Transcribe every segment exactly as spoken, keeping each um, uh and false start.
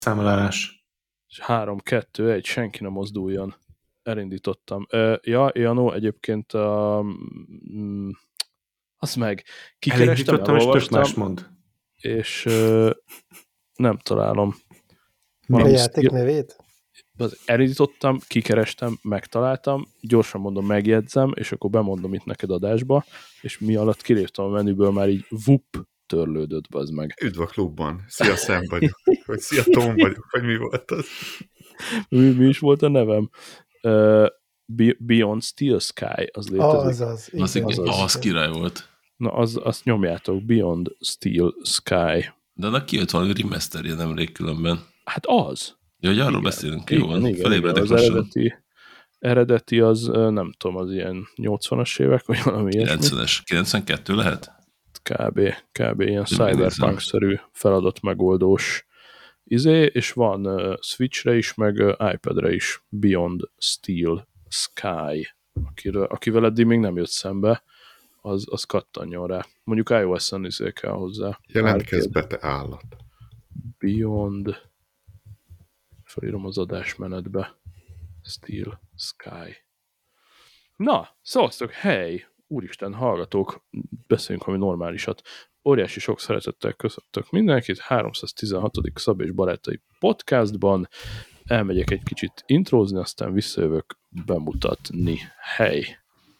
Számolás. három, kettő, egy, senki nem mozduljon. Elindítottam. Uh, ja, Janó, egyébként uh, mm, azt meg kikerestem, elolvastam, és tök más mond. És uh, nem találom. A játék nevét? Elindítottam, kikerestem, megtaláltam, gyorsan mondom, megjegyzem, és akkor bemondom itt neked adásba, és mi alatt kiléptem a menüből, már így vup, törlődött, bazd meg. Üdv a klubban, szia Sam vagyok, vagy szia Tom vagyok, vagy mi volt az? Mi, mi is volt a nevem? Uh, Beyond Steel Sky, az létezik. Az, az, igen, az, az, az, az király volt. Na, az, azt nyomjátok, Beyond Steel Sky. De annak kijött valami remasterje nemrég különben. Hát az. Ja, hogy arról igen, beszélünk, jó van, felébredek lassan. Eredeti, eredeti az, nem tudom, az ilyen nyolcvanas évek, vagy valami ilyesmi. kilencvenes, kilencvenkettő lehet? Kb. Kb. Ilyen cyberpunk-szerű feladat megoldós izé, és van uh, Switchre is, meg uh, iPadre is Beyond Steel Sky, akiről, akivel eddig még nem jött szembe, az, az kattanjon rá. Mondjuk iOS-en izé kell hozzá. Jelentkezz be, te állat. Beyond, felírom az adásmenetbe, Steel Sky. Na, szavaztok, hely, úristen, hallgatók, beszéljünk valami normálisat. Óriási sok szeretettel köszöntök mindenkit, háromszáztizenhatodik Szab és Barátai podcastban. Elmegyek egy kicsit intrózni, aztán visszajövök bemutatni. Hely!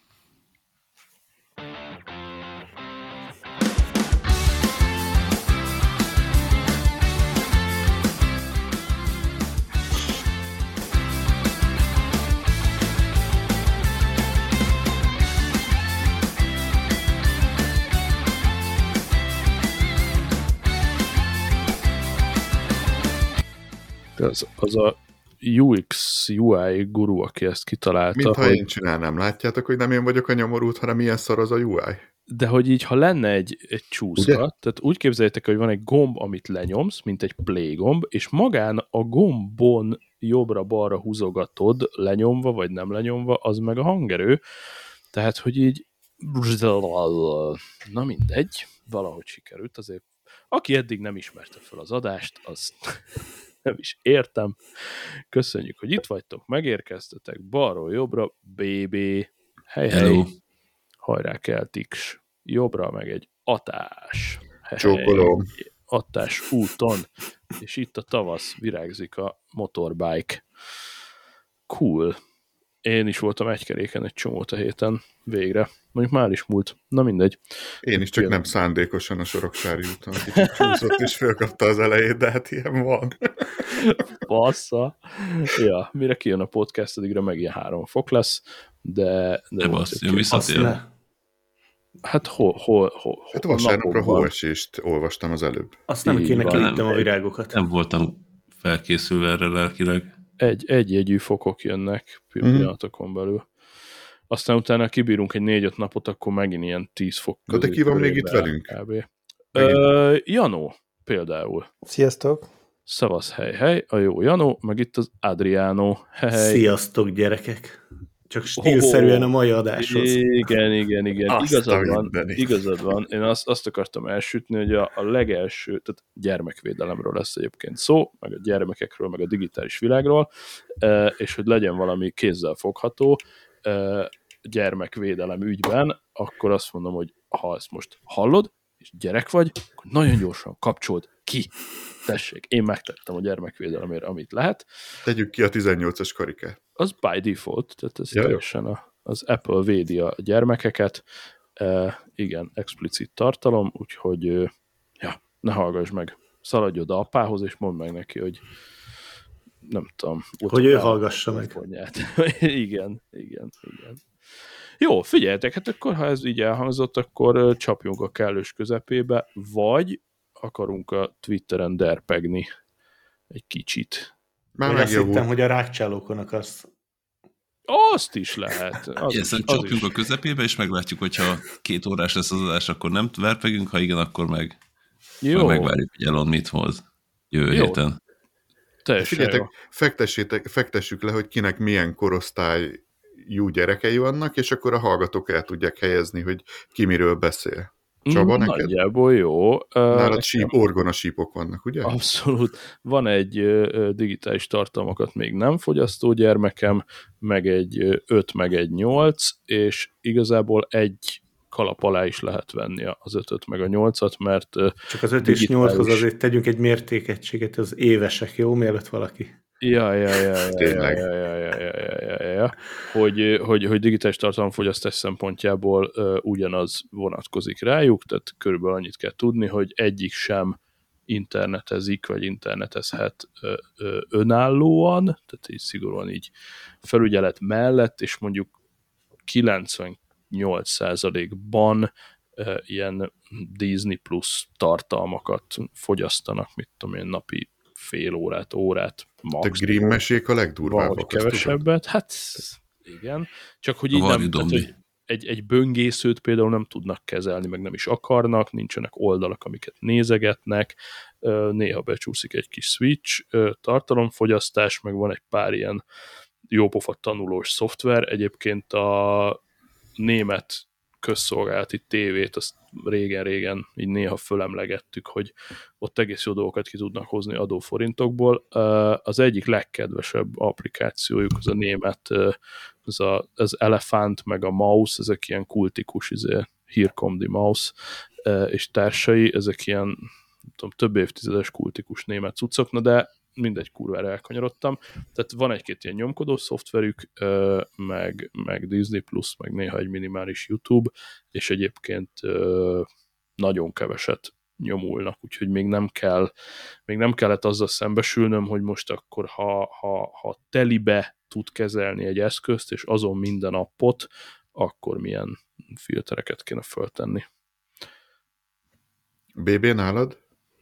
Az, az a u iksz, u i guru, aki ezt kitalálta. Mintha hogy... én csinálnám. Látjátok, hogy nem én vagyok a nyomorult, hanem milyen szar az a u i? De hogy így, ha lenne egy, egy csúszka, ugye? Tehát úgy képzeljétek, hogy van egy gomb, amit lenyomsz, mint egy play gomb, és magán a gombon jobbra-balra húzogatod, lenyomva, vagy nem lenyomva, az meg a hangerő. Tehát, hogy így na mindegy, valahogy sikerült. Azért, aki eddig nem ismerte fel az adást, az... nem is értem. Köszönjük, hogy itt vagytok, megérkeztetek, balról jobbra, bé bé, hely, hely, hajrá Celtics, jobbra meg egy atás. Csókolom. Atás úton, és itt a tavasz, virágzik a motorbike. Cool. Én is voltam egy keréken egy csomót a héten, végre. Mondjuk már is múlt. Na mindegy. Én is, csak Jön. nem szándékosan a Soroksári úton. Kicsit csúszott és fölkapta az elejét, de hát ilyen van. Bassza. Ja, mire kijön a podcast, addigra meg ilyen három fok lesz, de... De bassz, jön visszatér. Hát hol, hol, hol, hát vasárnapra hóesést olvastam az előbb. Azt nem kéne kilittem a virágokat. Nem voltam felkészülve erre lelkileg. Egy, egyjegyű fokok jönnek pillanatokon mm. belül. Aztán utána kibírunk egy négy-öt napot, akkor megint ilyen tíz fok közé. De ki van még itt velünk? Ö, Janó például. Sziasztok! Szavasz, hely, hely, a jó Janó, meg itt az Adriano. Hely. Sziasztok, gyerekek! Csak stílszerűen a mai adáshoz. Igen, igen, igen. Igazad van, igazad van. Én azt, azt akartam elsütni, hogy a, a legelső, tehát gyermekvédelemről lesz egyébként szó, meg a gyermekekről, meg a digitális világról, és hogy legyen valami kézzel fogható gyermekvédelem ügyben, akkor azt mondom, hogy ha ezt most hallod, és gyerek vagy, akkor nagyon gyorsan kapcsold ki. Tessék, én megtettem a gyermekvédelemért, amit lehet. Tegyük ki a tizennyolcas karikát. Az by default, tehát ez ja, teljesen a, az Apple védi a gyermekeket. E, igen, explicit tartalom, úgyhogy ja, ne hallgass meg. Szaladj oda apához, és mondd meg neki, hogy nem tudom. Hogy ő hallgassa meg. igen, igen, igen. Jó, figyeljetek, hát akkor ha ez így elhangzott, akkor csapjunk a kellős közepébe, vagy akarunk a Twitteren derpegni egy kicsit. Már én azt hittem, hogy a rákcsálókon akarsz. Azt is lehet. Az igen, is, az csapjunk is. A közepébe, és meglátjuk, hogyha két órás lesz az adás, akkor nem verpegünk, ha igen, akkor meg, meg megvárjuk, hogy Elon mit hoz jövő jó. héten. Figyeljetek, fektessük le, hogy kinek milyen korosztályú gyerekei vannak, és akkor a hallgatók el tudják helyezni, hogy ki miről beszél. Csaba, neked? Nagyjából jó. Nálad síp, orgona sípok vannak, ugye? Abszolút. Van egy uh, digitális tartalmakat még nem fogyasztó gyermekem, meg egy öt, meg egy nyolc, és igazából egy kalap alá is lehet venni az ötöt, meg a nyolcat, mert uh, csak az öt digitális... és nyolchoz azért tegyünk egy mértékegységet, az évesek, jó? Mielőtt valaki... Ja, ja, ja, ja, ja, ja, ja, ja, ja, ja, ja, ja. Hogy, hogy, hogy digitális tartalomfogyasztás szempontjából uh, ugyanaz vonatkozik rájuk, tehát körülbelül annyit kell tudni, hogy egyik sem internetezik, vagy internetezhet uh, uh, önállóan, tehát így szigorúan így felügyelet mellett, és mondjuk kilencvennyolc százalékban uh, ilyen Disney Plus tartalmakat fogyasztanak, mit tudom én, napi fél órát, órát, max. A Grimm mesék a legdurvábbak. Kevesebbet, hát igen. Csak hogy így nem, tehát, hogy egy, egy böngészőt például nem tudnak kezelni, meg nem is akarnak, nincsenek oldalak, amiket nézegetnek, néha becsúszik egy kis switch, tartalomfogyasztás, meg van egy pár ilyen jópofa tanulós szoftver. Egyébként a német közszolgálati tévét, azt régen-régen így néha fölemlegettük, hogy ott egész jó dolgokat ki tudnak hozni adóforintokból. Az egyik legkedvesebb applikációjuk az a német, az, a, az Elefant, meg a Mouse, ezek ilyen kultikus, izé, Here Come the Mouse, és társai, ezek ilyen nem tudom, több évtizedes kultikus német cuccok, na de mindegy, kurvára elkanyarodtam. Tehát van egy-két ilyen nyomkodó szoftverük, meg, meg Disney Plus, meg néha egy minimális YouTube, és egyébként nagyon keveset nyomulnak, úgyhogy még nem kell, még nem kellett azzal szembesülnöm, hogy most akkor, ha, ha, ha telibe tud kezelni egy eszközt, és azon minden appot, akkor milyen filtereket kéne föltenni. bé bé nálad?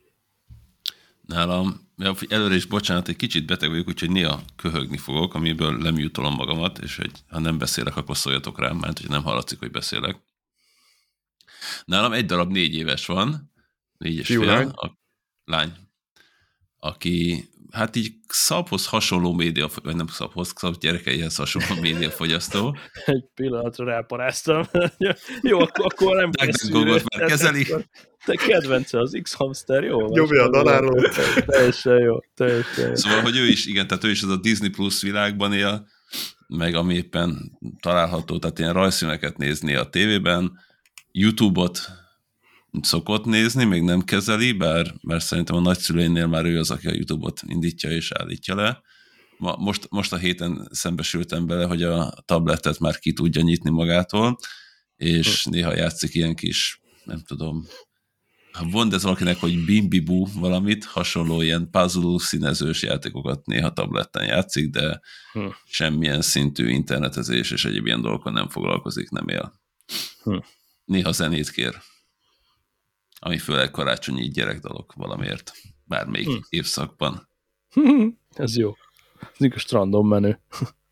Nálam, előre is bocsánat, egy kicsit beteg vagyok, úgyhogy néha köhögni fogok, amiből leműtolom magamat, és hogy ha nem beszélek, akkor szóljatok rám, mert hogy nem hallatszik, hogy beszélek. Nálam egy darab négy éves van, négy és fél, lány. A lány, aki hát így Szabhoz hasonló média, vagy nem Szabhoz, Szab gyerekeihez hasonló médiafogyasztó. Egy pillanatra ráparáztam. Jó, akkor, akkor nem készül. Már kezeli. Te kedvence az X-hamster, jó? Nyomja a daláról. Teljesen jó, teljesen jó. Szóval, hogy ő is, igen, tehát ő is az a Disney Plus világban él, meg ami éppen található, tehát ilyen rajzfilmeket nézni a tévében, YouTube-ot szokott nézni, még nem kezeli, bár, bár szerintem a nagyszüleinél már ő az, aki a YouTube-ot indítja és állítja le. Ma, most, most a héten szembesültem bele, hogy a tabletet már ki tudja nyitni magától, és hm. néha játszik ilyen kis, nem tudom, ha mond ez valakinek, hogy Bimbibu valamit, hasonló ilyen puzzle színezős játékokat néha tabletten játszik, de hm. semmilyen szintű internetezés és egyéb ilyen dolgokon nem foglalkozik, nem él. Hm. Néha zenét kér, ami főleg karácsonyi gyerekdalok valamiért, bármelyik hm. évszakban. Ez jó. Ez a strandon menő.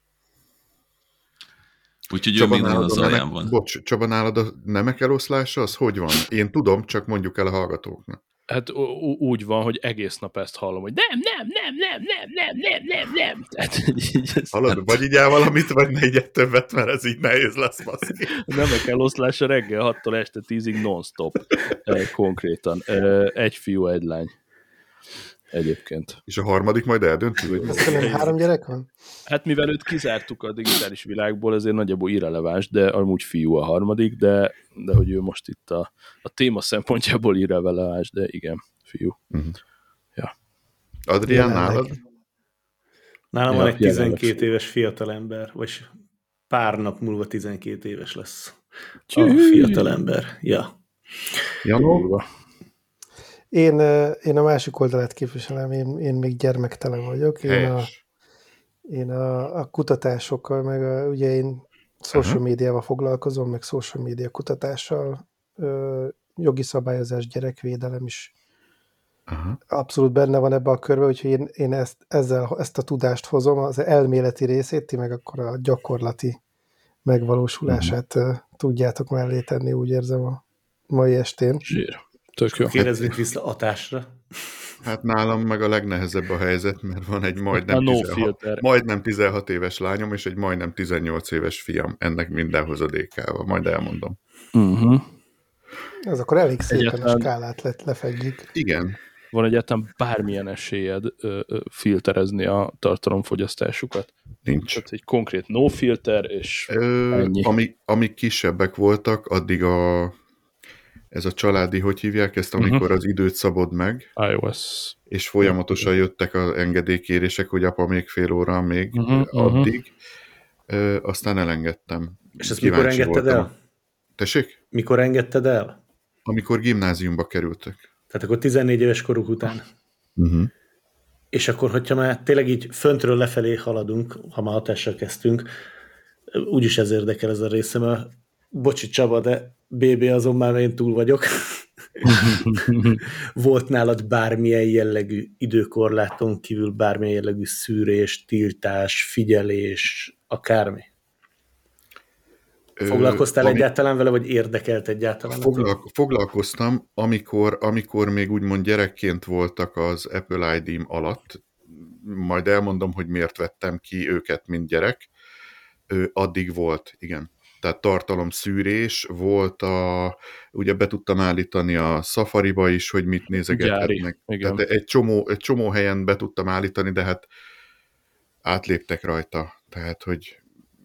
Úgyhogy ő még nagyon az alján van. Bocs, Csaba, nálad a nemek eloszlása, az hogy van? Én tudom, csak mondjuk el a hallgatóknak. Hát úgy van, hogy egész nap ezt hallom, hogy nem, nem, nem, nem, nem, nem, nem, nem, nem. Tehát, ez hallod, vagy így el valamit, vagy ne így többet, mert ez így nehéz lesz, baszki. A nemek eloszlása reggel hattól este tízig non-stop. Konkrétan. Egy fiú, egy lány. Egyébként. És a harmadik majd eldönti, hogy... Azt nem három gyerek van? Hát mivel őt kizártuk a digitális világból, ezért nagyjából irreleváns, de amúgy fiú a harmadik, de, de hogy ő most itt a, a téma szempontjából irreleváns, de igen, fiú. Uh-huh. Ja. Adrián, nálad? Nálam ja, van egy tizenkét éves fiatalember, vagy pár nap múlva tizenkét éves lesz a fiatalember. Ja. Janó? Én, én a másik oldalát képviselem, én, én még gyermektelen vagyok. Én, a, én a, a kutatásokkal, meg a, ugye én social médiával foglalkozom, meg social média kutatással, ö, jogi szabályozás, gyerekvédelem is Aha. abszolút benne van ebbe a körbe, úgyhogy én, én ezt, ezzel, ezt a tudást hozom, az elméleti részét, ti meg akkor a gyakorlati megvalósulását uh-huh. tudjátok mellé tenni, úgy érzem a mai estén. Zsír. Tök jó. Kérdezzünk vissza Atásra. Hát nálam meg a legnehezebb a helyzet, mert van egy majdnem, tizenhat, majdnem tizenhat éves lányom, és egy majdnem tizennyolc éves fiam, ennek minden hozadékával. Majd elmondom. Uh-huh. Ez akkor elég szépen egyáltalán a skálát le, lefedjük. Igen. Van egyáltalán bármilyen esélyed ö, ö, filterezni a tartalomfogyasztásukat? Nincs. Tehát egy konkrét no filter, és Ö, ennyi. Amik, amik kisebbek voltak, addig a ez a családi, hogy hívják ezt, amikor uh-huh. az időt szabod meg, iOS. És folyamatosan jöttek az engedélykérések, hogy apa még fél óra, még uh-huh, addig. Uh-huh. Aztán elengedtem. És ezt mikor engedted voltam. el? Tessék? Mikor engedted el? Amikor gimnáziumba kerültek. Tehát akkor tizennégy éves koruk után. Uh-huh. És akkor, hogyha már tényleg így föntről lefelé haladunk, ha már hatással kezdtünk, úgyis ez érdekel ez a része, mert bocsi Csaba, de bé bé azon már én túl vagyok. Volt nálad bármilyen jellegű időkorláton kívül bármilyen jellegű szűrés, tiltás, figyelés, akármi? Foglalkoztál Ö, ami, egyáltalán vele, vagy érdekelt egyáltalán? Foglalko- foglalkoztam, amikor, amikor még úgymond gyerekként voltak az Apple i dím alatt, majd elmondom, hogy miért vettem ki őket, mint gyerek, Ö, addig volt, igen. Tehát tartalomszűrés volt, a, ugye be tudtam állítani a Safari-ba is, hogy mit nézegethetnek. Tehát egy csomó, egy csomó helyen be tudtam állítani, de hát átléptek rajta. Tehát, hogy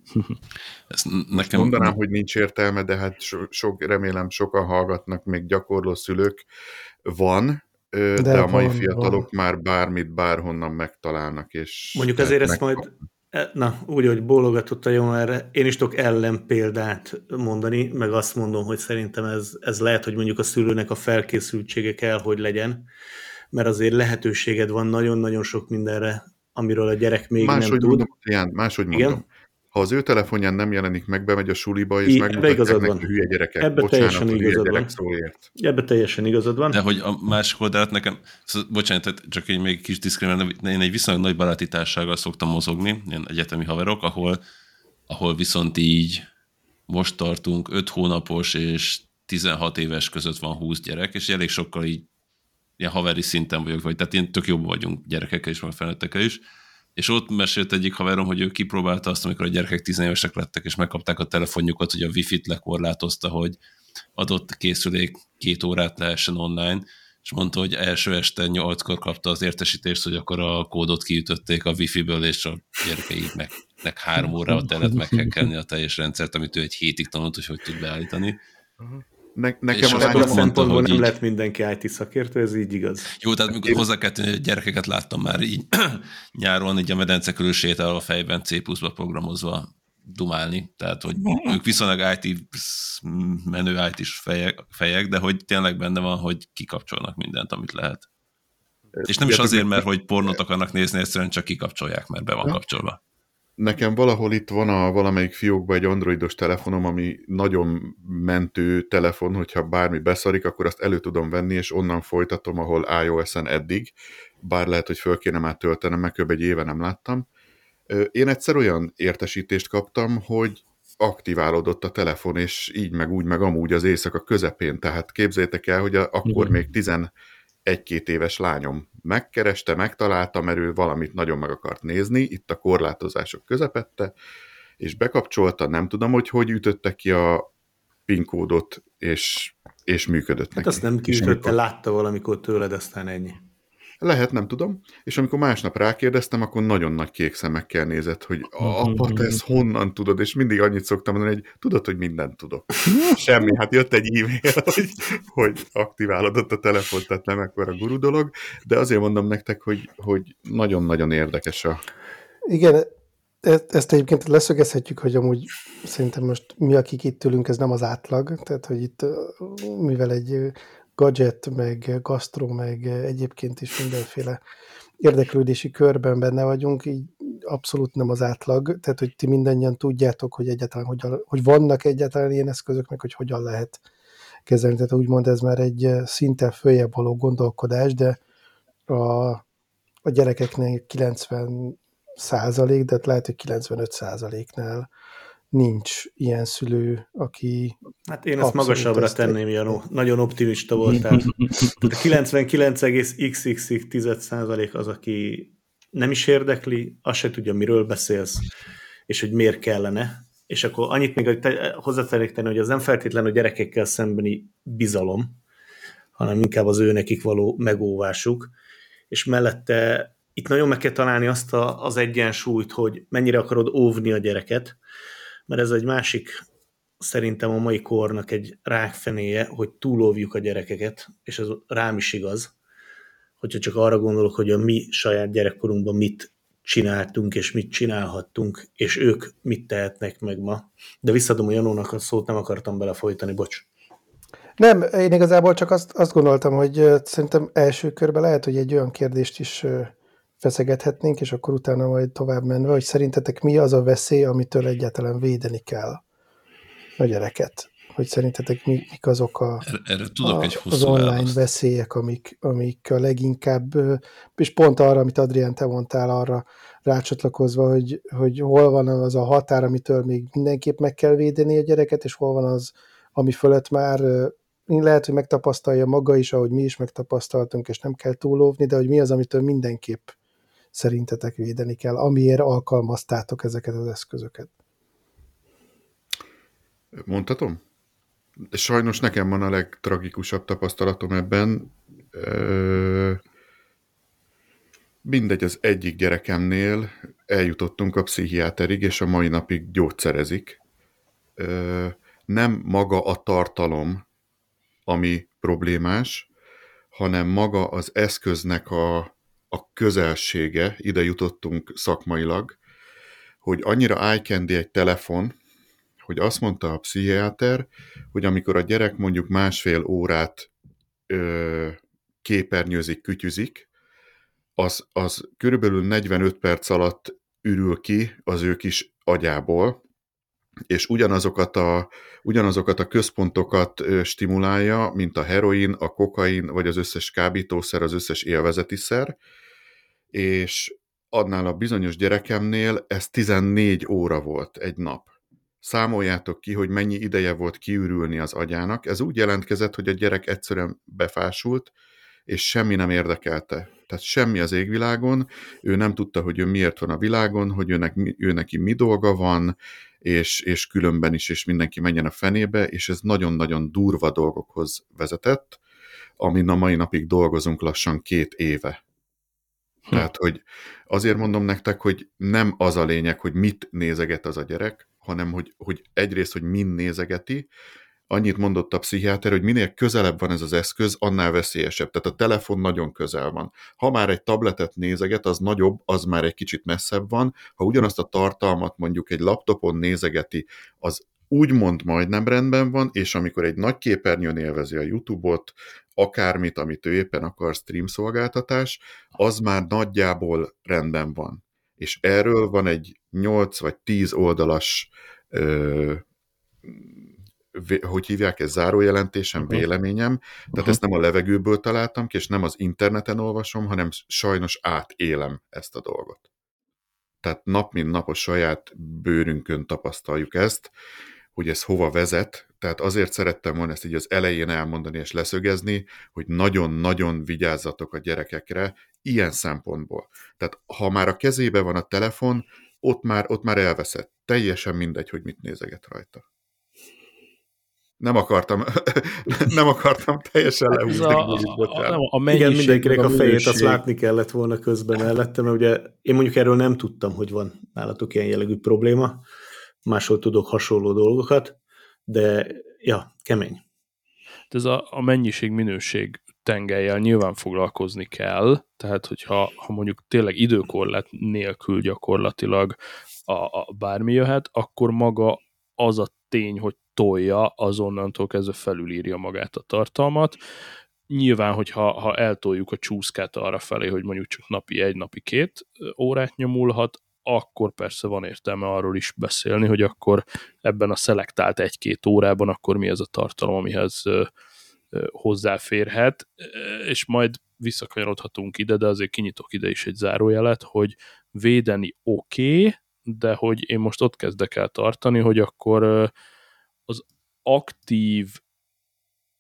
Ez nekem... mondanám, hogy nincs értelme, de hát so, sok, remélem sokan hallgatnak, még gyakorló szülők van, de, de a mai van, fiatalok van. Már bármit, bárhonnan megtalálnak. És mondjuk ezért ezt majd na, úgy, hogy bólogatott a jó erre, én is tudok ellenpéldát mondani, meg azt mondom, hogy szerintem ez, ez lehet, hogy mondjuk a szülőnek a felkészültsége kell, hogy legyen, mert azért lehetőséged van nagyon-nagyon sok mindenre, amiről a gyerek még máshogy nem tud. Mondom, Ján, máshogy mondom. Igen? Ha az ő telefonján nem jelenik meg, bemegy a suliba, és I, megmutatják neki hülye gyerekek. Ebbe bocsánat, teljesen igazad van. Ebbe teljesen igazad van. De hogy a másik oldalt nekem, szóval, bocsánat, csak egy még kis diszkriminálni, én egy viszonylag nagy baráti társasággal szoktam mozogni, ilyen egyetemi haverok, ahol, ahol viszont így most tartunk öt hónapos és tizenhat éves között van húsz gyerek, és elég sokkal így ilyen haveri szinten vagyok, vagy tehát ilyen tök jobb vagyunk gyerekekkel is, meg felnőttekkel is. És ott mesélt egyik haverom, hogy ő kipróbálta azt, amikor a gyerekek tizenévesek lettek, és megkapták a telefonjukat, hogy a Wi-Fi-t lekorlátozta, hogy adott készülék két órát lehessen online, és mondta, hogy első este nyolckor kapta az értesítést, hogy akkor a kódot kiütötték a Wi-Fi-ből, és a gyerekei meg, meg három órával kellett meghekkelni a teljes rendszert, amit ő egy hétig tanult, hogy hogy tud beállítani. Ne, nekem és ebből a szempontból nem így... lett mindenki i té szakértő, ez így igaz. Jó, tehát mikor hozzá kell tenni, hogy gyerekeket láttam már így nyáron, így a medence körül sétálva a fejben cé plusz-ba programozva dumálni, tehát hogy ők viszonylag i té menő i té-s fejek, fejek, de hogy tényleg benne van, hogy kikapcsolnak mindent, amit lehet. És nem is azért, mert hogy pornót akarnak nézni, egyszerűen csak kikapcsolják, mert be van kapcsolva. Nekem valahol itt van a valamelyik fiókban egy androidos telefonom, ami nagyon mentő telefon, hogyha bármi beszarik, akkor azt elő tudom venni, és onnan folytatom, ahol iOS-en eddig, bár lehet, hogy föl kéne már töltenem, meg kb. Egy éve nem láttam. Én egyszer olyan értesítést kaptam, hogy aktiválódott a telefon, és így meg úgy, meg amúgy az éjszaka közepén, tehát képzeljétek el, hogy a, akkor még tizenegy-két éves lányom megkereste, megtalálta, mert ő valamit nagyon meg akart nézni, itt a korlátozások közepette, és bekapcsolta, nem tudom, hogy hogy ütötte ki a PIN kódot, és, és működött hát neki. azt nem kiütötte, látta valamikor tőled, aztán ennyi. Lehet, nem tudom. És amikor másnap rákérdeztem, akkor nagyon nagy kék szemekkel nézett, hogy apa, te ezt honnan tudod? És mindig annyit szoktam mondani, hogy tudod, hogy mindent tudok. Semmi, hát jött egy e-mail, hogy, hogy aktiválódott a telefon, tehát nem ekkora guru dolog, de azért mondom nektek, hogy, hogy nagyon-nagyon érdekes a... Igen, ezt egyébként leszögezhetjük, hogy amúgy szerintem most mi, akik itt ülünk, ez nem az átlag, tehát hogy itt mivel egy gadget, meg gasztró, meg egyébként is mindenféle érdeklődési körben benne vagyunk, így abszolút nem az átlag, tehát hogy ti mindannyian tudjátok, hogy egyáltalán hogyan, hogy vannak egyáltalán ilyen eszközök, meg hogy hogyan lehet kezelni, tehát úgymond ez már egy szinten följebb való gondolkodás, de a, a gyerekeknél kilencven százalék, de lehet, hogy kilencvenöt százaléknál nincs ilyen szülő, aki... Hát én ezt magasabbra tenném, Janó. Nagyon optimista voltál. Tehát a kilencvenkilenc egész x x x százalék az, aki nem is érdekli, azt se tudja, miről beszélsz, és hogy miért kellene, és akkor annyit még hozzá szeretnék tenni, hogy az nem feltétlenül a gyerekekkel szembeni bizalom, hanem inkább az ő nekik való megóvásuk, és mellette itt nagyon meg kell találni azt a, az egyensúlyt, hogy mennyire akarod óvni a gyereket, mert ez egy másik, szerintem a mai kornak egy rákfenéje, hogy túlóvjuk a gyerekeket, és ez rám is igaz, hogyha csak arra gondolok, hogy a mi saját gyerekkorunkban mit csináltunk, és mit csinálhattunk, és ők mit tehetnek meg ma. De visszadom a Janónak a szót, nem akartam belefolytani, bocs. Nem, én igazából csak azt, azt gondoltam, hogy szerintem első körben lehet, hogy egy olyan kérdést is feszegethetnénk, és akkor utána majd tovább menve, hogy szerintetek mi az a veszély, amitől egyáltalán védeni kell a gyereket? Hogy szerintetek mi, mik azok a, erre tudok a, egy az online választ. veszélyek, amik, amik a leginkább, és pont arra, amit Adrián, te mondtál, arra rácsatlakozva, hogy, hogy hol van az a határ, amitől még mindenképp meg kell védeni a gyereket, és hol van az, ami fölött már lehet, hogy megtapasztalja maga is, ahogy mi is megtapasztaltunk, és nem kell túlóvni, de hogy mi az, amitől mindenképp szerintetek védeni kell, amiért alkalmaztátok ezeket az eszközöket. Mondhatom? Sajnos nekem van a legtragikusabb tapasztalatom ebben. Ö... Mindegy, az egyik gyerekemnél eljutottunk a pszichiáterig, és a mai napig gyógyszerezik. Ö... Nem maga a tartalom, ami problémás, hanem maga az eszköznek a, a közelsége, ide jutottunk szakmailag, hogy annyira eye candy egy telefon, hogy azt mondta a pszichiáter, hogy amikor a gyerek mondjuk másfél órát ö, képernyőzik, kütyüzik, az, az körülbelül negyvenöt perc alatt ürül ki az ő kis agyából, és ugyanazokat a, ugyanazokat a központokat stimulálja, mint a heroin, a kokain, vagy az összes kábítószer, az összes élvezeti szer, és annál a bizonyos gyerekemnél ez tizennégy óra volt egy nap. Számoljátok ki, hogy mennyi ideje volt kiürülni az agyának. Ez úgy jelentkezett, hogy a gyerek egyszerűen befásult, és semmi nem érdekelte. Tehát semmi az égvilágon, ő nem tudta, hogy ő miért van a világon, hogy őnek, ő neki mi dolga van, és, és különben is, és mindenki menjen a fenébe, és ez nagyon-nagyon durva dolgokhoz vezetett, amin a mai napig dolgozunk lassan két éve. Hm. Tehát, hogy azért mondom nektek, hogy nem az a lényeg, hogy mit nézeget az a gyerek, hanem, hogy, hogy egyrészt, hogy min nézegeti. Annyit mondott a pszichiáter, hogy minél közelebb van ez az eszköz, annál veszélyesebb. Tehát a telefon nagyon közel van. Ha már egy tabletet nézeget, az nagyobb, az már egy kicsit messzebb van. Ha ugyanazt a tartalmat mondjuk egy laptopon nézegeti, az úgymond majdnem rendben van, és amikor egy nagy képernyőn élvezi a YouTube-ot, akármit, amit ő éppen akar, stream szolgáltatás, az már nagyjából rendben van. És erről van egy nyolc vagy tíz oldalas ö, hogy hívják ez, zárójelentésem, uh-huh. véleményem, tehát uh-huh. ezt nem a levegőből találtam ki, és nem az interneten olvasom, hanem sajnos átélem ezt a dolgot. Tehát nap mint nap a saját bőrünkön tapasztaljuk ezt, hogy ez hova vezet, tehát azért szerettem volna ezt így az elején elmondani és leszögezni, hogy nagyon-nagyon vigyázzatok a gyerekekre ilyen szempontból. Tehát ha már a kezébe van a telefon, ott már, ott már elveszett. Teljesen mindegy, hogy mit nézeget rajta. Nem akartam, nem akartam teljesen lehúzni. A, a, a, a Igen, mindenkinek a, a fejét azt látni kellett volna közben mellette, mert ugye én mondjuk erről nem tudtam, hogy van nálatok ilyen jellegű probléma, máshol tudok hasonló dolgokat, de ja, kemény. Ez a, a mennyiség-minőség tengelyel nyilván foglalkozni kell, tehát hogyha ha mondjuk tényleg időkorlát nélkül gyakorlatilag a, a bármi jöhet, akkor maga az a tény, hogy tolja, azonnantól kezdve felülírja magát a tartalmat. Nyilván, hogyha ha eltoljuk a csúszkát arra felé, hogy mondjuk csak napi egy, napi két órát nyomulhat, akkor persze van értelme arról is beszélni, hogy akkor ebben a szelektált egy-két órában akkor mi ez a tartalom, amihez hozzáférhet, és majd visszakanyarodhatunk ide, de azért kinyitok ide is egy zárójelet, hogy védeni oké, okay, de hogy én most ott kezdek el tartani, hogy akkor az aktív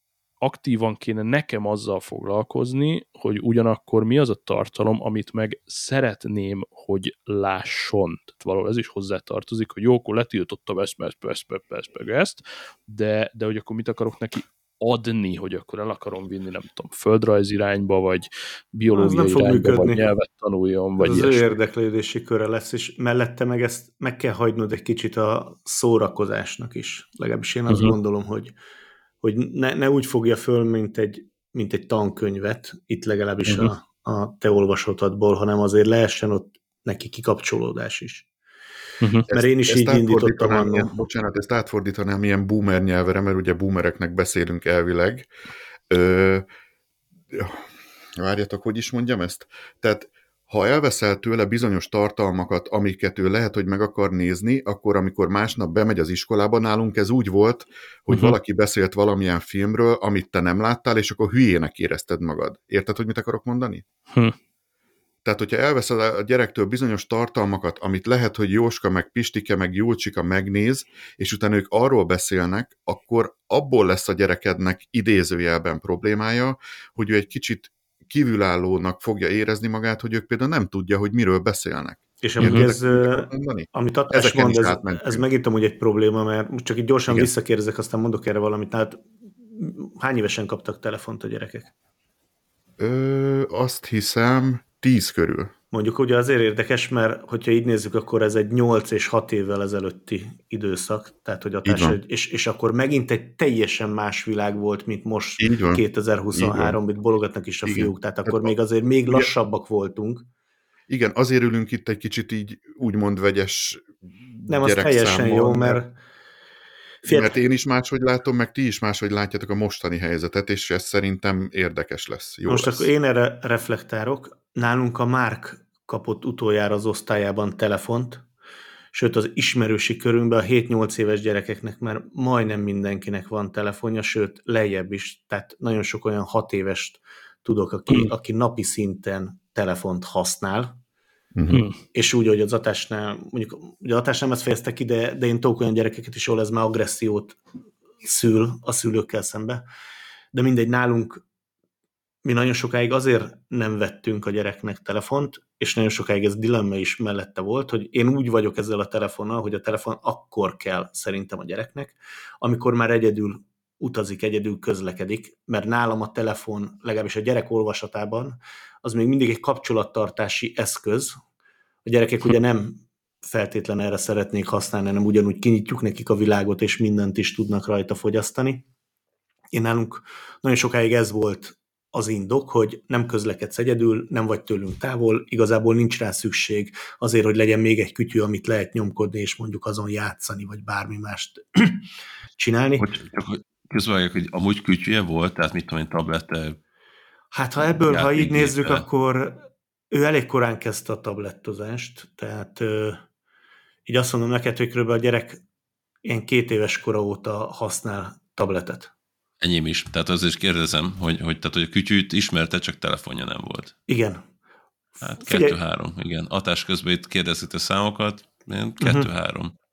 aktívan kéne nekem azzal foglalkozni, hogy ugyanakkor mi az a tartalom, amit meg szeretném, hogy lásson. Tehát valahol ez is hozzátartozik, hogy jó, akkor letiltottam ezt, ezt, ezt, ezt, ezt, ezt, de, de hogy akkor mit akarok neki adni, hogy akkor el akarom vinni, nem tudom, földrajz irányba, vagy biológiai irányba, működni. Vagy nyelvet tanuljon, vagy ez ilyesmi. Az ő érdeklődési köre lesz, és mellette meg ezt meg kell hagynod egy kicsit a szórakozásnak is. Legalábbis én azt uh-huh. gondolom, hogy, hogy ne, ne úgy fogja föl, mint egy, mint egy tankönyvet, itt legalábbis uh-huh. a, a te olvasatadból, hanem azért lehessen ott neki kikapcsolódás is. Uh-huh. Mert én is ezt, így ezt indítottam annól. Bocsánat, ezt átfordítanám ilyen boomer nyelvere, mert ugye boomereknek beszélünk elvileg. Ö, várjatok, hogy is mondjam ezt? Tehát ha elveszel tőle bizonyos tartalmakat, amiket ő lehet, hogy meg akar nézni, akkor amikor másnap bemegy az iskolába, nálunk ez úgy volt, hogy uh-huh. valaki beszélt valamilyen filmről, amit te nem láttál, és akkor hülyének érezted magad. Érted, hogy mit akarok mondani? Uh-huh. Tehát, hogyha elveszed a gyerektől bizonyos tartalmakat, amit lehet, hogy Jóska, meg Pistike, meg Júlcsika megnéz, és utána ők arról beszélnek, akkor abból lesz a gyerekednek idézőjelben problémája, hogy ő egy kicsit kívülállónak fogja érezni magát, hogy ők például nem tudja, hogy miről beszélnek. És amúgy ez, amit Tatás mond, ez, ez megint amúgy egy probléma, mert csak így gyorsan Igen. visszakérdezek, aztán mondok erre valamit. Hát hány évesen kaptak telefont a gyerekek? Ö, azt hiszem tíz körül. Mondjuk ugye azért érdekes, mert hogyha így nézzük, akkor ez egy nyolc és hat évvel ezelőtti időszak, tehát hogy a társadalom, és, és akkor megint egy teljesen más világ volt, mint most kétezer-huszonhárom, itt bologatnak is a Igen. fiúk, tehát akkor hát, még azért még lassabbak voltunk. Igen, azért ülünk itt egy kicsit így úgymond vegyes Nem, az teljesen jó, mert Fiat... Mert én is máshogy látom, meg ti is máshogy látjátok a mostani helyzetet, és ez szerintem érdekes lesz. Jó Most lesz. Akkor én erre reflektálok. Nálunk a Márk kapott utoljára az osztályában telefont, sőt az ismerősi körünkben a hét-nyolc éves gyerekeknek már majdnem mindenkinek van telefonja, sőt lejjebb is, tehát nagyon sok olyan hat évest tudok, aki, aki napi szinten telefont használ, Uh-huh. és úgy, hogy az Atásnál, mondjuk ugye Atás nem ezt fejezte ki, de, de én tudok olyan gyerekeket is, ahol ez már agressziót szül a szülőkkel szembe. De mindegy, nálunk mi nagyon sokáig azért nem vettünk a gyereknek telefont, és nagyon sokáig ez dilemma is mellette volt, hogy én úgy vagyok ezzel a telefonnal, hogy a telefon akkor kell szerintem a gyereknek, amikor már egyedül utazik, egyedül közlekedik, mert nálam a telefon, legalábbis a gyerek olvasatában, az még mindig egy kapcsolattartási eszköz. A gyerekek ugye nem feltétlen erre szeretnék használni, hanem ugyanúgy kinyitjuk nekik a világot, és mindent is tudnak rajta fogyasztani. Én nálunk nagyon sokáig ez volt az indok, hogy nem közlekedsz egyedül, nem vagy tőlünk távol, igazából nincs rá szükség azért, hogy legyen még egy kütyű, amit lehet nyomkodni, és mondjuk azon játszani, vagy bármi mást csinálni. Hogy, hogy közvágják, hogy amúgy kütyűje volt, tehát mit tudom én, tablette. Hát ha ebből, ha így nézzük, akkor ő elég korán kezdte a tablettozást, tehát így azt mondom neked, hogy körülbelül a gyerek ilyen két éves kora óta használ tabletet. Enyém is. Tehát azért is kérdezem, hogy, hogy, tehát, hogy a kütyűt ismerte, csak telefonja nem volt. Igen. Hát kettő-három, igen. Atás közben itt kérdezik a számokat, kettő-három. Uh-huh.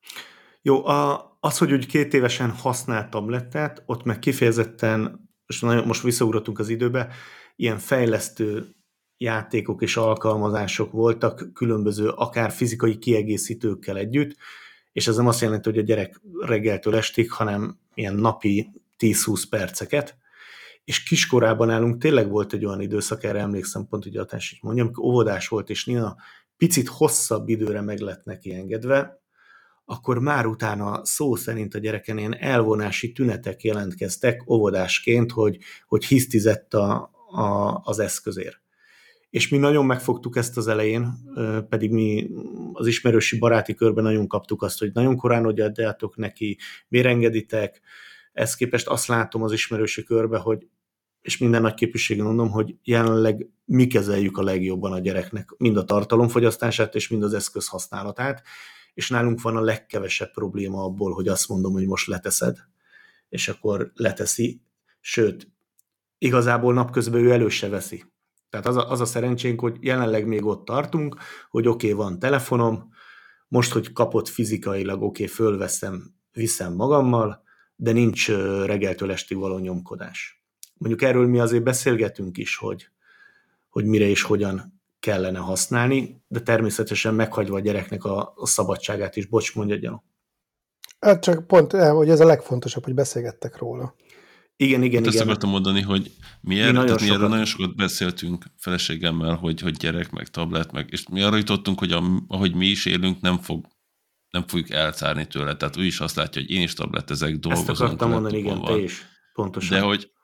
Jó, a, az, hogy úgy két évesen használ tabletet, ott meg kifejezetten, most, nagyon, most visszaugratunk az időbe, ilyen fejlesztő játékok és alkalmazások voltak, különböző akár fizikai kiegészítőkkel együtt, és ez nem azt jelenti, hogy a gyerek reggeltől estig, hanem ilyen napi tíz-húsz perceket, és kiskorában nálunk tényleg volt egy olyan időszak, erre emlékszem pont, hogy Atás is mondja, amikor óvodás volt, és Nina picit hosszabb időre meg lett neki engedve, akkor már utána szó szerint a gyereken ilyen elvonási tünetek jelentkeztek óvodásként, hogy, hogy hisztizett a, a, az eszközér. És mi nagyon megfogtuk ezt az elején, pedig mi az ismerősi baráti körben nagyon kaptuk azt, hogy nagyon korán adjátok neki, miért engeditek. Ezt képest azt látom az ismerősi körbe, hogy, és minden nagy képviségen mondom, hogy jelenleg mi kezeljük a legjobban a gyereknek, mind a tartalomfogyasztását, és mind az eszköz használatát, és nálunk van a legkevesebb probléma abból, hogy azt mondom, hogy most leteszed, és akkor leteszi, sőt, igazából napközben ő elő se veszi. Tehát az a, az a szerencsénk, hogy jelenleg még ott tartunk, hogy oké, okay, van telefonom, most, hogy kapott fizikailag, oké, okay, fölveszem, viszem magammal, de nincs reggeltől estig való nyomkodás. Mondjuk erről mi azért beszélgetünk is, hogy, hogy mire és hogyan kellene használni, de természetesen meghagyva a gyereknek a, a szabadságát is. Bocs, mondja, Gyano. Hát csak pont, hogy ez a legfontosabb, hogy beszélgettek róla. Igen, igen, hát igen. Ezt akartam mondani, hogy mi, erről, nagyon, tehát mi erről nagyon sokat beszéltünk feleségemmel, hogy, hogy gyerek, meg tablet, meg, és mi arra jutottunk, hogy a, ahogy mi is élünk, nem, fog, nem fogjuk elcárni tőle. Tehát ő is azt látja, hogy én is tabletezek, dolgozom. Ezt akartam mondani, igen, te is. Pontosan. De hogy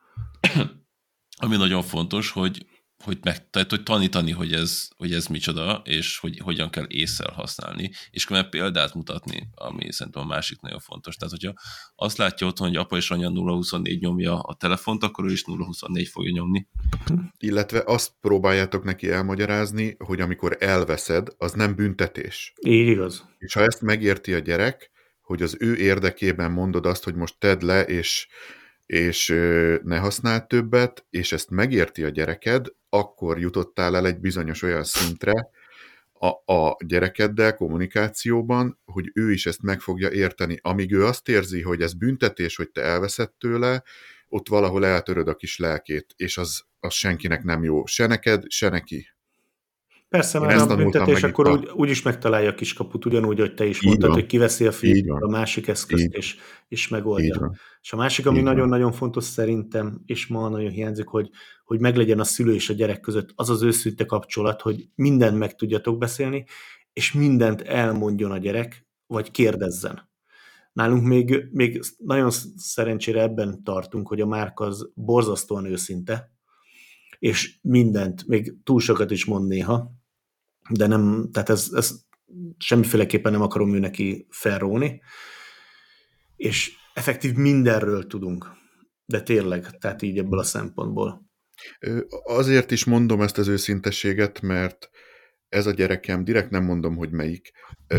ami nagyon fontos, hogy hogy, meg, tehát, hogy tanítani, hogy ez, hogy ez micsoda, és hogy hogyan kell ésszel használni, és kell példát mutatni, ami szerintem a másik nagyon fontos. Tehát, hogyha azt látja otthon, hogy apa és anya nulla huszonnégy nyomja a telefont, akkor ő is nulla huszonnégy fogja nyomni. Illetve azt próbáljátok neki elmagyarázni, hogy amikor elveszed, az nem büntetés. Így igaz. És ha ezt megérti a gyerek, hogy az ő érdekében mondod azt, hogy most tedd le, és és ne használd többet, és ezt megérti a gyereked, akkor jutottál el egy bizonyos olyan szintre a, a gyerekeddel kommunikációban, hogy ő is ezt meg fogja érteni. Amíg ő azt érzi, hogy ez büntetés, hogy te elveszed tőle, ott valahol eltöröd a kis lelkét, és az, az senkinek nem jó. Se neked, se neki. Persze, mert a büntetés akkor a... úgy, úgy is megtalálja a kiskaput, ugyanúgy, hogy te is így mondtad, van. Hogy kiveszi a fiút, a másik eszközt, és, és megoldja. És a másik, ami nagyon-nagyon fontos szerintem, és ma nagyon hiányzik, hogy, hogy meglegyen a szülő és a gyerek között az az őszinte kapcsolat, hogy mindent meg tudjatok beszélni, és mindent elmondjon a gyerek, vagy kérdezzen. Nálunk még, még nagyon szerencsére ebben tartunk, hogy a Márk az borzasztóan őszinte, és mindent, még túl sokat is mond néha, de nem, tehát ez, ez semmiféleképpen nem akarom ő neki felróni, és effektív mindenről tudunk, de tényleg, tehát így ebből a szempontból. Azért is mondom ezt az őszintességet, mert ez a gyerekem, direkt nem mondom, hogy melyik,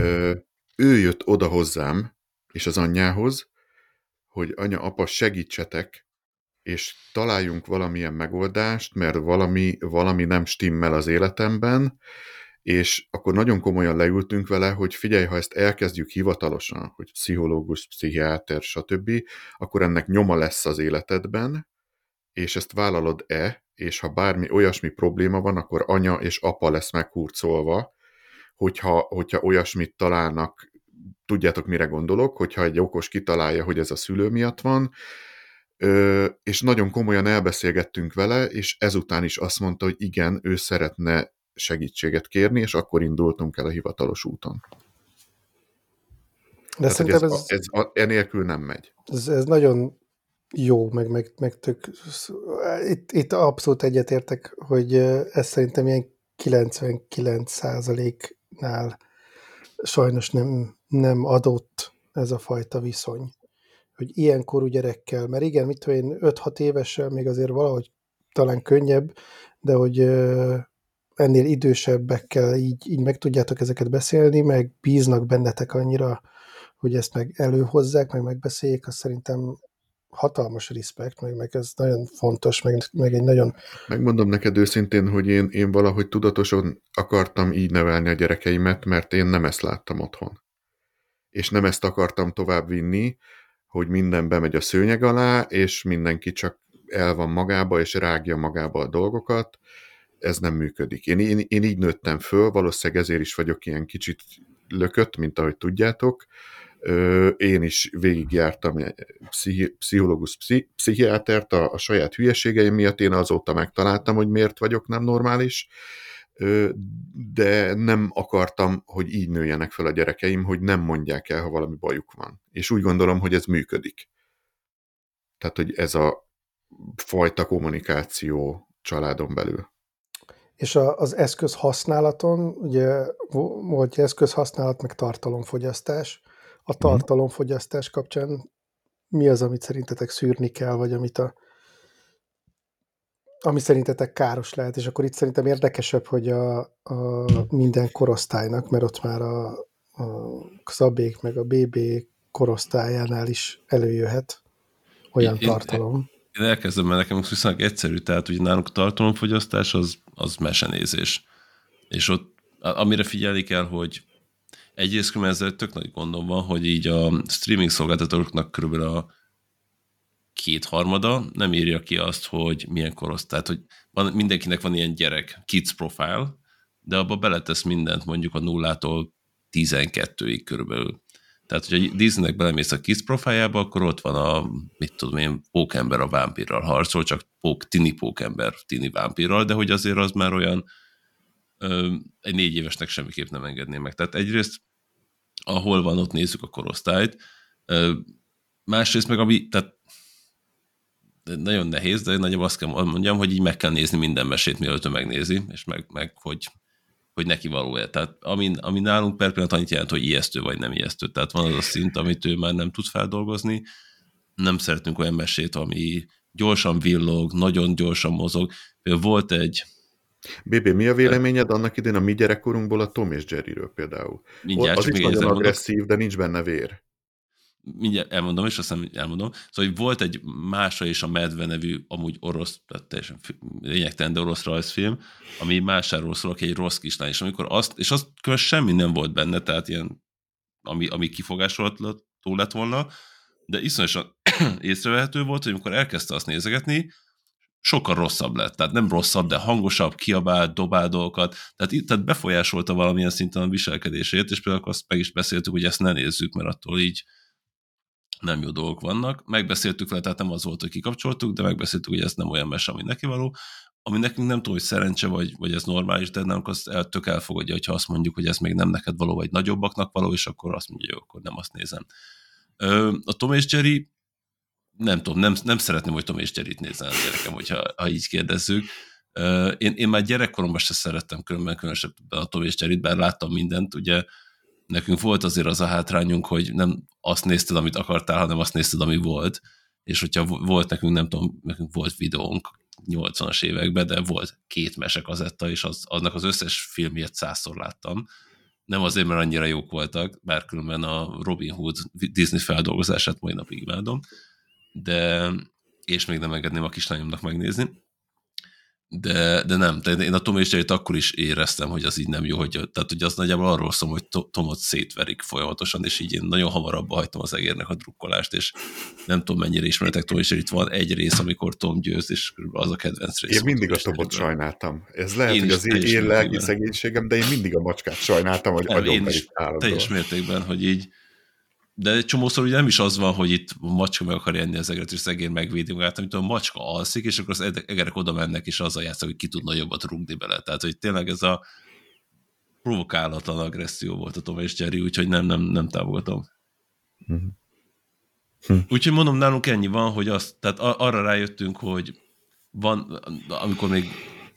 ő jött oda hozzám, és az anyjához, hogy anya, apa, segítsetek, és találjunk valamilyen megoldást, mert valami, valami nem stimmel az életemben, és akkor nagyon komolyan leültünk vele, hogy figyelj, ha ezt elkezdjük hivatalosan, hogy pszichológus, pszichiáter, stb., akkor ennek nyoma lesz az életedben, és ezt vállalod-e, és ha bármi olyasmi probléma van, akkor anya és apa lesz meghurcolva, hogyha, hogyha olyasmit találnak, tudjátok, mire gondolok, hogyha egy okos kitalálja, hogy ez a szülő miatt van, Ö, és nagyon komolyan elbeszélgettünk vele, és ezután is azt mondta, hogy igen, ő szeretne segítséget kérni, és akkor indultunk el a hivatalos úton. De Tehát, szerintem ez, ez, ez a, enélkül nem megy. Ez, ez nagyon jó, meg, meg, meg tök... Itt, itt abszolút egyetértek, hogy ez szerintem ilyen kilencvenkilenc százaléknál sajnos nem, nem adott ez a fajta viszony. Hogy ilyen korú gyerekkel, mert igen, mit tudom én, öt-hat évesen még azért valahogy talán könnyebb, de hogy ennél idősebbekkel így, így meg tudjátok ezeket beszélni, meg bíznak bennetek annyira, hogy ezt meg előhozzák, meg megbeszéljék, az szerintem hatalmas respekt, meg, meg ez nagyon fontos, meg, meg egy nagyon... Megmondom neked őszintén, hogy én, én valahogy tudatosan akartam így nevelni a gyerekeimet, mert én nem ezt láttam otthon. És nem ezt akartam tovább vinni, hogy minden bemegy a szőnyeg alá, és mindenki csak el van magába, és rágja magába a dolgokat. Ez nem működik. Én, én, én így nőttem föl, valószínűleg ezért is vagyok ilyen kicsit lökött, mint ahogy tudjátok. Én is végigjártam pszichi, pszichológus, pszichi, pszichiátert a, a saját hülyeségeim miatt. Én azóta megtaláltam, hogy miért vagyok nem normális, de nem akartam, hogy így nőjenek fel a gyerekeim, hogy nem mondják el, ha valami bajuk van. És úgy gondolom, hogy ez működik. Tehát, hogy ez a fajta kommunikáció családon belül. És a, az eszköz használaton, ugye volt eszközhasználat, meg tartalomfogyasztás. A tartalomfogyasztás kapcsán mi az, amit szerintetek szűrni kell, vagy amit a ami szerintetek káros lehet, és akkor itt szerintem érdekesebb, hogy a, a minden korosztálynak, mert ott már a, a szabék meg a bé bé korosztályánál is előjöhet olyan én, tartalom. Én elkezdem, mert nekem viszonylag egyszerű, tehát hogy nálunk a tartalomfogyasztás az, az mesenézés. És ott amire figyelni kell, hogy egyrészt ezzel tök nagy gondom van, hogy így a streaming szolgáltatóknak körülbelül a kétharmada nem írja ki azt, hogy milyen korosztály. Tehát, hogy van, mindenkinek van ilyen gyerek kids profile, de abba beletesz mindent mondjuk a nullától tizenkettőig körülbelül. Tehát, hogyha Disneynek belemész a kids profiljába, akkor ott van a, mit tudom én, pókember a vámpírral harcol, csak pók, tini pókember tini vámpírral, de hogy azért az már olyan ö, egy négy évesnek semmiképp nem engedném meg. Tehát egyrészt, ahol van, ott nézzük a korosztályt. Ö, másrészt meg, ami, tehát nagyon nehéz, de nagyobb azt kell mondjam, hogy így meg kell nézni minden mesét, mielőtt ő megnézi, és meg, meg hogy hogy neki való-e. Tehát ami, ami nálunk per pillanat annyit jelent, hogy ijesztő vagy nem ijesztő. Tehát van az a szint, amit ő már nem tud feldolgozni. Nem szeretünk olyan mesét, ami gyorsan villog, nagyon gyorsan mozog. Például volt egy... bé bé, mi a véleményed annak idén a mi gyerekkorunkból a Tom és Jerryről például? Mindjárt, az is nagyon agresszív, mondok. de nincs benne vér. Mindjárt elmondom, és aztán elmondom. Szóval, hogy volt egy Mása és a medve nevű, amúgy orosz, tehát teljesen lényegtelen, de orosz rajzfilm, ami Másáról szól, aki egy rossz kislány, és amikor azt, és azt különben semmi nem volt benne, tehát ilyen, ami, ami kifogásolható lett volna, de iszonyosan észrevehető volt, hogy amikor elkezdte azt nézegetni, sokkal rosszabb lett. Tehát nem rosszabb, de hangosabb, kiabált, dobál dolgokat, tehát, tehát befolyásolta valamilyen szinten a viselkedését, és például azt meg is beszéltük, hogy ezt ne nézzük, mert attól így nem jó dolgok vannak. Megbeszéltük vele, tehát nem az volt, hogy kikapcsoltuk, de megbeszéltük, hogy ez nem olyan mese, ami neki való, ami nekünk nem tudom, hogy szerencse, vagy, vagy ez normális, de nálunk azt el, tök elfogadja, hogyha azt mondjuk, hogy ez még nem neked való, vagy nagyobbaknak való, és akkor azt mondja, hogy akkor nem azt nézem. Ö, a Tom és Jerry, nem tudom, nem, nem szeretném, hogy Tom és Jerryt nézzen a gyerekem, hogyha, ha így kérdezzük. Ö, én, én már gyerekkoromban se szerettem különben, különösebben a Tom és Jerryt, bár láttam mindent, ugye nekünk volt azért az a hátrányunk, hogy nem azt nézted, amit akartál, hanem azt nézted, ami volt. És hogyha volt nekünk, nem tudom, nekünk volt videónk nyolcvanas években, de volt két mesekazetta, és az, annak az összes filmjét százszor láttam. Nem azért, mert annyira jók voltak, bár különben a Robin Hood Disney feldolgozását mai napig imádom, de és még nem engedném a kislányomnak megnézni. De, de nem, de én a Tom és Jerryt akkor is éreztem, hogy az így nem jó, hogy, tehát ugye az nagyjából arról szól, hogy Tomot szétverik folyamatosan, és így én nagyon hamar abba hagytam az egérnek a drukkolást, és nem tudom, mennyire ismertek Tom és Jerryt, van egy rész, amikor Tom győz, és az a kedvenc rész. Én mindig a Tomot sajnáltam. Ez lehet, én hogy az én, én lelki szegénységem, de én mindig a macskát sajnáltam, hogy agyon pedig állandóan. Teljes mértékben, hogy így de egy csomószor ugye nem is az van, hogy itt a macska meg akar enni az egeret, és az egér megvédi magát, amit a macska alszik, és akkor az egerek oda mennek, és azzal játszik, hogy ki tud nagyobbat rúgni bele. Tehát, hogy tényleg ez a provokálatlan agresszió volt a Tom és Jerry, úgyhogy nem, nem, nem támogatom. Uh-huh. Hm. Úgyhogy mondom, nálunk ennyi van, hogy azt, tehát arra rájöttünk, hogy van, amikor még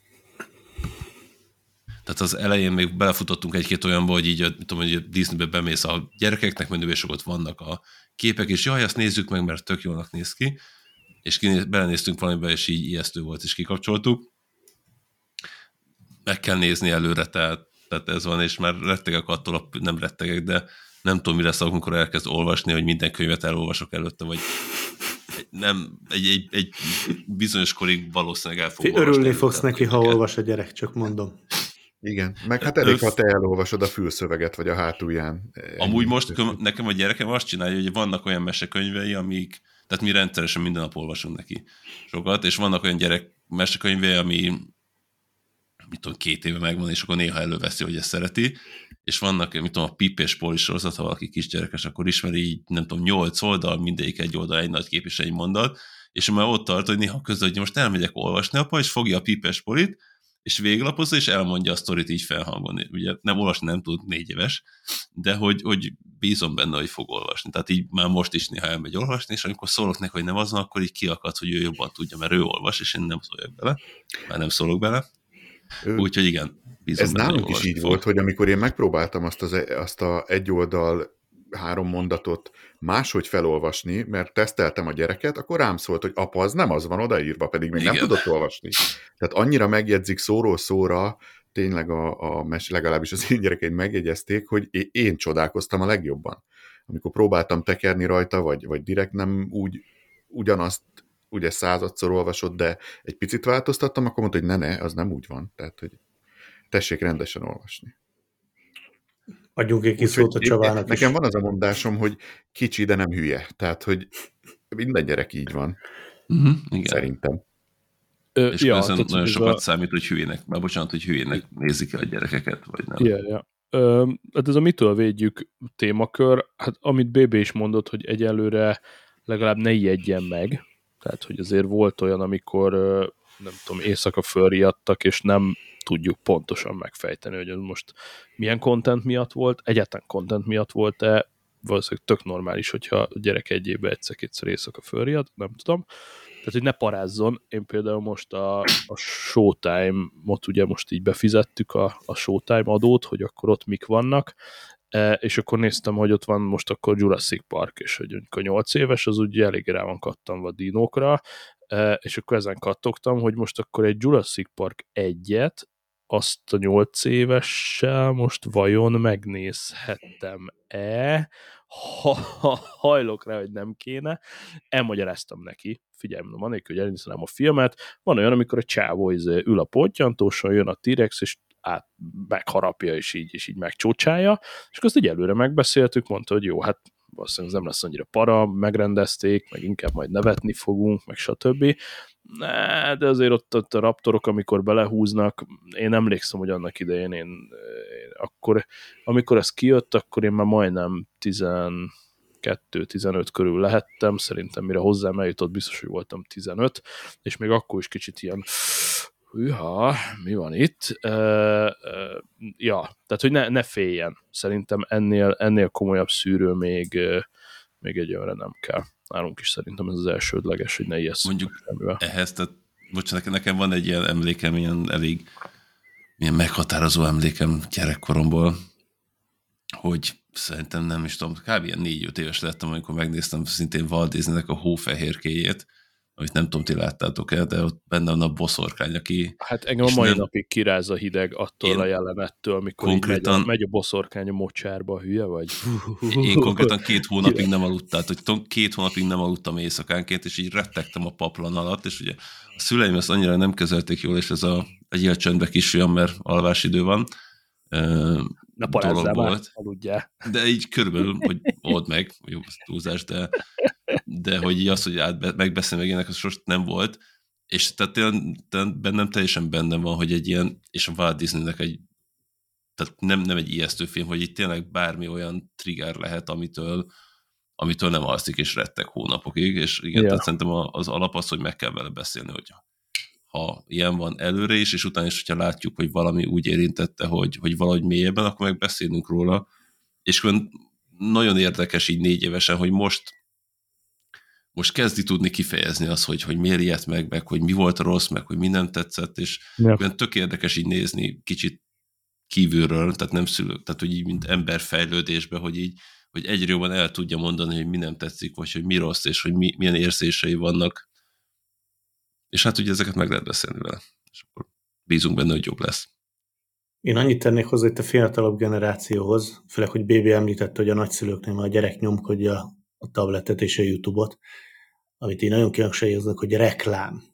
tehát az elején még belefutottunk egy-két olyanba, hogy így, mit tudom, hogy Disneybe bemész a gyerekeknek menő, és ott vannak a képek, és jaj, azt nézzük meg, mert tök jónak néz ki, és kinéz, belenéztünk valamibe, és így ijesztő volt, és kikapcsoltuk. Meg kell nézni előre, tehát, tehát ez van, és már rettegek attól, nem rettegek, de nem tudom, mi lesz, amikor elkezd olvasni, hogy minden könyvet elolvasok előtte, vagy nem, egy, egy, egy bizonyos korig valószínűleg el fog olvasni. Örülni fogsz neki, ha olvas a gyerek, csak mondom. Igen, meg hát elég, ha te elolvasod a fülszöveget, vagy a hátulján. Amúgy most nekem a gyerekem azt csinálja, hogy vannak olyan mesekönyvei, amik, tehát mi rendszeresen minden nap olvasunk neki sokat, és vannak olyan gyerek mesekönyvei, ami mit tudom, két éve megvan, és akkor néha előveszi, hogy ezt szereti, és vannak, mit tudom, a Pip és Polly sorozat, ha valaki kisgyerekes, akkor ismeri így, nem tudom, nyolc oldal, mindegyik egy oldal, egy nagy kép és egy mondat, és már ott tart, hogy néha közül, hogy most elmegyek olvasni apa, és fogja a Pip és Pollyt, és véglapozza, és elmondja a sztorit így felhangon. Ugye nem olvasni nem tud, négy éves, de hogy, hogy bízom benne, hogy fog olvasni. Tehát így már most is néha elmegy olvasni, és amikor szólok neki, hogy nem az van, akkor így kiakad, hogy ő jobban tudja, mert ő olvas, és én nem szóljak bele, már nem szólok bele. Úgyhogy igen, bízom ez benne, nálunk is így fog. Volt, hogy amikor én megpróbáltam azt, az, azt a egy oldal három mondatot máshogy felolvasni, mert teszteltem a gyereket, akkor rám szólt, hogy apa, az nem az van odaírva, pedig még igen. nem tudott olvasni. Tehát annyira megjegyzik szóról szóra, tényleg a, a mes, legalábbis az én gyerekeim megjegyezték, hogy én csodálkoztam a legjobban. Amikor próbáltam tekerni rajta, vagy, vagy direkt nem úgy, ugyanazt ugye századszor olvasott, de egy picit változtattam, akkor mondta, hogy ne, ne, az nem úgy van. Tehát, hogy tessék rendesen olvasni. Adjunk egy kis szót a Csabának Nekem is. Van az a mondásom, hogy kicsi, de nem hülye. Tehát, hogy Minden gyerek így van. Uh-huh, igen. Szerintem. Ö, és ja, ezen nagyon sokat a... számít, hogy hülyének, már bocsánat, hogy hülyének nézik a gyerekeket, vagy nem. Yeah, yeah. Ö, hát ez a mitől védjük témakör, hát amit bé bé is mondott, hogy egyelőre legalább ne ijedjen meg, tehát hogy azért volt olyan, amikor nem tudom, éjszaka fölriadtak, és nem tudjuk pontosan megfejteni, hogy ez most milyen content miatt volt, egyáltalán content miatt volt-e, valószínűleg tök normális, hogyha a gyerek egy évben egyszer-kétszer éjszaka fölriad, nem tudom. Tehát, hogy ne parázzon. Én például most a, a Showtime-ot ugye most így befizettük a, a Showtime adót, hogy akkor ott mik vannak, e, és akkor néztem, hogy ott van most akkor Jurassic Park, és hogy a nyolc éves, az ugye elég rá van kattanva a dinókra, e, és akkor ezen kattogtam, hogy most akkor egy Jurassic Park egyet, azt a nyolc évessel most vajon megnézhettem-e? Ha, ha, hajlok rá, hogy nem kéne. Elmagyaráztam neki, figyelj, mondom, anélkül, hogy elindítanám a filmet, van olyan, amikor a csávó ül a pottyantóson, jön a T-rex, és át megharapja, és így, és így megcsócsálja, és akkor azt így előre megbeszéltük, mondta, hogy jó, hát valószínűleg nem lesz annyira para, megrendezték, meg inkább majd nevetni fogunk, meg stb. Ne, de azért ott, ott a raptorok, amikor belehúznak, én emlékszem, hogy annak idején én, én akkor, amikor ez kijött, akkor én már majdnem tizenkettő tizenöt körül lehettem, szerintem mire hozzám eljutott, biztos, hogy voltam tizenöt, és még akkor is kicsit ilyen hűha, mi van itt? Uh, uh, ja, tehát, hogy ne, ne féljen. Szerintem ennél, ennél komolyabb szűrő még, uh, még egy olyanra nem kell. Nálunk is szerintem ez az elsődleges, hogy ne ijesszünk. Mondjuk semmivel. Ehhez, tehát bocsánat, nekem van egy ilyen emlékem, ilyen elég ilyen meghatározó emlékem gyerekkoromból, hogy szerintem nem is tudom, kb. Ilyen négy-öt éves lettem, amikor megnéztem szintén Walt Disneynek a Hófehérkéjét, amit nem tudom, ti láttátok-e, de ott benne van a boszorkány, aki... Hát engem a mai nem... napig kiráz a hideg attól én a jelenettől, amikor konkrétan... megy, a, megy a boszorkány a mocsárba, hülye vagy? Én konkrétan két hónapig nem aludtam, hogy két hónapig nem aludtam éjszakánként, és így rettegtem a paplan alatt, és ugye a szüleim ezt annyira nem kezelték jól, és ez a egy ilyen csöndbe kisfiam, mert alvásidő van, Na parázzál már, aludjál. De így körülbelül, hogy old meg, jó, az túlzás, de, de hogy így az, hogy át megbeszélni meg ilyenek, az sosem nem volt, és tehát tényleg bennem teljesen bennem van, hogy egy ilyen, és a Walt Disneynek egy, tehát nem, nem egy ijesztő film, hogy itt tényleg bármi olyan trigger lehet, amitől, amitől nem alszik és retteg hónapokig, és igen, ja. Tehát szerintem az alap az, hogy meg kell vele beszélni, hogy ha ilyen van előre is, és utána is, hogyha látjuk, hogy valami úgy érintette, hogy, hogy valahogy mélyebben, akkor meg beszélünk róla. És nagyon érdekes így négy évesen, hogy most, most kezdi tudni kifejezni azt, hogy, hogy miért ilyet meg, meg, hogy mi volt a rossz, meg, hogy mi nem tetszett, és ja. Tök érdekes így nézni kicsit kívülről, tehát nem szülök, tehát hogy így mint emberfejlődésbe, hogy így, hogy egyre jobban el tudja mondani, hogy mi nem tetszik, vagy hogy mi rossz, és hogy mi, milyen érzései vannak. És hát ugye ezeket meg lehet beszélni vele. És akkor bízunk benne, hogy jobb lesz. Én annyit tennék hozzá itt a fiatalabb generációhoz, főleg, hogy bé bé említette, hogy a nagyszülőknél már a gyerek nyomkodja a tabletet és a YouTube-ot, amit én nagyon kihangsúlyoznak, hogy reklám.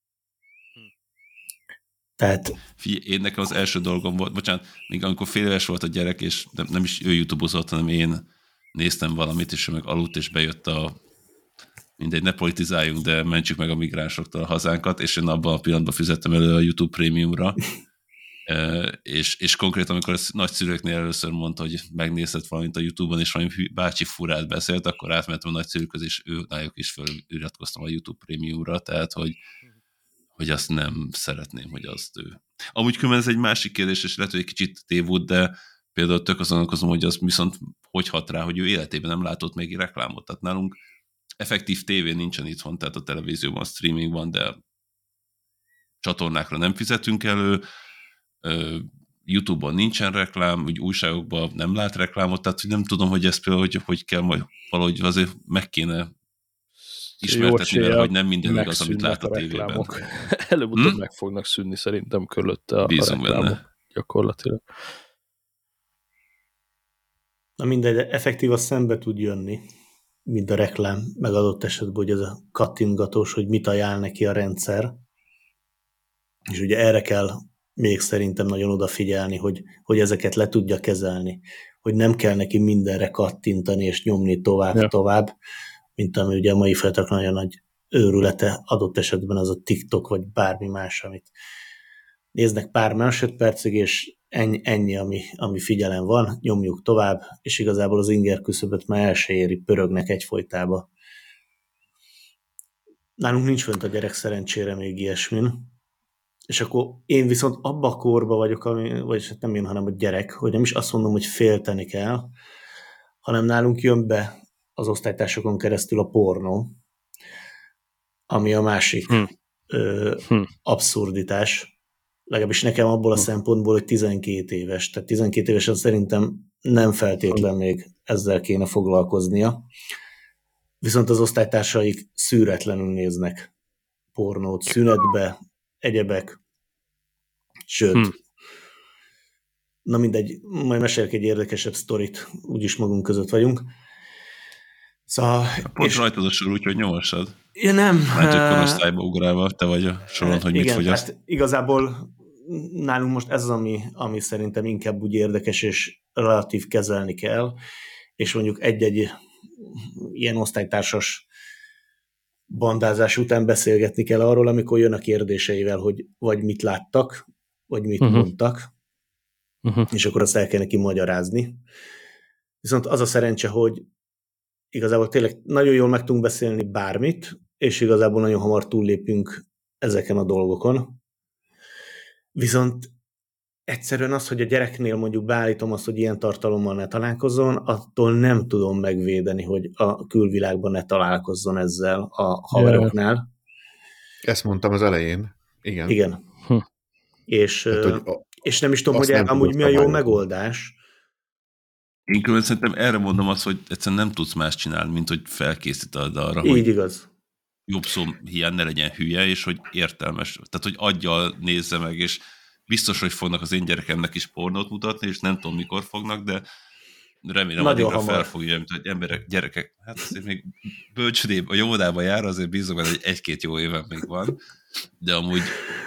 Tehát... Figyelj, én nekem az első dolgom volt, bocsánat, még amikor fél éves volt a gyerek, és nem, nem is ő YouTube-ozott, hanem én néztem valamit, és ő meg aludt, és bejött a mindegy, ne politizáljunk, de mentsük meg a migránsoktól a hazánkat, és én abban a pillanatban fizettem elő a YouTube Premiumra, e, és, és konkrétan, amikor a nagyszülőknél először mondta, hogy megnézett valamit a YouTube-on, és valami bácsi furát beszélt, akkor átmentem a nagyszülőköz, és ő nájuk is feliratkoztam a YouTube Premiumra, tehát, hogy, hogy azt nem szeretném, hogy azt ő. Amúgy különben ez egy másik kérdés, és lehet, hogy egy kicsit tévút, de például tök azon okozom, hogy az viszont hogy hat rá, hogy ő életében nem látott még reklámot. Tehát nálunk effektív tévé nincsen itthon, tehát a televízióban streaming van, de csatornákra nem fizetünk elő, YouTube-on nincsen reklám, úgy újságokban nem lát reklámot, tehát hogy nem tudom, hogy ezt például, hogy, hogy kell majd valahogy azért meg kéne ismertetni vele, hogy nem minden igaz, amit lát a, a tévében. Előbb-utóbb hmm? meg fognak szűnni szerintem körülötte a, Bízunk a reklámok. Benne. Gyakorlatilag. Na mindegy, effektív a szembe tud jönni, mint a reklám, meg adott esetben, hogy ez a kattintgatós, hogy mit ajánl neki a rendszer. És ugye erre kell még szerintem nagyon odafigyelni, hogy, hogy ezeket le tudja kezelni. Hogy nem kell neki mindenre kattintani és nyomni tovább-tovább, mint ami ugye a mai fiatalok nagyon nagy őrülete, adott esetben az a TikTok, vagy bármi más, amit néznek pár másodpercig, és ennyi, ennyi ami, ami figyelem van, nyomjuk tovább, és igazából az inger küszöböt már el se éri, pörögnek egyfolytába. Nálunk nincs fönt a gyerek szerencsére még ilyesmin, és akkor én viszont abba a korba vagyok, ami, vagyis nem én, hanem a gyerek, hogy nem is azt mondom, hogy félteni kell, hanem nálunk jön be az osztálytársakon keresztül a pornó, ami a másik hm. Ö, hm. abszurditás. Legalábbis nekem abból a szempontból, hogy tizenkét éves. Tehát tizenkét évesen szerintem nem feltétlen még ezzel kéne foglalkoznia. Viszont az osztálytársaik szűretlenül néznek pornót, szünetbe, egyebek. Sőt, hm. na mindegy, majd mesélek egy érdekesebb sztorit, úgyis magunk között vagyunk. Szóval... Pont és... rajtad a sor, úgyhogy nyolcad. Ja, nem. Már csak korosztályba ugrálva, te vagy a soron, hogy igen, mit fogyaszt. Hát igazából nálunk most ez az, ami, ami szerintem inkább úgy érdekes, és relatív kezelni kell, és mondjuk egy-egy ilyen osztálytársas bandázás után beszélgetni kell arról, amikor jön a kérdéseivel, hogy vagy mit láttak, vagy mit uh-huh. mondtak, uh-huh. és akkor azt el kell neki magyarázni. Viszont az a szerencse, hogy igazából tényleg nagyon jól meg tudunk beszélni bármit, és igazából nagyon hamar túllépünk ezeken a dolgokon. Viszont egyszerűen az, hogy a gyereknél mondjuk beállítom azt, hogy ilyen tartalommal ne találkozzon, attól nem tudom megvédeni, hogy a külvilágban ne találkozzon ezzel a haveroknál. Ezt mondtam az elején. Igen. Igen. Hm. És, hát, a, és nem is tudom, hogy el, amúgy mi a jó megoldás. Én külön szerintem erre mondom azt, hogy egyszerűen nem tudsz más csinálni, mint hogy felkészíted arra, így hogy igaz. Jobb szó hiány ne legyen hülye, és hogy értelmes. Tehát, hogy aggyal nézze meg, és biztos, hogy fognak az én gyerekemnek is pornót mutatni, és nem tudom, mikor fognak, de remélem, nagyon addigra fel fogja, mint hogy emberek, gyerekek, hát azért még bölcsödébb, a jóvodába jár, azért bízom, hogy egy-két jó éven még van, de amúgy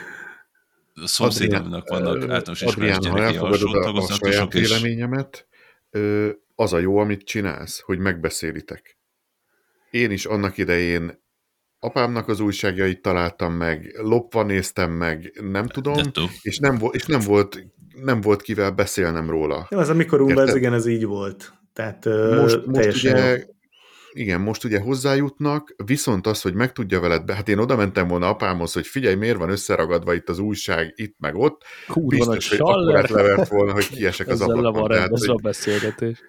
a szomszédemnek vannak általános ismerős gyerekei alsó tagoznak. A saját véleményemet, az a jó, amit csinálsz, hogy megbeszélitek. Én is annak idején apámnak az újságjait találtam meg, lopva néztem meg, nem tudom, és nem, vo- és nem volt nem volt kivel beszélnem róla. Jó, az a mikorunkban ez igen, ez így volt. Tehát most, most ugye, igen, most ugye hozzájutnak, viszont az, hogy meg tudja veled, be, hát én oda mentem volna apámhoz, hogy figyelj, miért van összeragadva itt az újság, itt meg ott, Kurva biztos, hogy akkorát levert volna, hogy kiesek az ablakon. Ezzel le van rendezve a beszélgetés.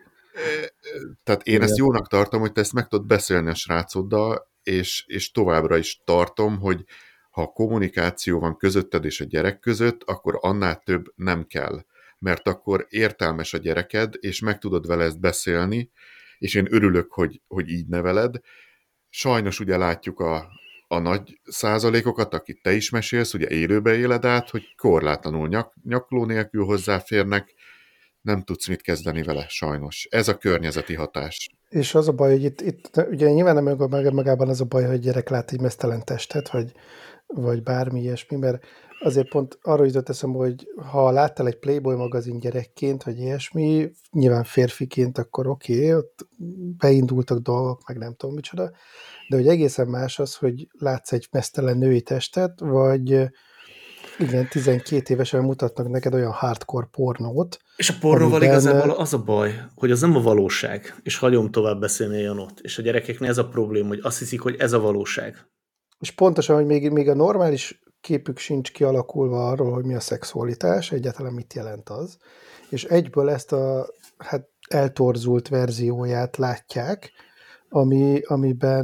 Tehát én igen. ezt jónak tartom, hogy te ezt meg tudod beszélni a srácoddal, és, és továbbra is tartom, hogy ha kommunikáció van közötted és a gyerek között, akkor annál több nem kell. Mert akkor értelmes a gyereked, és meg tudod vele ezt beszélni, és én örülök, hogy, hogy így neveled. Sajnos ugye látjuk a, a nagy százalékokat, akit te is mesélsz, ugye élőbe éled át, hogy korlátlanul nyak, nyakló nélkül hozzáférnek, nem tudsz mit kezdeni vele, sajnos. Ez a környezeti hatás. És az a baj, hogy itt, itt ugye nyilván nem magában az a baj, hogy gyerek lát egy meztelen testet, vagy, vagy bármi ilyesmi, mert azért pont arra jutott eszembe, hogy ha láttál egy Playboy magazin gyerekként, vagy ilyesmi, nyilván férfiként, akkor oké, okay, ott beindultak dolgok, meg nem tudom micsoda, de hogy egészen más az, hogy látsz egy meztelen női testet, vagy igen, tizenkét évesen mutatnak neked olyan hardcore pornót. És a pornóval amiben... igazából az a baj, hogy az nem a valóság, és hagyom tovább beszélni a Janot. És a gyerekeknél ez a probléma, hogy azt hiszik, hogy ez a valóság. És pontosan, hogy még, még a normális képük sincs kialakulva arról, hogy mi a szexualitás, egyáltalán mit jelent az. És egyből ezt a hát, eltorzult verzióját látják, ami, amiben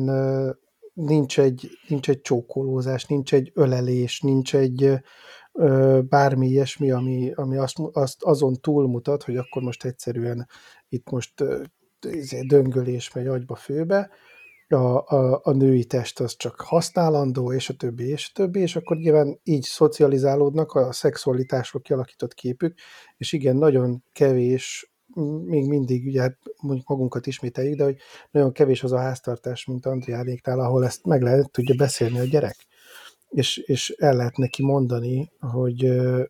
nincs egy, nincs egy csókolózás, nincs egy ölelés, nincs egy ö, bármi ilyesmi, ami, ami azt, azt azon túlmutat, hogy akkor most egyszerűen itt most ö, döngölés megy agyba főbe, a, a, a női test az csak használandó, és a többi, és a többi, és akkor nyilván így szocializálódnak a szexualitásról kialakított képük, és igen, nagyon kevés, még mindig, ugye hát mondjuk magunkat ismételjük, de hogy nagyon kevés az a háztartás, mint Andriánéknál, ahol ezt meg lehet tudja beszélni a gyerek. És, és el lehet neki mondani, hogy,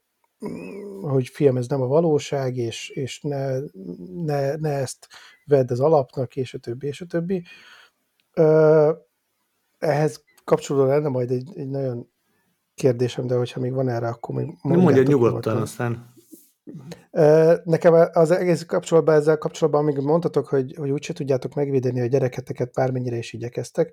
hogy fiam, ez nem a valóság, és, és ne, ne, ne ezt vedd az alapnak, és a többi, és a többi. Ö, ehhez kapcsolódóan lenne majd egy, egy nagyon kérdésem, de hogyha még van erre, akkor még mondja nyugodtan, aztán. Nekem az egész kapcsolatban, ezzel kapcsolatban, amíg mondtatok, hogy, hogy úgyse tudjátok megvédeni a gyereketeket, bármennyire is igyekeztek,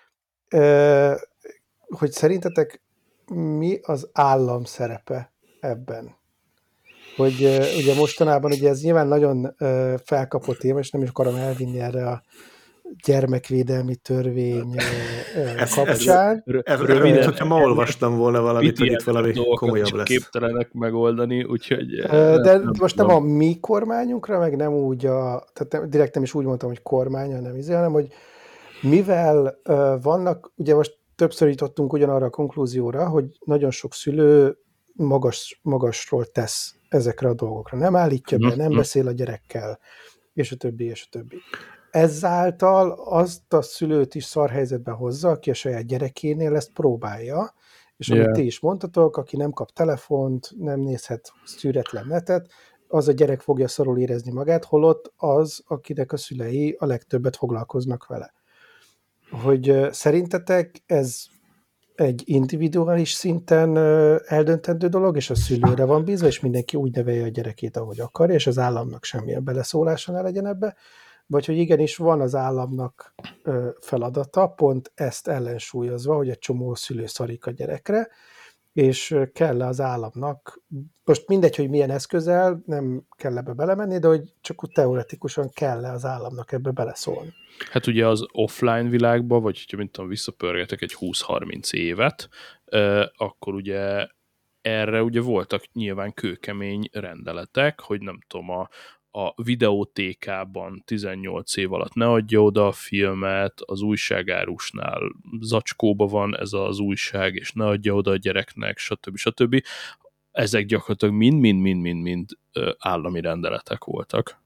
hogy szerintetek mi az állam szerepe ebben? Hogy ugye mostanában ugye ez nyilván nagyon felkapott téma, és nem is akarom elvinni erre a gyermekvédelmi törvény ez, kapcsán. Ez, ez, ez röviden, hogyha ma olvastam volna valamit, hogy itt valami komolyabb lesz. Képtelenek megoldani, úgyhogy... De nem, most nem a mi kormányunkra, meg nem úgy a... Tehát nem, direkt nem is úgy mondtam, hogy kormány, hanem izé, hanem hogy mivel uh, vannak, ugye most többször jutottunk ugyanarra a konklúzióra, hogy nagyon sok szülő magas, magasról tesz ezekre a dolgokra. Nem állítja be, nem beszél a gyerekkel, és a többi, és a többi. Ezáltal azt a szülőt is szarhelyzetbe hozza, aki a saját gyerekénél ezt próbálja, és amit yeah. ti is mondtatok, aki nem kap telefont, nem nézhet szűretlen netet, az a gyerek fogja szarul érezni magát, holott az, akinek a szülei a legtöbbet foglalkoznak vele. Hogy szerintetek ez egy individuális szinten eldöntendő dolog, és a szülőre van bízva, és mindenki úgy nevelje a gyerekét, ahogy akar, és az államnak semmilyen beleszólása ne legyen ebbe, vagy hogy igenis van az államnak feladata, pont ezt ellensúlyozva, hogy egy csomó szülő szarik a gyerekre, és kell az államnak, most mindegy, hogy milyen eszközzel, nem kell ebbe belemenni, de hogy csak úgy teoretikusan kell az államnak ebbe beleszólni. Hát ugye az offline világban, vagy hogyha mint tudom, visszapörgetek egy húsz-harminc évet, akkor ugye erre ugye voltak nyilván kőkemény rendeletek, hogy nem tudom, a, a videótékában tizennyolc év alatt ne adja oda a filmet, az újságárusnál zacskóba van ez az újság, és ne adja oda a gyereknek, stb. stb. Ezek gyakorlatilag mind-mind-mind-mind állami rendeletek voltak.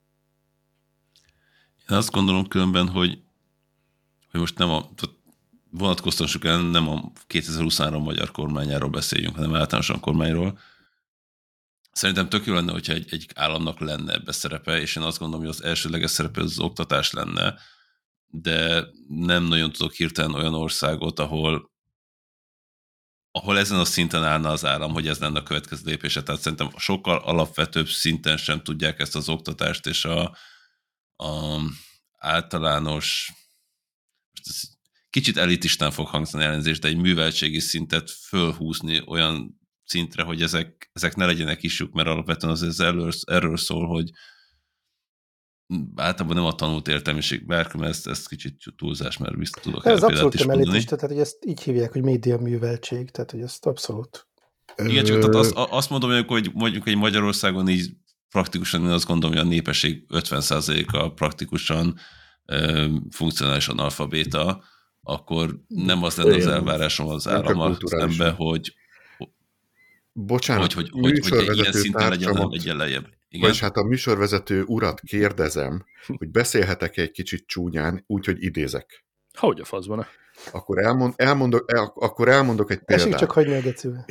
Én azt gondolom különben, hogy, hogy most nem a, vonatkoztassuk el, nem a kétezer-huszonhárom magyar kormányáról beszéljünk, hanem általánosan kormányról. Szerintem tök jó lenne, hogyha egy, egy államnak lenne ebbe szerepe, és én azt gondolom, hogy az elsődleges szerepe az, az oktatás lenne, de nem nagyon tudok hirtelen olyan országot, ahol, ahol ezen a szinten állna az állam, hogy ez lenne a következő lépése. Tehát szerintem sokkal alapvetőbb szinten sem tudják ezt az oktatást és a, a általános, kicsit elitistán fog hangzani ellenőrzés, de egy műveltségi szintet fölhúzni olyan szintre, hogy ezek, ezek ne legyenek isük, mert alapvetően az ez erről, erről szól, hogy általában nem a tanult értelmiség, bárki, mert ezt, ezt kicsit túlzás, mert biztos tudok el példát is mondani. Ez abszolút elitista, tehát hogy ezt így hívják, hogy média műveltség, tehát hogy ezt abszolút. Igen, csak tehát azt, azt mondom, hogy mondjuk egy Magyarországon így praktikusan én azt gondolom, hogy a népesség ötven százaléka praktikusan ö, funkcionálisan alfabéta, akkor nem az lenne az elvárásom az állammal szemben, hogy Bocsánat, hogy, hogy, hogy, hogy ilyen szinten legyen, nem legyen lejjebb. Igen? Vagy hát a műsorvezető urat kérdezem, hogy beszélhetek egy kicsit csúnyán, úgyhogy idézek. Hogy a faszban? Akkor, elmond, elmondok, el, akkor elmondok egy példát. Esik csak hagyni a gecibe.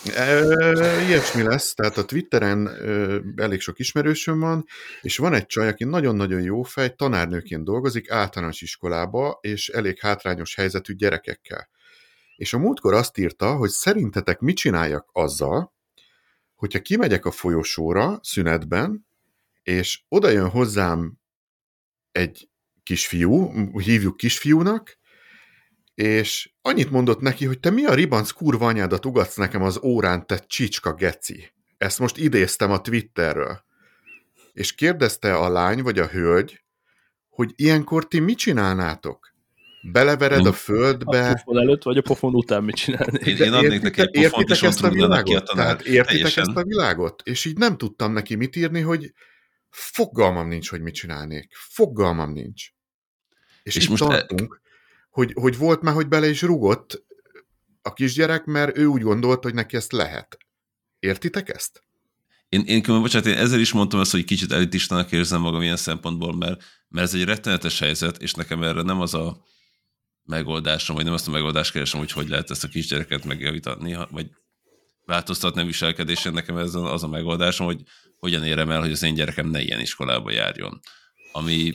E, ilyesmi lesz, tehát a Twitteren e, elég sok ismerősöm van, és van egy csaj, aki nagyon-nagyon jó fej, tanárnőként dolgozik általános iskolába, és elég hátrányos helyzetű gyerekekkel. És a múltkor azt írta, hogy szerintetek mit csináljak azzal, hogyha kimegyek a folyosóra szünetben, és oda jön hozzám egy kisfiú, hívjuk kisfiúnak, és annyit mondott neki, hogy te mi a ribanc kurva anyádat ugatsz nekem az órán, te csicska geci. Ezt most idéztem a Twitterről. És kérdezte a lány vagy a hölgy, hogy ilyenkor ti mit csinálnátok? Belevered a földbe... A pofon előtt vagy a pofon után mit csinálni? Én, én adnék neki egy pofont, és ott rúgnának ki a tanár. Értitek teljesen ezt a világot? És így nem tudtam neki mit írni, hogy fogalmam nincs, hogy mit csinálnék. Fogalmam nincs. És, és itt most tartunk, e... hogy, hogy volt már, hogy bele is rugott a kisgyerek, mert ő úgy gondolt, hogy neki ezt lehet. Értitek ezt? Én, én, bocsánat, én ezzel is mondtam ezt, hogy kicsit elitistának érzem magam ilyen szempontból, mert, mert ez egy rettenetes helyzet, és nekem erre nem az a megoldásom, vagy nem azt a megoldást keresem, hogy hogy lehet ezt a kisgyereket megjavítani, vagy változtatni a viselkedésen. Nekem ez az a megoldásom, hogy hogyan érem el, hogy az én gyerekem ne ilyen iskolába járjon. Ami,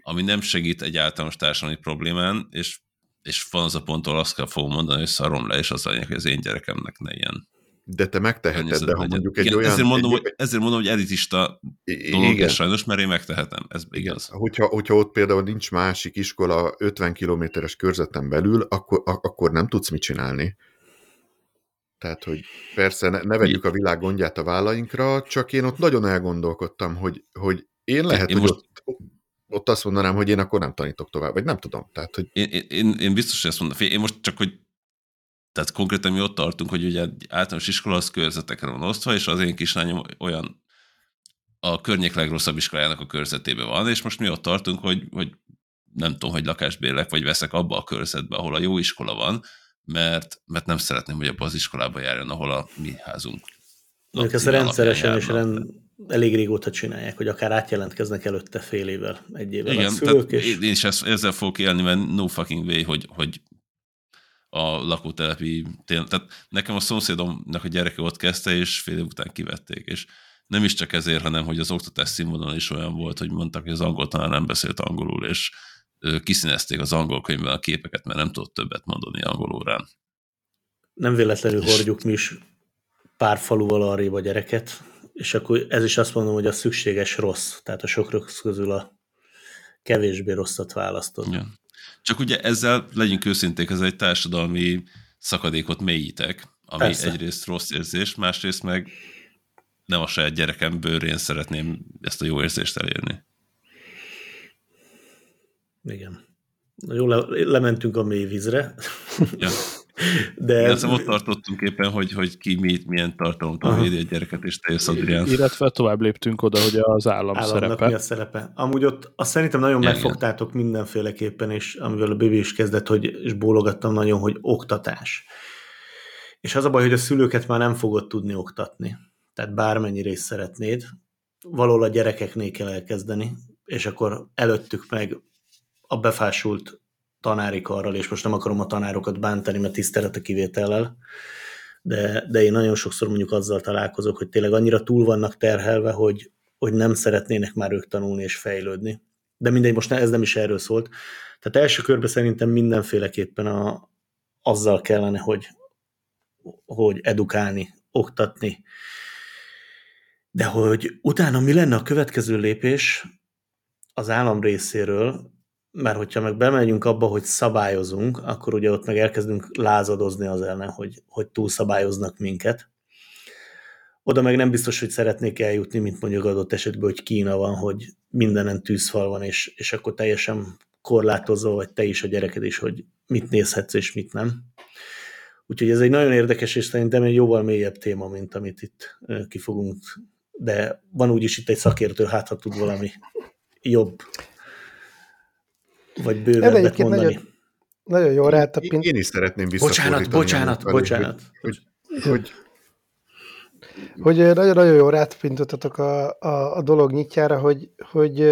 ami nem segít egy általános társadalmi problémán, és, és van az a ponttól azt kell fogom mondani, hogy szarom le, és az lényeg, hogy az én gyerekemnek ne ilyen. De te megteheted, de ha legyen. mondjuk egy igen, olyan... Ezért mondom, egy, hogy, ezért mondom, hogy elitista dolog, igen. és sajnos, mert én megtehetem. Ez igaz. Hogyha, hogyha ott például nincs másik iskola ötven kilométeres körzeten belül, akkor, akkor nem tudsz mit csinálni. Tehát, hogy persze ne, ne vegyük a világ gondját a vállainkra, csak én ott nagyon elgondolkodtam, hogy, hogy én lehet, én hogy most... ott, ott azt mondanám, hogy én akkor nem tanítok tovább, vagy nem tudom. Tehát, hogy... én, én, én biztos, hogy ezt mondom. Én most csak, hogy tehát konkrétan mi ott tartunk, hogy ugye általános iskola az körzetekre van osztva, és az én kislányom olyan a környék legrosszabb iskolájának a körzetében van, és most mi ott tartunk, hogy, hogy nem tudom, hogy lakásbérlek, vagy veszek abba a körzetbe, ahol a jó iskola van, mert, mert nem szeretném, hogy abba az iskolába járjon, ahol a mi házunk. Ők ezt rendszeresen és rend, elég régóta csinálják, hogy akár átjelentkeznek előtte fél évvel, egy évvel. Igen, szülők, tehát és... én is ezzel fogok élni, mert no fucking way, hogy, hogy a lakótelepi, tehát nekem a szomszédomnak a gyereke ott kezdte, és fél év után kivették, és nem is csak ezért, hanem hogy az oktatás színvonal is olyan volt, hogy mondtak, hogy az angol tanár nem beszélt angolul, és kiszínezték az angol könyvben a képeket, mert nem tudott többet mondani angol órán. Nem véletlenül hordjuk mi is pár faluval arrébb a gyereket, és akkor ez is azt mondom, hogy a szükséges rossz, tehát a sok rossz közül a kevésbé rosszat választod. Ja. Csak ugye ezzel, legyünk őszinték, ez egy társadalmi szakadékot mélyítek, ami Persze. egyrészt rossz érzés, másrészt meg nem a saját gyerekem bőrén szeretném ezt a jó érzést elérni. Igen. Jó, le, lementünk a mély vízre. Ja. De igen, szóval ott tartottunk éppen, hogy, hogy ki mi, milyen tartalomtól védi a gyereket, és te jössz, Adrián. Illetve tovább léptünk oda, hogy az állam Államnak szerepe. mi a szerepe. Amúgy ott azt szerintem nagyon igen, megfogtátok igen. mindenféleképpen, és amivel a Bibi is kezdett, hogy, és bólogattam nagyon, hogy oktatás. És az a baj, hogy a szülőket már nem fogod tudni oktatni. Tehát bármennyire is szeretnéd, valahol a gyerekeknél kell elkezdeni, és akkor előttük meg a befásult tanári karral, és most nem akarom a tanárokat bántani, mert tisztelet a kivétellel, de, de én nagyon sokszor mondjuk azzal találkozok, hogy tényleg annyira túl vannak terhelve, hogy, hogy nem szeretnének már ők tanulni és fejlődni. De mindegy, most ez nem is erről szólt. Tehát első körben szerintem mindenféleképpen a, azzal kellene, hogy, hogy edukálni, oktatni. De hogy utána mi lenne a következő lépés az állam részéről, mert hogyha meg bemegyünk abba, hogy szabályozunk, akkor ugye ott meg elkezdünk lázadozni az ellen, hogy, hogy túlszabályoznak minket. Oda meg nem biztos, hogy szeretnék eljutni, mint mondjuk adott esetben, hogy Kína van, hogy mindenen tűzfal van, és, és akkor teljesen korlátozó, vagy te is, a gyereked is, hogy mit nézhetsz és mit nem. Úgyhogy ez egy nagyon érdekes, és szerintem egy jóval mélyebb téma, mint amit itt kifogunk. De van úgyis itt egy szakértő, hát ha tud valami jobb vagy bővebbet mondani. Nagyon, nagyon jó rátapint. Én is szeretném visszafordítani. Bocsánat, bocsánat, bocsánat. Hogy, hogy, hogy, hogy nagyon-nagyon jó rátapintottatok a, a, a dolog nyitjára, hogy, hogy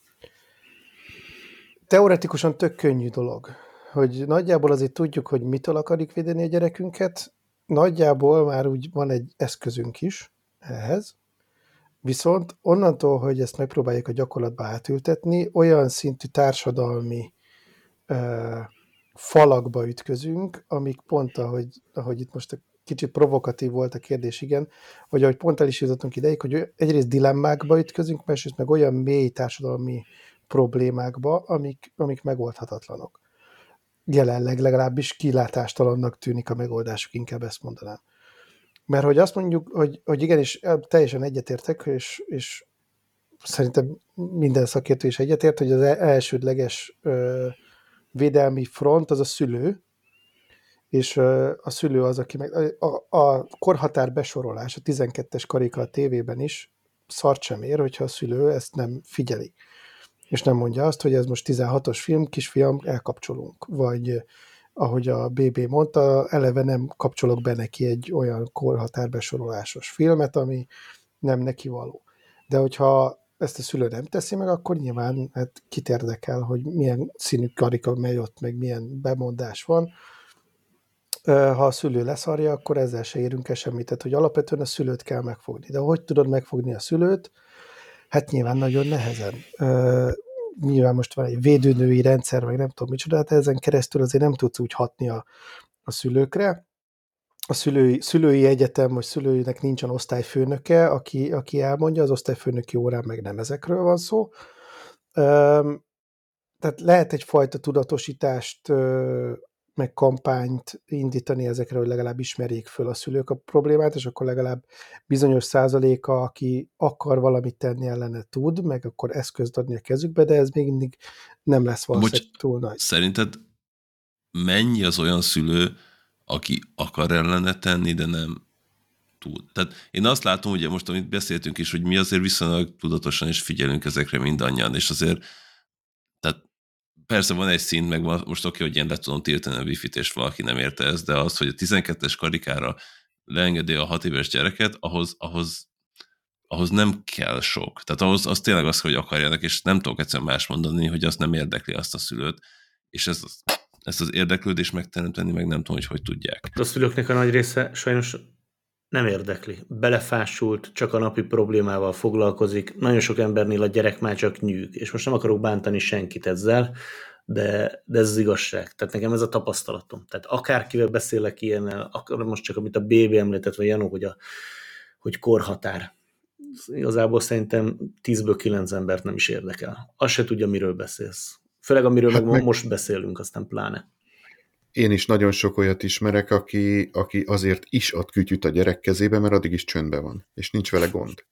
teoretikusan tök könnyű dolog. Hogy nagyjából azért tudjuk, hogy mitől akarjuk védeni a gyerekünket, nagyjából már úgy van egy eszközünk is ehhez, viszont onnantól, hogy ezt megpróbáljuk a gyakorlatba átültetni, olyan szintű társadalmi uh, falakba ütközünk, amik pont, ahogy, ahogy itt most kicsit provokatív volt a kérdés, igen, vagy ahogy pont el is jutottunk ideig, hogy egyrészt dilemmákba ütközünk, másrészt meg olyan mély társadalmi problémákba, amik, amik megoldhatatlanok. Jelenleg legalábbis kilátástalannak tűnik a megoldásuk, inkább ezt mondanám. Mert hogy azt mondjuk, hogy, hogy igenis teljesen egyetértek, és, és szerintem minden szakértő is egyetért, hogy az elsődleges ö, védelmi front az a szülő, és ö, a szülő az, aki meg... A, a korhatár besorolás, a tizenkettes karika a tévében is szart sem ér, hogyha a szülő ezt nem figyeli. És nem mondja azt, hogy ez most tizenhatos film, kisfiam, elkapcsolunk. Vagy ahogy a bé bé mondta, eleve nem kapcsolok be neki egy olyan korhatárbesorolásos filmet, ami nem neki való. De hogyha ezt a szülő nem teszi meg, akkor nyilván hát kit érdekel, hogy milyen színű karika megy ott, meg milyen bemondás van. Ha a szülő leszarja, akkor ezzel se érünk el semmit. Tehát, hogy alapvetően a szülőt kell megfogni. De hogy tudod megfogni a szülőt? Hát nyilván nagyon nehezen. nyilván most van egy védőnői rendszer, meg nem tudom micsoda, hát ezen keresztül azért nem tudsz úgy hatni a, a szülőkre. A szülői, szülői egyetem, vagy szülőinek nincsen osztályfőnöke, aki, aki elmondja, az osztályfőnöki órán meg nem ezekről van szó. Üm, tehát lehet egyfajta tudatosítást, meg kampányt indítani ezekre, hogy legalább ismerjék föl a szülők a problémát, és akkor legalább bizonyos százaléka, aki akar valamit tenni ellene tud, meg akkor eszközt adni a kezükbe, de ez még mindig nem lesz valószínűleg túl nagy. Szerinted mennyi az olyan szülő, aki akar ellene tenni, de nem tud? Tehát én azt látom, ugye most, amit beszéltünk is, hogy mi azért viszonylag tudatosan is figyelünk ezekre mindannyian, és azért tehát persze van egy szint, meg van, most oké, hogy én le tudom tiltani a wifi-t, és valaki nem érte ezt, de az, hogy a tizenkettes karikára leengedi a hat éves gyereket, ahhoz, ahhoz, ahhoz nem kell sok. Tehát ahhoz az tényleg az, hogy akarjanak, és nem tudok egyszerűen más mondani, hogy azt nem érdekli azt a szülőt, és ez, ezt az érdeklődést megteremteni, meg nem tudom, hogy hogy tudják. A szülőknek a nagy része sajnos nem érdekli. Belefásult, csak a napi problémával foglalkozik. Nagyon sok embernél a gyerek már csak nyűg. És most nem akarok bántani senkit ezzel, de, de ez az igazság. Tehát nekem ez a tapasztalatom. Tehát akárkivel beszélek ilyennel, akár most csak amit a bé bé említett, vagy Janó, hogy, a, hogy korhatár. Igazából szerintem tízből kilenc embert nem is érdekel. Azt se tudja, miről beszélsz. Főleg amiről hát meg, meg most beszélünk, aztán pláne. Én is nagyon sok olyat ismerek, aki, aki azért is ad kütyüt a gyerek kezébe, mert addig is csöndben van, és nincs vele gond.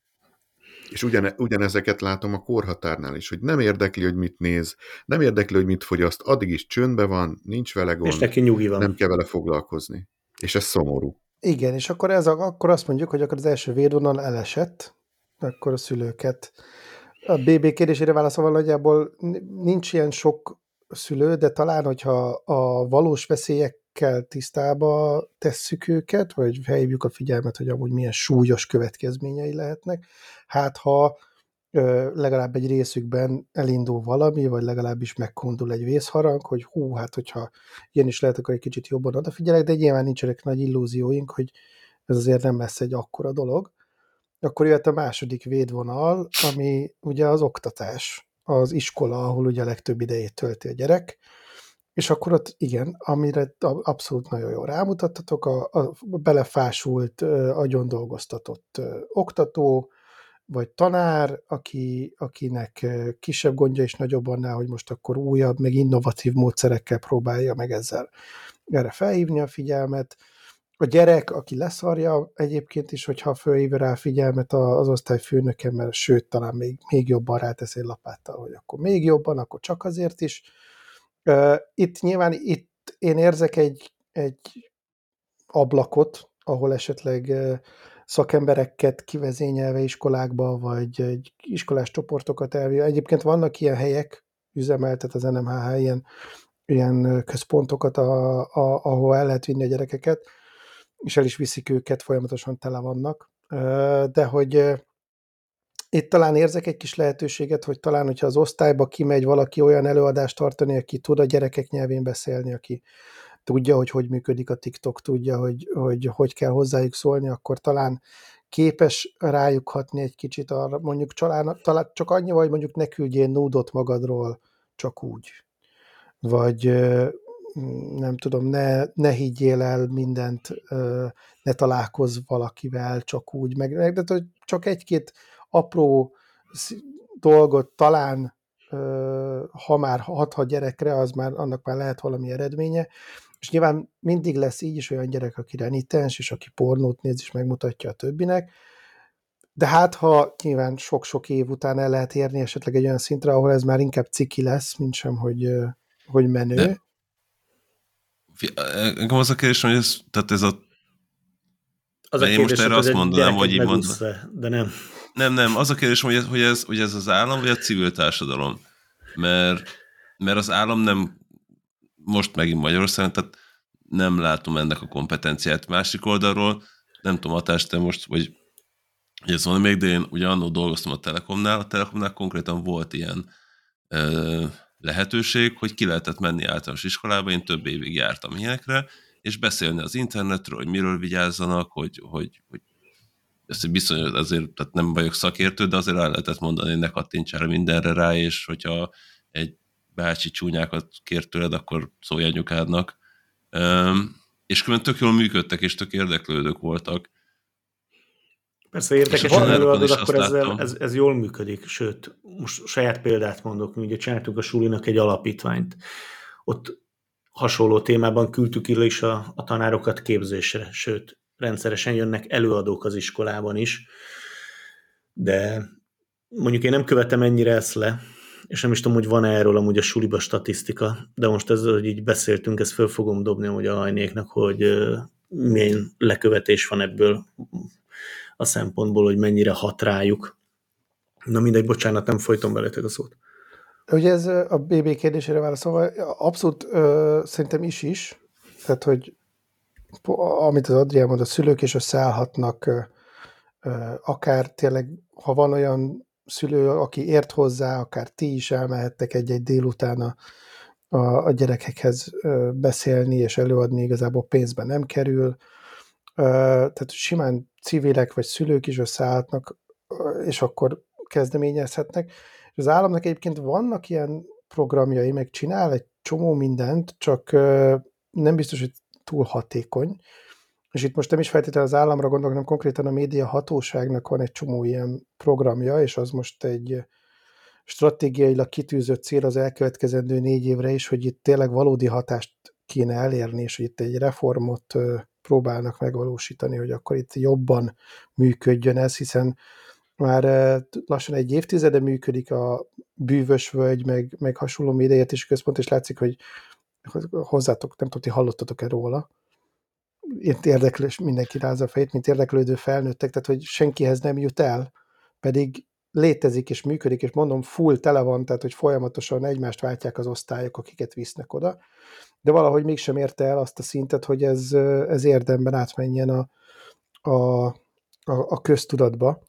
És ugyane, ugyanezeket látom a korhatárnál is, hogy nem érdekli, hogy mit néz, nem érdekli, hogy mit fogyaszt, addig is csöndben van, nincs vele gond, és neki nyugi van. Nem kell vele foglalkozni. És ez szomorú. Igen, és akkor, ez a, akkor azt mondjuk, hogy akkor az első védvonal elesett, akkor a szülőket. A bé bé kérdésére válaszolva nagyjából nincs ilyen sok szülő, de talán, hogyha a valós veszélyekkel tisztába tesszük őket, vagy felhívjuk a figyelmet, hogy amúgy milyen súlyos következményei lehetnek, hát ha ö, legalább egy részükben elindul valami, vagy legalábbis megkondul egy vészharang, hogy hú, hát hogyha ilyen is lehet, akkor egy kicsit jobban odafigyelek, de nyilván nincsenek nagy illúzióink, hogy ez azért nem lesz egy akkora dolog. Akkor jött a második védvonal, ami ugye az oktatás, az iskola, ahol ugye a legtöbb idejét tölti a gyerek, és akkor ott igen, amire abszolút nagyon jól rámutattatok, a, a belefásult, agyon dolgoztatott oktató, vagy tanár, aki, akinek kisebb gondja is nagyobb annál, hogy most akkor újabb, meg innovatív módszerekkel próbálja meg ezzel erre felhívni a figyelmet. A gyerek, aki leszarja egyébként is, hogyha fölhívja rá figyelmet az osztály főnöke, mert sőt, talán még, még jobban rátesz egy lapáttal, hogy akkor még jobban, akkor csak azért is. Itt nyilván itt én érzek egy, egy ablakot, ahol esetleg szakembereket kivezényelve iskolákba, vagy egy iskolás csoportokat elvéve. Egyébként vannak ilyen helyek, üzemeltet az en em há há ilyen, ilyen központokat, a, a, ahol el lehet vinni a gyerekeket, és el is viszik őket, folyamatosan tele vannak. De hogy itt talán érzek egy kis lehetőséget, hogy talán, hogyha az osztályba kimegy valaki olyan előadást tartani, aki tud a gyerekek nyelvén beszélni, aki tudja, hogy hogy működik a TikTok, tudja, hogy hogy, hogy kell hozzájuk szólni, akkor talán képes rájuk hatni egy kicsit arra, mondjuk talán, talán csak annyi, hogy mondjuk ne küldjél núdot magadról csak úgy. Vagy nem tudom, ne, ne higgyél el mindent, ne találkozz valakivel csak úgy, meg, de csak egy-két apró dolgot talán, ha már hat-hat gyerekre, az már, annak már lehet valami eredménye, és nyilván mindig lesz így is olyan gyerek, aki renitens, és aki pornót néz, és megmutatja a többinek, de hát, ha nyilván sok-sok év után el lehet érni esetleg egy olyan szintre, ahol ez már inkább ciki lesz, mint sem, hogy, hogy menő. De engem az a kérdés, hogy ez, tehát ez a az a én kérdés, most erre azt mondanám, hogy így mondva. De nem. Nem, nem, az a kérdés, hogy ez, hogy, ez, hogy ez az állam, vagy a civil társadalom. Mert, mert az állam nem, most megint Magyarországon, tehát nem látom ennek a kompetenciát. Másik oldalról, nem tudom, Atás, te most, vagy hogy ez van még, de én ugye annól dolgoztam a Telekomnál, a Telekomnál konkrétan volt ilyen ö, lehetőség, hogy ki lehetett menni általános iskolába, én több évig jártam ilyenekre, és beszélni az internetről, hogy miről vigyázzanak, hogy, hogy, hogy ezt bizonyos, azért, tehát nem vagyok szakértő, de azért el lehetett mondani, hogy ne kattints erre mindenre rá, és hogyha egy bácsi csúnyákat kért tőled, akkor szólj anyukádnak. Um, és külön tök jól működtek, és tök érdeklődők voltak. Persze érdekesen van, előadod, akkor ezzel, ez, ez jól működik, sőt, most saját példát mondok, mi ugye csináltunk a sulinak egy alapítványt. Ott hasonló témában küldtük is a, a tanárokat képzésre, sőt, rendszeresen jönnek előadók az iskolában is, de mondjuk én nem követem ennyire ezt le, és nem is tudom, hogy van-e erről amúgy a suliba statisztika, de most ezzel, hogy így beszéltünk, ezt föl fogom dobni amúgy a hajnéknak, hogy uh, milyen lekövetés van ebből a szempontból, hogy mennyire hat rájuk. Na mindegy, bocsánat, nem folytom veletek a szót. Ugye ez a bé bé kérdésére válaszolva, abszolút ö, szerintem is is, tehát, hogy amit az Adrián mond, a szülők is összeállhatnak, ö, ö, akár tényleg, ha van olyan szülő, aki ért hozzá, akár ti is elmehettek egy-egy délután a, a, a gyerekekhez ö, beszélni és előadni, igazából pénzben nem kerül. Ö, tehát simán civilek vagy szülők is összeállhatnak, és akkor kezdeményezhetnek. És az államnak egyébként vannak ilyen programjai, meg csinál egy csomó mindent, csak nem biztos, hogy túl hatékony. És itt most nem is feltétlenül az államra gondolok, hanem konkrétan a média hatóságnak van egy csomó ilyen programja, és az most egy stratégiailag kitűzött cél az elkövetkezendő négy évre is, hogy itt tényleg valódi hatást kéne elérni, és hogy itt egy reformot próbálnak megvalósítani, hogy akkor itt jobban működjön ez, hiszen már lassan egy évtizede működik a Bűvös Völgy, meg, meg hasonló médiaértési központ, és látszik, hogy hozzátok, nem tudom, ti hallottatok-e róla. Itt érdeklő, mindenki rázza a fejét, mint érdeklődő felnőttek, tehát hogy senkihez nem jut el, pedig létezik és működik, és mondom, full tele van, tehát hogy folyamatosan egymást váltják az osztályok, akiket visznek oda, de valahogy mégsem érte el azt a szintet, hogy ez, ez érdemben átmenjen a, a, a, a köztudatba.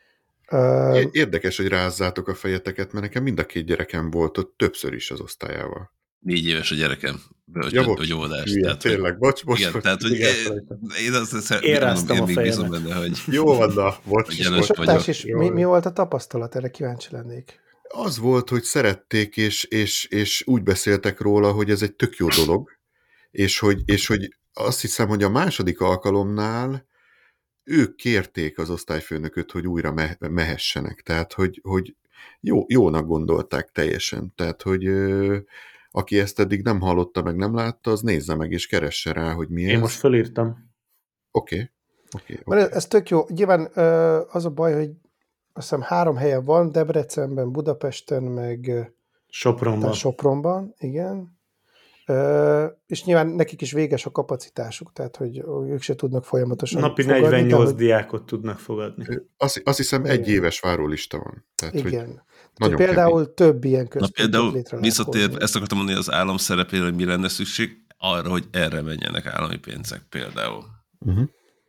Érdekes, hogy rázzátok a fejeteket, mert nekem mind a két gyerekem volt ott többször is az osztályával. Négy éves a gyerekem, ja, vagy óvodás. Hülye, tehát, tényleg, bocs, bocs. Igen, bocs, tehát, hogy én, én azt éreztem a még bízom benne, hogy... Jó van, na, bocs. És, és, és mi, mi volt a tapasztalat? Erre kíváncsi lennék. Az volt, hogy szerették, és, és, és úgy beszéltek róla, hogy ez egy tök jó dolog, és hogy, és hogy azt hiszem, hogy a második alkalomnál ők kérték az osztályfőnököt, hogy újra me- mehessenek. Tehát, hogy, hogy jó, jónak gondolták teljesen. Tehát, hogy ö, aki ezt eddig nem hallotta, meg nem látta, az nézze meg, és keresse rá, hogy mi ez. Én most fölírtam. Oké. Okay. Okay, okay. Ez, ez tök jó. Nyilván az a baj, hogy azt hiszem három helyen van, Debrecenben, Budapesten, meg Sopronban. Sopronban, igen. Uh, és nyilván nekik is véges a kapacitásuk, tehát hogy ők se tudnak folyamatosan napi fogadni, negyvennyolc hogy... diákot tudnak fogadni. Azt, azt hiszem igen. Egy éves várólista van. Tehát, igen. Nagyon például kemény. Több ilyen központot létre visszatér, ezt akartam mondani, az állam szerepére, hogy mi lenne szükség, arra, hogy erre menjenek állami pénzek például. Uh-huh.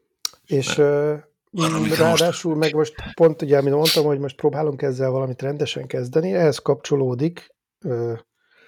És uh, ráadásul most... meg most pont ugye, amit mondtam, hogy most próbálunk ezzel valamit rendesen kezdeni, ehhez kapcsolódik uh,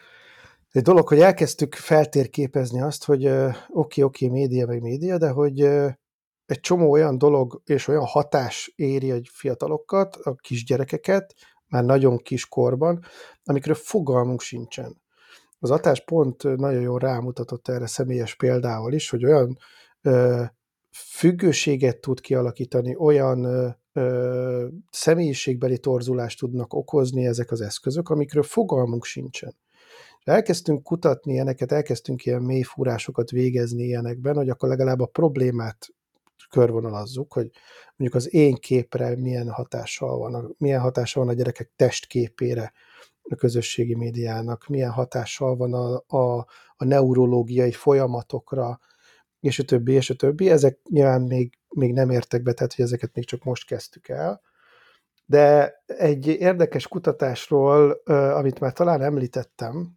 egy dolog, hogy elkezdtük feltérképezni azt, hogy oké, oké, okay, okay, média meg média, de hogy egy csomó olyan dolog és olyan hatás éri a fiatalokat, a kisgyerekeket, már nagyon kiskorban, amikről fogalmunk sincsen. Az Atás pont nagyon jól rámutatott erre személyes példával is, hogy olyan ö, függőséget tud kialakítani, olyan ö, ö, személyiségbeli torzulást tudnak okozni ezek az eszközök, amikről fogalmunk sincsen. Elkezdtünk kutatni ilyeneket, elkezdtünk ilyen mélyfúrásokat végezni ilyenekben, hogy akkor legalább a problémát körvonalazzuk, hogy mondjuk az én képre milyen hatással van, milyen hatással van a gyerekek testképére a közösségi médiának, milyen hatással van a, a, a neurológiai folyamatokra, és a többi, és a többi. Ezek nyilván még, még nem értek be, tehát hogy ezeket még csak most kezdtük el. De egy érdekes kutatásról, amit már talán említettem,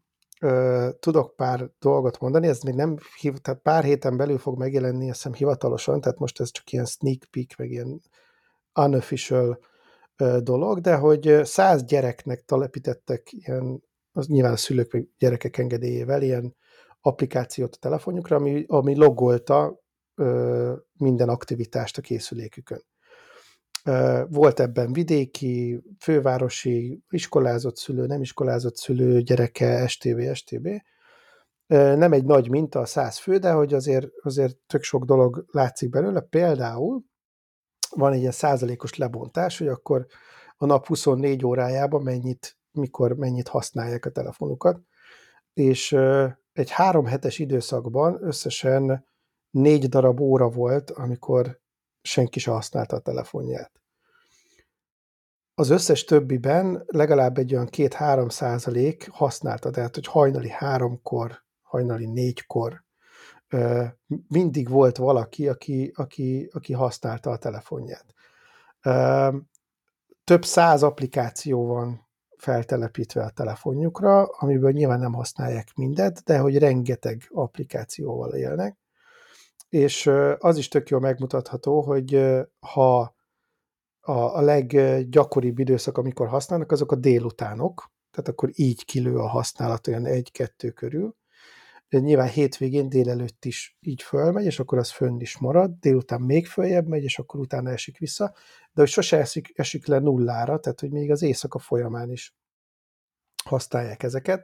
tudok pár dolgot mondani, ez még nem, tehát pár héten belül fog megjelenni, azt hiszem hivatalosan, tehát most ez csak ilyen sneak peek, meg ilyen unofficial dolog, de hogy száz gyereknek telepítettek ilyen, az nyilván a szülők meg gyerekek engedélyével, ilyen applikációt a telefonjukra, ami, ami logolta minden aktivitást a készülékükön. Volt ebben vidéki, fővárosi, iskolázott szülő, nem iskolázott szülő, gyereke, es té bé, es té bé. Nem egy nagy minta, a száz fő, de hogy azért, azért tök sok dolog látszik belőle. Például van egy ilyen százalékos lebontás, hogy akkor a nap huszonnégy órájában mennyit, mikor mennyit használják a telefonukat, és egy három hetes időszakban összesen négy darab óra volt, amikor senki sem használta a telefonját. Az összes többiben legalább egy olyan két-három százalék használta, tehát hogy hajnali háromkor, hajnali négykor mindig volt valaki, aki, aki, aki használta a telefonját. Több száz applikáció van feltelepítve a telefonjukra, amiből nyilván nem használják mindet, de hogy rengeteg applikációval élnek. És az is tök jól megmutatható, hogy ha a, a leggyakoribb időszak, amikor használnak, azok a délutánok, tehát akkor így kilő a használat olyan egy-kettő körül. De nyilván hétvégén délelőtt is így fölmegy, és akkor az fönn is marad, délután még följebb megy, és akkor utána esik vissza, de hogy sose esik, esik le nullára, tehát hogy még az éjszaka folyamán is használják ezeket.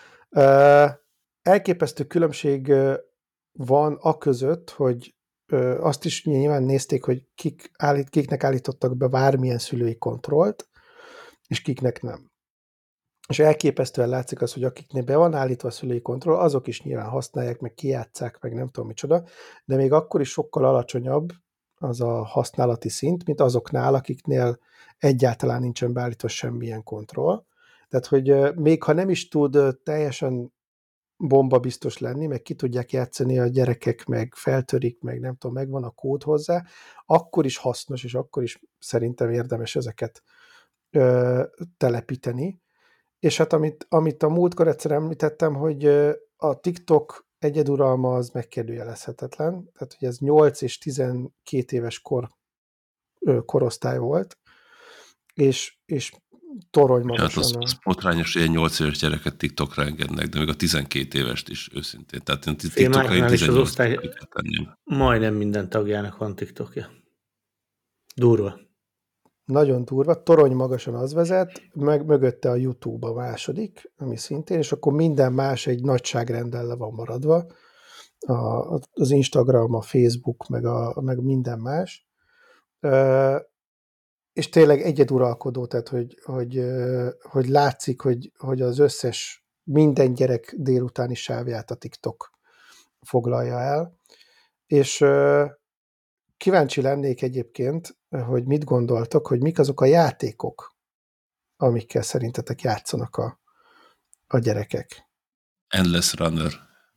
Elképesztő különbség van a között, hogy azt is nyilván nézték, hogy kik állít, kiknek állítottak be bármilyen szülői kontrollt, és kiknek nem. És elképesztően látszik az, hogy akiknél be van állítva a szülői kontroll, azok is nyilván használják, meg kijátszák, meg nem tudom micsoda, de még akkor is sokkal alacsonyabb az a használati szint, mint azoknál, akiknél egyáltalán nincsen beállítva semmilyen kontroll. Tehát, hogy még ha nem is tud teljesen bomba biztos lenni, meg ki tudják játszani a gyerekek, meg feltörik, meg nem tudom, megvan a kód hozzá, akkor is hasznos, és akkor is szerintem érdemes ezeket ö, telepíteni. És hát amit, amit a múltkor egyszer említettem, hogy a TikTok egyeduralma az megkérdőjelezhetetlen, tehát hogy ez nyolc és tizenkét éves kor, korosztály volt, és, és torony magasan. Hát az, az botrányos, hogy egy nyolc éves gyereket TikTokra engednek, de még a tizenkét évest is őszintén. Tehát én TikTokra én tizennyolc osztály majdnem minden tagjának van TikTokja. Durva. Nagyon durva, torony magasan az vezet, meg mögötte a YouTube a második, ami szintén, és akkor minden más egy nagyságrendel le van maradva. A, az Instagram, a Facebook, meg, a, meg minden más. Ö, és tényleg egyeduralkodó, tehát hogy, hogy, hogy látszik, hogy, hogy az összes, minden gyerek délutáni sávját a TikTok foglalja el. És kíváncsi lennék egyébként, hogy mit gondoltok, hogy mik azok a játékok, amikkel szerintetek játszanak a, a gyerekek. Endless Runner.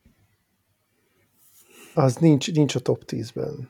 Az nincs, nincs a top tízben.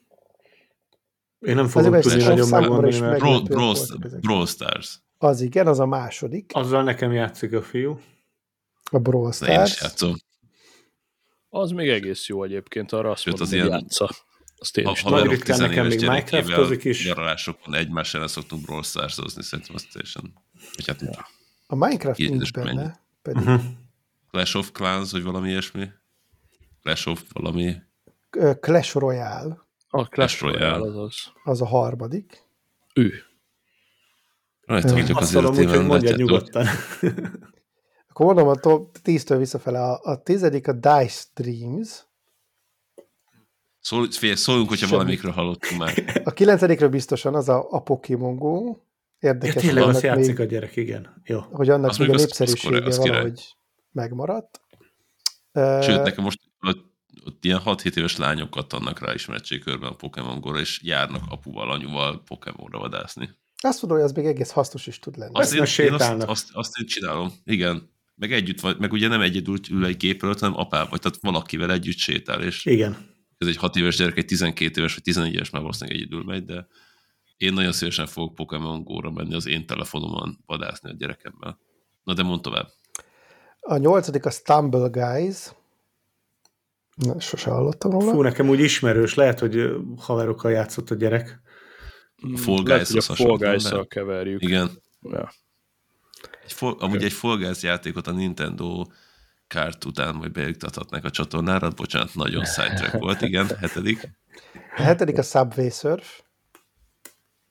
Én nem fogom tudni nagyon megmondani, mert... Brawl, Brawl, Brawl Stars. Az igen, az a második. Azzal nekem játszik a fiú. A Brawl Stars. Én is játszom. Az még egész jó egyébként, arra azt mondom, hogy ilyen... játsza. Azt én ha, is haverok tizenéves gyerekével nyaralásokon egymással szoktunk Brawl Stars-ozni, szerintem az teljesen... Hát, ja. A Minecraft nincs benne. Pedig. Uh-huh. Clash of Clans, vagy valami ilyesmi? Clash of valami... Clash Royale. A Clash Royale az az. Az a harmadik. Ő. Rajta vagyok az életében, látjátok. Akkor mondom, a top tíztől visszafele. A, a tizedik a Dice Dreams. Szól, fél, szóljunk, hogyha Semmi. valamikről hallottunk már. A kilencedikről biztosan az a, a Pokémon Go. Érdekes. Ja, tényleg azt játszik még, a gyerek, igen. Jó. Hogy annak az még a népszerűsége az, az valahogy megmaradt. Sőt, uh, nekem most ott ilyen hat-hét éves lányokat adnak rá ismeretségkörben a Pokémon Go-ra, és járnak apuval, anyuval Pokémonra vadászni. Azt mondom, hogy az még egész hasznos is tud lenni. Azt én, én azt, azt, azt én csinálom, igen. Meg együtt vagy, meg ugye nem egyedül ül egy gép előtt, hanem apával, tehát valakivel együtt sétál, és igen. Ez egy hat éves gyerek, egy tizenkét éves, vagy tizenegy éves már valószínűleg egyedül megy, de én nagyon szívesen fogok Pokémon Go-ra menni az én telefonomon vadászni a gyerekemmel. Na de mondd tovább. A nyolcadik a Stumble Guys. Na, sose hallottam róla. Fú, nekem úgy ismerős, lehet, hogy haverokkal játszott a gyerek. A Fall Guys-hoz a Fall Guys-szal keverjük. Igen. Ja. Egy for, amúgy okay. egy Fall Guys játékot a Nintendo Kart után majd beiktathatnak a csatornára. Bocsánat, nagyon sidetrack volt, igen, hetedik. A hetedik a Subway Surf.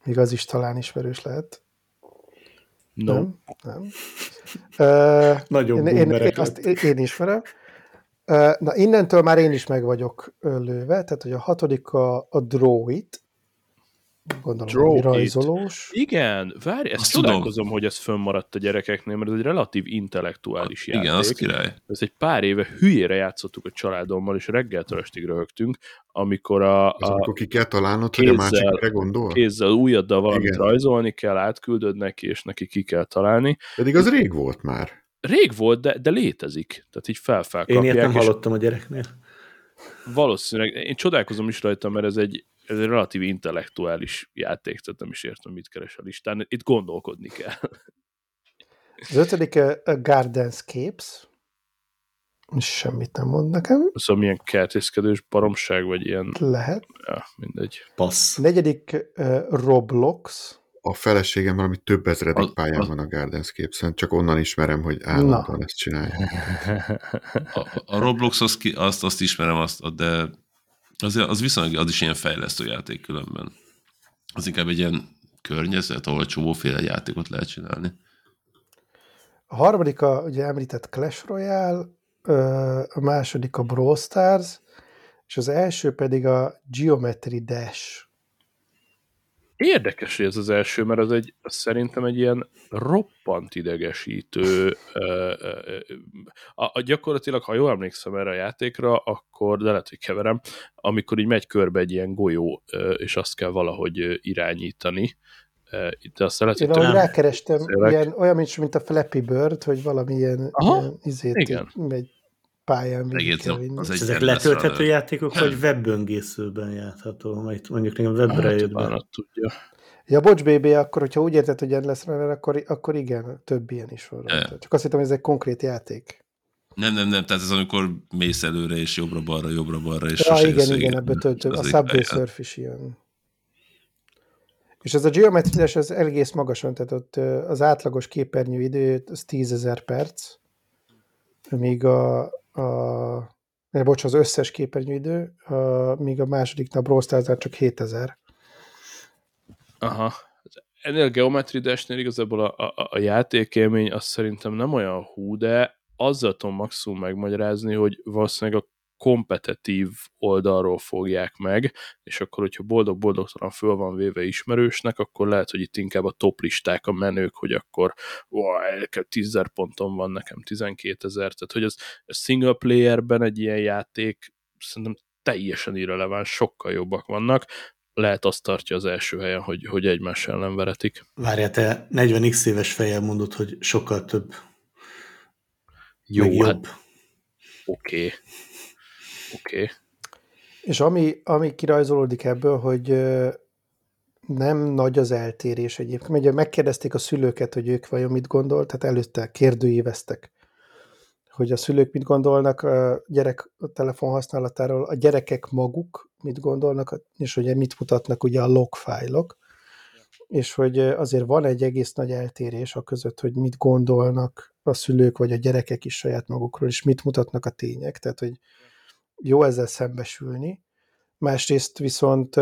Még az is talán ismerős lehet. No. Nem? Nem. Uh, Nagyon én, én, én, azt én ismerem. Uh, na, innentől már én is meg vagyok lőve, tehát, hogy a hatodik a, a Draw It, gondolom, Draw hogy rajzolós. It. Igen, várj, ezt Azt csodálkozom, tudom. hogy ez fönnmaradt a gyerekeknél, mert ez egy relatív intellektuális Igen, játék. az király. Ez egy pár éve hülyére játszottuk a családommal, és reggeltől estig röhögtünk, amikor a, Az, a amikor ki kell találnod, hogy a másikre gondol? kézzel, ujjaddal valamit Igen. rajzolni kell, átküldöd neki, és neki ki kell találni. Pedig az rég volt már. Rég volt, de, de létezik. Tehát így felfelkapják. Én ilyet nem és hallottam a gyereknél. valószínűleg, én csodálkozom is rajta, mert ez egy, ez egy relatív intellektuális játék, tehát nem is értem, mit keres a listán. Itt gondolkodni kell. Az ötödik a Gardenscapes. Semmit nem mond nekem. Szóval milyen kertészkedős baromság, vagy ilyen... Lehet. Ja, mindegy. Passz. A negyedik uh, Roblox. A feleségem valami több ezredik A- pályán a- van a Gardenscapes-en, csak onnan ismerem, hogy állandóan ezt csinálja. A, a Roblox az ki, azt, azt ismerem, azt, de az, az viszonylag az is ilyen fejlesztő játék különben. Az inkább egy ilyen környezet, ahol csomóféle játékot lehet csinálni. A harmadik a ugye említett Clash Royale, a második a Brawl Stars, és az első pedig a Geometry Dash. Érdekes, hogy ez az első, mert az egy, az szerintem egy ilyen roppant idegesítő. ö, ö, ö, a, a gyakorlatilag, ha jól emlékszem erre a játékra, akkor, de lehet, hogy keverem, amikor így megy körbe egy ilyen golyó, ö, és azt kell valahogy ö, irányítani. De azt lehet, Én hogy ahogy nem rákerestem, beszélek. ilyen, olyan, mint, mint a Flappy Bird, hogy valami ilyen, Aha, ilyen izét, igen. egy pályán végig kell Megjegyzem, vinni. az És egy ezek endless letölthető runner. játékok, vagy webböngészőben játható, mert mondjuk nekem webbre Hát, jött be. bánat tudja. Ja, bocs, bé bé, akkor, hogyha úgy érted, hogy Endless Runner, akkor, akkor igen, több ilyen is van. Ja. Csak azt hittem, hogy ez egy konkrét játék. Nem, nem, nem, tehát ez amikor mész előre, és jobbra-balra, jobbra-balra, és Ja, sose igen, jössz igen, végig. ebből több, több. Az A egy Subway pályán. Surf is ilyen. És ez a Geometry Dash, ez egész magasan, tehát ott ö, az átlagos képernyőidő az tízezer perc, míg a, a ne, bocs, az összes képernyőidő, a, míg a másodiknál Brawl Stars-nál csak hétezer. Aha. Ennél Geometry Dash-nél igazából a, a, a játékélmény az szerintem nem olyan hú, de azzal tudom maximum megmagyarázni, hogy valószínűleg a kompetitív oldalról fogják meg, és akkor, hogyha boldog-boldogtalan föl van véve ismerősnek, akkor lehet, hogy itt inkább a top listák a menők, hogy akkor tízezer ponton van, nekem tizenkétezer, tehát hogy ez, ez single playerben egy ilyen játék szerintem teljesen irreleváns, sokkal jobbak vannak, lehet azt tartja az első helyen, hogy, hogy egymás ellen veretik. Várjál, te negyven x éves fejjel mondod, hogy sokkal több. Jó, meg hát jobb. oké. Okay. Oké. Okay. És ami, ami kirajzolódik ebből, hogy ö, nem nagy az eltérés egyébként. Ugye megkérdezték a szülőket, hogy ők vajon mit gondol, tehát előtte kérdőíveztek, hogy a szülők mit gondolnak a gyerek telefon használatáról, a gyerekek maguk mit gondolnak, és ugye mit mutatnak ugye a log fájlok, és hogy azért van egy egész nagy eltérés a között, hogy mit gondolnak a szülők, vagy a gyerekek is saját magukról, és mit mutatnak a tények, tehát hogy jó ezzel szembesülni. Másrészt viszont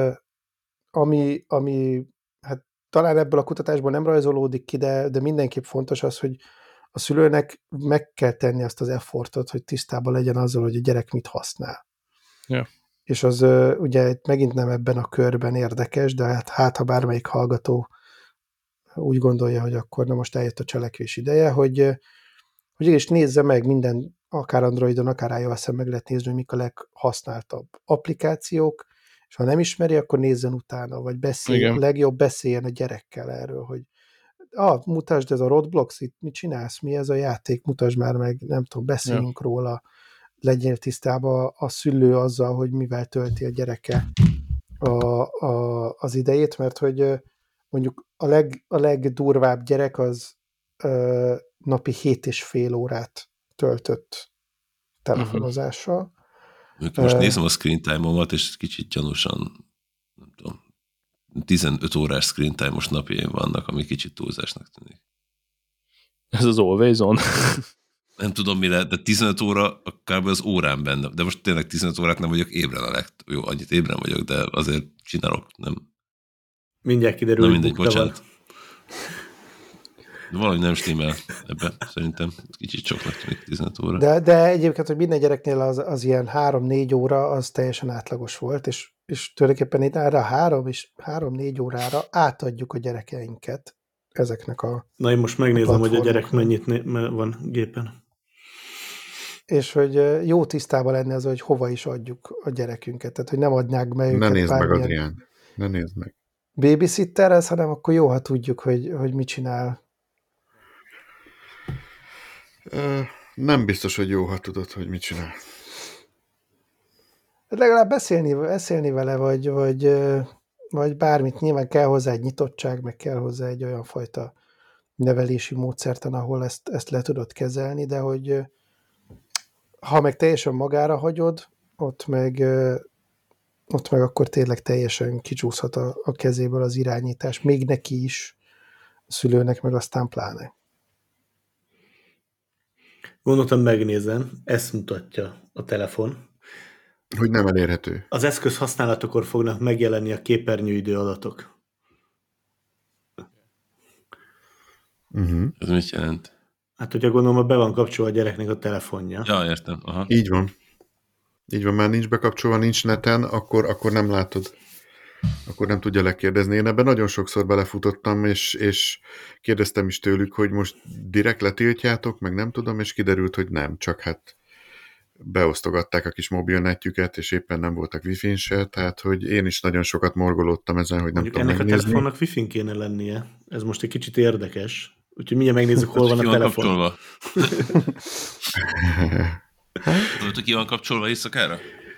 ami, ami hát talán ebből a kutatásból nem rajzolódik ki, de, de mindenképp fontos az, hogy a szülőnek meg kell tenni azt az effortot, hogy tisztában legyen azzal, hogy a gyerek mit használ. Ja. És az ugye megint nem ebben a körben érdekes, de hát, hát ha bármelyik hallgató úgy gondolja, hogy akkor na most eljött a cselekvés ideje, hogy, hogy is nézze meg minden, akár Androidon, akár iOS-en meg lehet nézni, hogy mik a leghasználtabb applikációk, és ha nem ismeri, akkor nézzen utána, vagy beszélj, a legjobb beszéljen a gyerekkel erről, hogy ah, mutasd, ez a Roblox, itt mit csinálsz, mi ez a játék, mutasd már meg, nem tudom, beszéljünk ja. róla, legyél tisztában a szülő azzal, hogy mivel tölti a gyereke a, a, az idejét, mert hogy mondjuk a, leg, a legdurvább gyerek az ö, napi hét és fél órát töltött telefonozással. Uh-huh. Most uh, nézem a screen time-omat, és kicsit gyanúsan, nem tudom, tizenöt órás screen time-os napjaim vannak, ami kicsit túlzásnak tűnik. Ez az always on. Nem tudom mire, de tizenöt óra akár az órán benne. De most tényleg tizenöt órát nem vagyok ébren a legt. Jó, annyit ébren vagyok, de azért csinálok, nem? Mindjárt kiderül, Na hogy mindegy, bukta van. bocsánat. De valahogy nem stimmel ebbe, szerintem. Kicsit sok lett még tizenöt óra. De, de egyébként, hogy minden gyereknél az, az ilyen három-négy óra, az teljesen átlagos volt, és, és tulajdonképpen itt erre a három és három-négy órára átadjuk a gyerekeinket ezeknek a Na én most megnézem, a hogy a gyerek platformoknak. mennyit né- van gépen. És hogy jó tisztában lenne az, hogy hova is adjuk a gyerekünket. Tehát, hogy nem adnák meg Ne őket nézd meg, bármilyen Adrián. Ne nézd meg. babysitterhez, hanem akkor jó, ha tudjuk, hogy, hogy mit csinál. Ö, nem biztos, hogy jó, ha tudod, hogy mit csinál. Legalább beszélni, beszélni vele, vagy, vagy, vagy bármit. Nyilván kell hozzá egy nyitottság, meg kell hozzá egy olyan fajta nevelési módszertan, ahol ezt, ezt le tudod kezelni, de hogy ha meg teljesen magára hagyod, ott meg, ott meg akkor tényleg teljesen kicsúszhat a, a kezéből az irányítás, még neki is, a szülőnek meg aztán pláne. Gondoltam, megnézem, ezt mutatja a telefon. Hogy nem elérhető. Az eszköz használatakor fognak megjelenni a képernyőidő adatok. Uh-huh. Ez mit jelent? Hát, hogyha gondolom, hogy be van kapcsolva a gyereknek a telefonja. Ja, értem. Aha. Így van. Így van, már nincs bekapcsolva, nincs neten, akkor, akkor nem látod. Akkor nem tudja lekérdezni. Én ebben nagyon sokszor belefutottam, és, és kérdeztem is tőlük, hogy most direkt letiltjátok, meg nem tudom, és kiderült, hogy nem, csak hát beosztogatták a kis mobilnetjüket, és éppen nem voltak wifi-n se, tehát hogy én is nagyon sokat morgolódtam ezen, hogy nem Mondjuk tudom ennek megnézni. a telefonnak wifi-n kéne lennie. Ez most egy kicsit érdekes. Úgyhogy mindjárt megnézzük, hol van Ki a van telefon. kapcsolva? Tudod, hogy ki van kapcsolva éjszakára?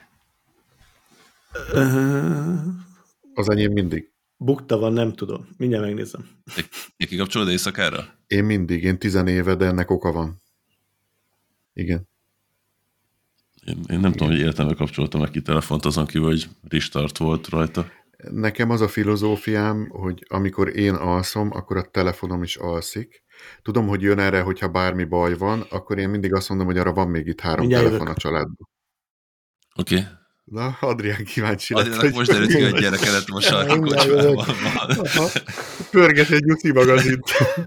Az enyém mindig. Bukta van, nem tudom. Mindjárt megnézem. Te kikapcsolod éjszakára? Én mindig, én tizenéve, de ennek oka van. Igen. Én, én nem tudom, hogy életemben kapcsoltam meg ki telefont azon kívül, hogy restart volt rajta. Nekem az a filozófiám, hogy amikor én alszom, akkor a telefonom is alszik. Tudom, hogy jön erre, hogyha bármi baj van, akkor én mindig azt mondom, hogy arra van még itt három Mindjárt telefon jövök. a családban. Oké. Okay. Na, Adrián kíváncsi lett. Adjának most derült ki, hogy gyereket a sarki kocsmában van. Pörget egy nyuszi magazint.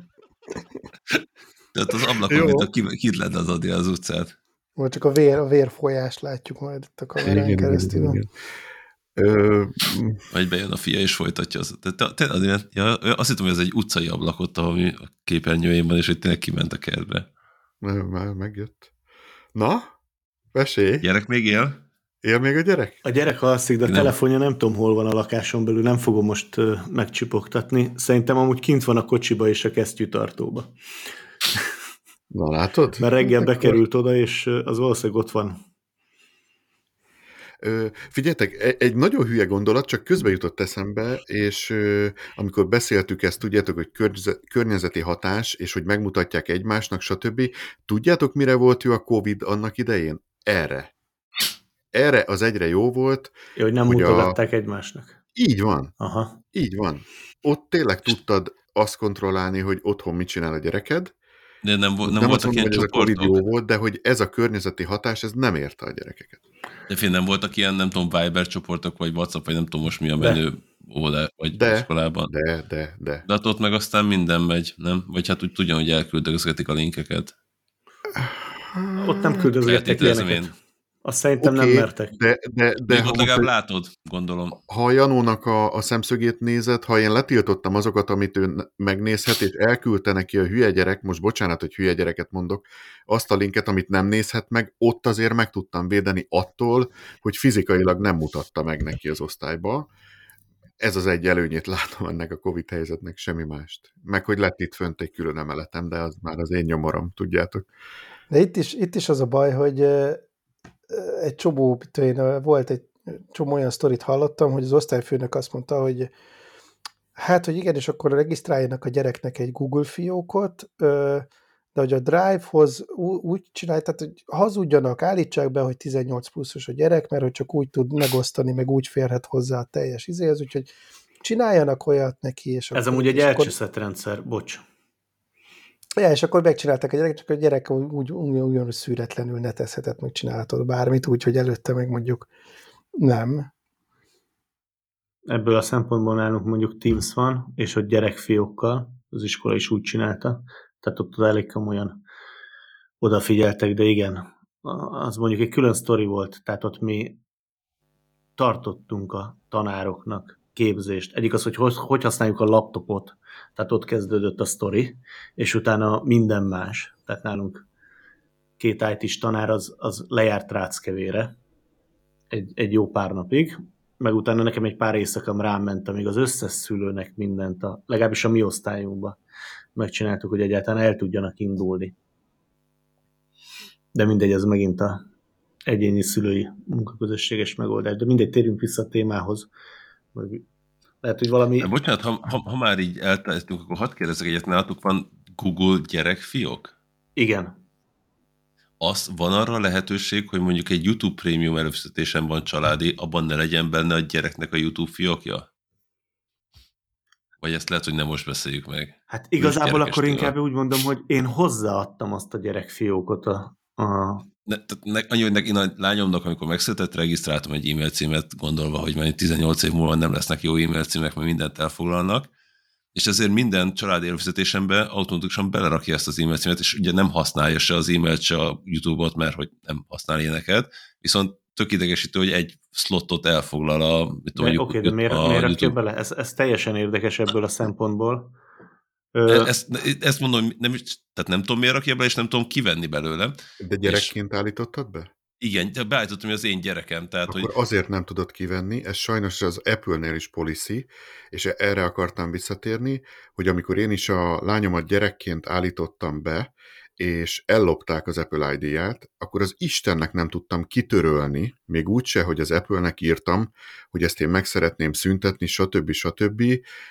Tehát az ablakon, mint a kit lenne az Adi az utcát. Vagy csak a, vér, a vérfolyást látjuk majd itt a kamerán Igen, keresztül. igen, igen. Ö, Vagy bejön a fia és folytatja. Az, te, te, te, ja, azt hittem, hogy ez egy utcai ablakot, ami a képernyőjén van, és hogy tényleg kiment a kertbe. már megjött. Na, mesélj. Gyerek még él? Él még a gyerek? A gyerek alszik, de a Nem. telefonja nem tudom, hol van a lakáson belül, nem fogom most uh, megcsipogtatni. Szerintem amúgy kint van a kocsiba és a kesztyűtartóba. Na, látod? Mert reggel Akkor- bekerült oda, és uh, az valószínűleg ott van. Ö, figyeljetek, e- egy nagyon hülye gondolat, csak közbe jutott eszembe, és ö, amikor beszéltük ezt, tudjátok, hogy körze- környezeti hatás, és hogy megmutatják egymásnak, stb. Tudjátok, mire volt jó a Covid annak idején? Erre. Erre az egyre jó volt. Ja, hogy nem Hogy a- mutogatták egymásnak. Így van, Aha. így van. Ott tényleg tudtad azt kontrollálni, hogy otthon mit csinál a gyereked. De nem, vo- nem, Nem azt voltak mondom, ilyen hogy ez a Covid csoportok? jó volt, de hogy ez a környezeti hatás, ez nem érte a gyerekeket. De fél nem voltak ilyen, nem tudom, Viber csoportok, vagy WhatsApp, vagy nem tudom most mi a De. menő óvodá, vagy De. iskolában. De, de, de. De hát ott meg aztán minden megy, nem? Vagy hát úgy tudja, hogy elküldözgetik a linkeket. Ott nem küldözgettek Feltételezem ilyeneket. én. Azt szerintem Oké, nem mertek. De, de, de De ha ott most legalább egy- látod, gondolom. ha a Janónak a, a szemszögét nézed, ha én letiltottam azokat, amit ő megnézhet, és elküldte neki a hülye gyerek, most bocsánat, hogy hülye gyereket mondok, azt a linket, amit nem nézhet meg, ott azért meg tudtam védeni attól, hogy fizikailag nem mutatta meg neki az osztályba. Ez az egy előnyét látom ennek a Covid helyzetnek, semmi mást. Meg, hogy lett itt fönt egy külön emeletem, de az már az én nyomorom, tudjátok. De itt is, itt is az a baj, hogy ö, ö, egy csomó, mit tudom én, ö, volt egy csomó olyan sztorit hallottam, hogy az osztályfőnök azt mondta, hogy hát, hogy igen, és akkor regisztráljanak a gyereknek egy Google fiókot, ö, de hogy a Drive-hoz ú- úgy csinálj, tehát hogy hazudjanak, állítsák be, hogy tizennyolc pluszos a gyerek, mert hogy csak úgy tud megosztani, meg úgy férhet hozzá a teljes izéhez, úgyhogy csináljanak olyat neki, és Ez akkor, amúgy egy és akkor, elcseszett rendszer, bocs. ja, és akkor megcsinálták a gyerek, csak a gyerek úgy, úgy, úgy szűretlenül netezhetett, meg csinálhatod bármit, úgyhogy előtte meg mondjuk nem. ebből a szempontból nálunk mondjuk Teams van, és ott gyerekfiókkal, az iskola is úgy csinálta, tehát ott elég komolyan odafigyeltek, de igen, az mondjuk egy külön sztori volt, tehát ott mi tartottunk a tanároknak képzést. Egyik az, hogy hogy használjuk a laptopot, tehát ott kezdődött a sztori, és utána minden más. Tehát nálunk két í té-s tanár az, az lejárt ráckevére egy, egy jó pár napig, meg utána nekem egy pár éjszakam rám ment, amíg az összes szülőnek mindent, a, legalábbis a mi osztályunkban megcsináltuk, hogy egyáltalán el tudjanak indulni. De mindegy, ez megint a egyéni szülői munkaközösséges megoldás. De mindegy, térjünk vissza a témához. Lehet, hogy valami... De bocsánat, ha, ha, ha már így eltállítunk, akkor hadd kérdezzek egyet, nálatok van Google gyerekfiók? Igen. Az, van arra lehetőség, hogy mondjuk egy YouTube Premium előfizetésen van családi, abban ne legyen benne a gyereknek a YouTube fiókja? Vagy ezt lehet, hogy nem most beszéljük meg? Hát igazából akkor inkább úgy mondom, hogy én hozzáadtam azt a gyerekfiókot a... a... Ne, ne, annyi, hogy én a lányomnak, amikor megszületett, regisztráltam egy e-mail címet, gondolva, hogy majd tizennyolc év múlva nem lesznek jó e-mail címek, mert mindent elfoglalnak, és ezért minden családi előfizetésembe automatikusan belerakja ezt az e-mail címet, és ugye nem használja se az e-mailt, se a YouTube-ot, mert hogy nem használ ilyeneket, viszont tök idegesítő, hogy egy slotot elfoglal a... Oké, okay, de miért, miért rakja bele? Ez, ez teljesen érdekes ebből a szempontból. Ö... Ezt, ezt mondom, nem, tehát nem tudom, miért rakja bele, és nem tudom kivenni belőle. De gyerekként és... állítottad be? Igen, de beállítottam, hogy az én gyerekem. Tehát, Akkor hogy... azért nem tudod kivenni, ez sajnos az Apple-nél is policy, és erre akartam visszatérni, hogy amikor én is a lányomat gyerekként állítottam be, és ellopták az Apple i dí-ját, akkor az Istennek nem tudtam kitörölni, még úgyse, hogy az Apple-nek írtam, hogy ezt én meg szeretném szüntetni, stb. stb.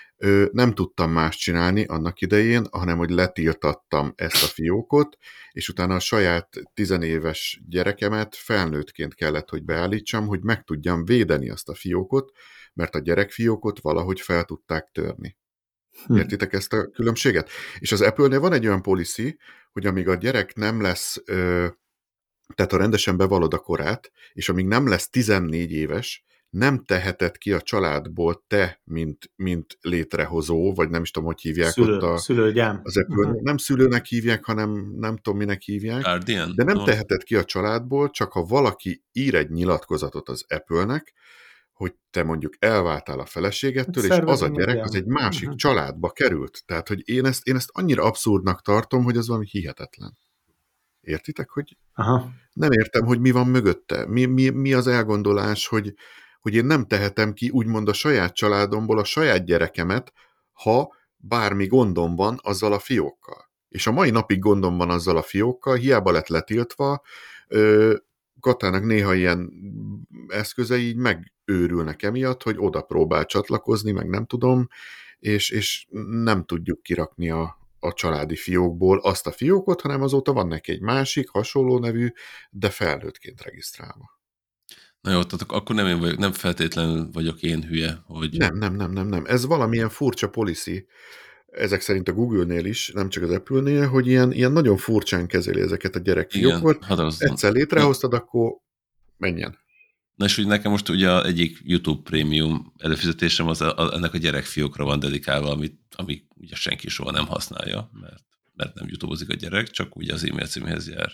Nem tudtam más csinálni annak idején, hanem hogy letiltattam ezt a fiókot, és utána a saját tizenéves gyerekemet felnőttként kellett, hogy beállítsam, hogy meg tudjam védeni azt a fiókot, mert a gyerekfiókot valahogy fel tudták törni. Értitek ezt a különbséget? És az Apple-nél van egy olyan policy, hogy amíg a gyerek nem lesz, ö, tehát ha rendesen bevallod a korát, és amíg nem lesz tizennégy éves, nem teheted ki a családból te, mint, mint létrehozó, vagy nem is tudom, hogy hívják Szülő, ott a, szülőgyám. az Apple. Uh-huh. Nem szülőnek hívják, hanem nem tudom, minek hívják. Guardian? De nem no. teheted ki a családból, csak ha valaki ír egy nyilatkozatot az Apple-nek, hogy te mondjuk elváltál a feleségettől, és az a gyerek az egy másik uh-huh. családba került. Tehát, hogy én ezt, én ezt annyira abszurdnak tartom, hogy ez valami hihetetlen. Értitek, hogy Aha. nem értem, hogy mi van mögötte. Mi, mi, mi az elgondolás, hogy, hogy én nem tehetem ki úgymond a saját családomból a saját gyerekemet, ha bármi gondom van azzal a fiókkal. És a mai napig gondom van azzal a fiókkal, hiába lett letiltva, ö, Katának néha ilyen eszközei így megőrülnek emiatt, hogy oda próbál csatlakozni, meg nem tudom, és, és nem tudjuk kirakni a, a családi fiókból azt a fiókot, hanem azóta van neki egy másik, hasonló nevű, de felnőttként regisztrálva. Na jó, tehát akkor nem én vagyok, nem feltétlenül vagyok én hülye, hogy... Nem, nem, nem, nem, nem. Ez valamilyen furcsa policy, ezek szerint a Google-nél is, nem csak az Apple-nél, hogy ilyen, ilyen nagyon furcsán kezeli ezeket a gyerekfiókokat. Egyszer létrehoztad, akkor menjen. Na és úgy nekem most ugye egyik YouTube Premium előfizetésem az a, a, ennek a gyerekfiókra van dedikálva, amit, ami ugye senki soha nem használja, mert, mert nem YouTube-ozik a gyerek, csak ugye az e-mail címhez jár.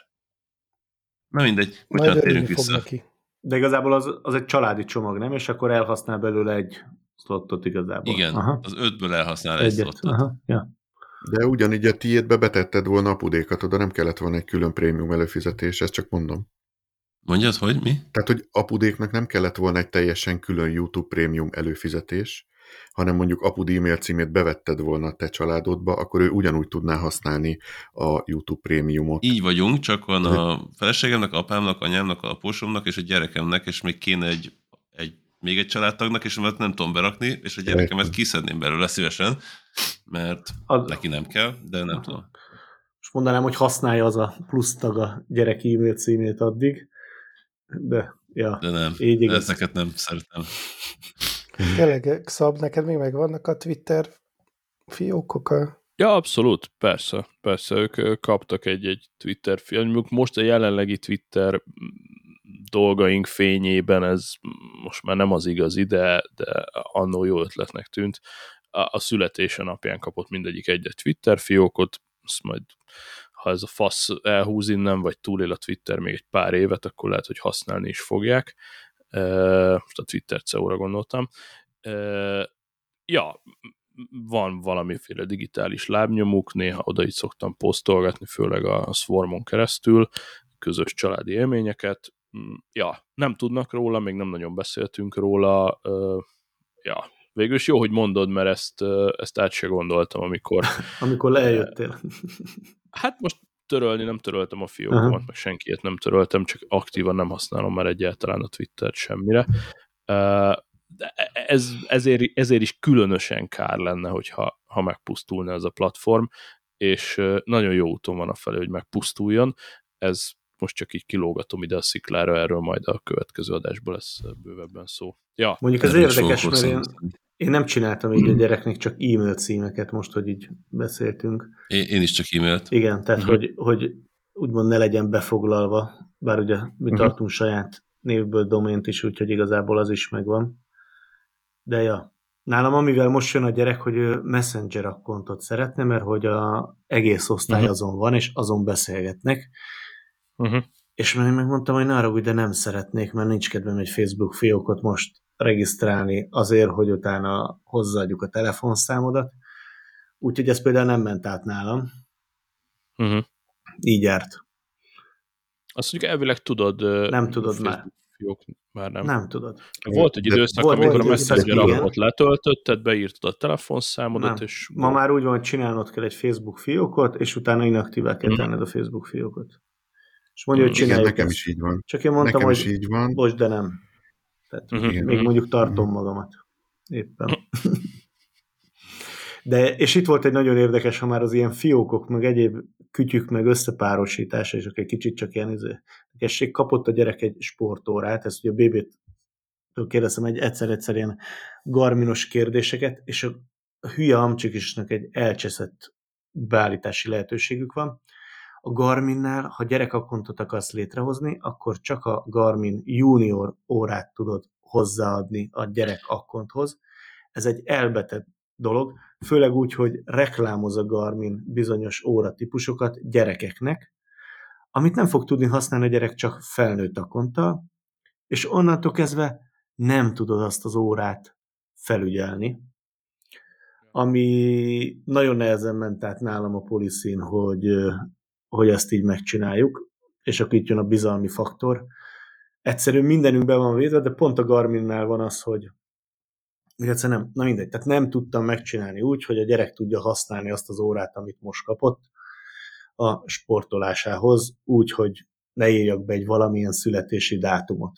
Na mindegy, bocsánat, térjünk vissza. De igazából az, az egy családi csomag, nem? És akkor elhasznál belőle egy slottot igazából. Igen, aha. Az ötből elhasznál egy Egyet. slottot. Aha. Ja. De ugyanígy a tiédbe betetted volna apudékat, oda nem kellett volna egy külön prémium előfizetés, ezt csak mondom. Mondjad, hogy mi? Tehát, hogy apudéknak nem kellett volna egy teljesen külön YouTube prémium előfizetés, hanem mondjuk apud e-mail címét bevetted volna a te családodba, akkor ő ugyanúgy tudná használni a YouTube prémiumot. Így vagyunk, csak van a feleségemnek, apámnak, anyámnak, a apósomnak és a gyerekemnek, és még kéne egy, egy még egy családtagnak, és mert nem tudom berakni, és a gyerekemet kiszedném belőle szívesen, mert Ad... neki nem kell, de nem Aha. tudom. Most mondanám, hogy használja az a plusz tag a gyerek e-mail címét addig, de ja, de nem, így igaz. Ezeket nem szeretem. Tényleg, Szab, neked még megvannak a Twitter fiókok? A... Ja, abszolút, persze, persze, ők kaptak egy-egy Twitter fiókot. Most a jelenlegi Twitter dolgaink fényében ez most már nem az igazi, de, de annó jó ötletnek tűnt. A, a születése napján kapott mindegyik egy-egy Twitter fiókot, azt majd ha ez a fasz elhúz innen, vagy túlél a Twitter még egy pár évet, akkor lehet, hogy használni is fogják. Most a Twitter cé e o-ra gondoltam. Ja, van valamiféle digitális lábnyomuk, néha oda így szoktam posztolgatni, főleg a Swarmon keresztül, közös családi élményeket. Ja, nem tudnak róla, még nem nagyon beszéltünk róla. Ja, végül is jó, hogy mondod, mert ezt, ezt át se gondoltam, amikor... amikor lejöttél. Hát most törölni nem töröltem a fiókomat, uh-huh. meg senkiét nem töröltem, csak aktívan nem használom már egyáltalán a Twittert semmire. De ez, ezért, ezért is különösen kár lenne, hogyha ha megpusztulna ez a platform, és nagyon jó úton van afelé, hogy megpusztuljon. Ez most csak így kilógatom ide a sziklára, erről majd a következő adásból lesz bővebben szó. Ja, mondjuk ez érdekes, mert én, én nem csináltam így a gyereknek csak e-mail címeket most, hogy így beszéltünk. Én, én is csak e-mailt. Igen, tehát uh-huh. hogy, hogy úgymond ne legyen befoglalva, bár ugye mi uh-huh. tartunk saját névből domént is, úgyhogy igazából az is megvan. De ja, nálam amivel most jön a gyerek, hogy ő Messenger akkontot szeretne, mert hogy a egész osztály uh-huh. azon van, és azon beszélgetnek. Uh-huh. És én megmondtam, hogy ne haragudj, de nem szeretnék, mert nincs kedvem egy Facebook fiókot most regisztrálni azért, hogy utána hozzáadjuk a telefonszámodat. Úgyhogy ez például nem ment át nálam. Uh-huh. Így járt. Azt mondjuk elvileg tudod... Nem tudod már. Fiók, már nem. Nem tudod. Volt egy időszak, volt, amikor a Messenger appot letöltötted, beírtad a telefonszámodat, nem. és... Ma már úgy van, hogy csinálnod kell egy Facebook fiókot, és utána inaktívá kell tenned a Facebook fiókot. És mondja, hogy csináljuk. Igen, nekem is így van. Csak én mondtam, nekem hogy így van. most, de nem. Tehát uh-huh. még mondjuk tartom magamat. Éppen. De, és itt volt egy nagyon érdekes, ha már az ilyen fiókok, meg egyéb kütyük, meg összepárosítása, és egy kicsit csak ilyen izé. Kapott a gyerek egy sportórát, ezt ugye a bé bé-től kérdeztem egy egyszer-egyszer ilyen garminos kérdéseket, és a hülye amcsikisnak egy elcseszett beállítási lehetőségük van. A Garminnál, ha gyerekakkontot akarsz létrehozni, akkor csak a Garmin Junior órát tudod hozzáadni a gyerek akkonthoz. Ez egy elbetett dolog, főleg úgy, hogy reklámoz a Garmin bizonyos óratípusokat gyerekeknek, amit nem fog tudni használni a gyerek csak felnőtt akkonttal, és onnantól kezdve nem tudod azt az órát felügyelni, ami nagyon nehezen ment át nálam a policyn, hogy, hogy ezt így megcsináljuk, és akkor itt jön a bizalmi faktor. Egyszerűen mindenünkben van védve, de pont a Garminnál van az, hogy nem, na mindegy, tehát nem tudtam megcsinálni úgy, hogy a gyerek tudja használni azt az órát, amit most kapott a sportolásához, úgy, hogy ne írjak be egy valamilyen születési dátumot.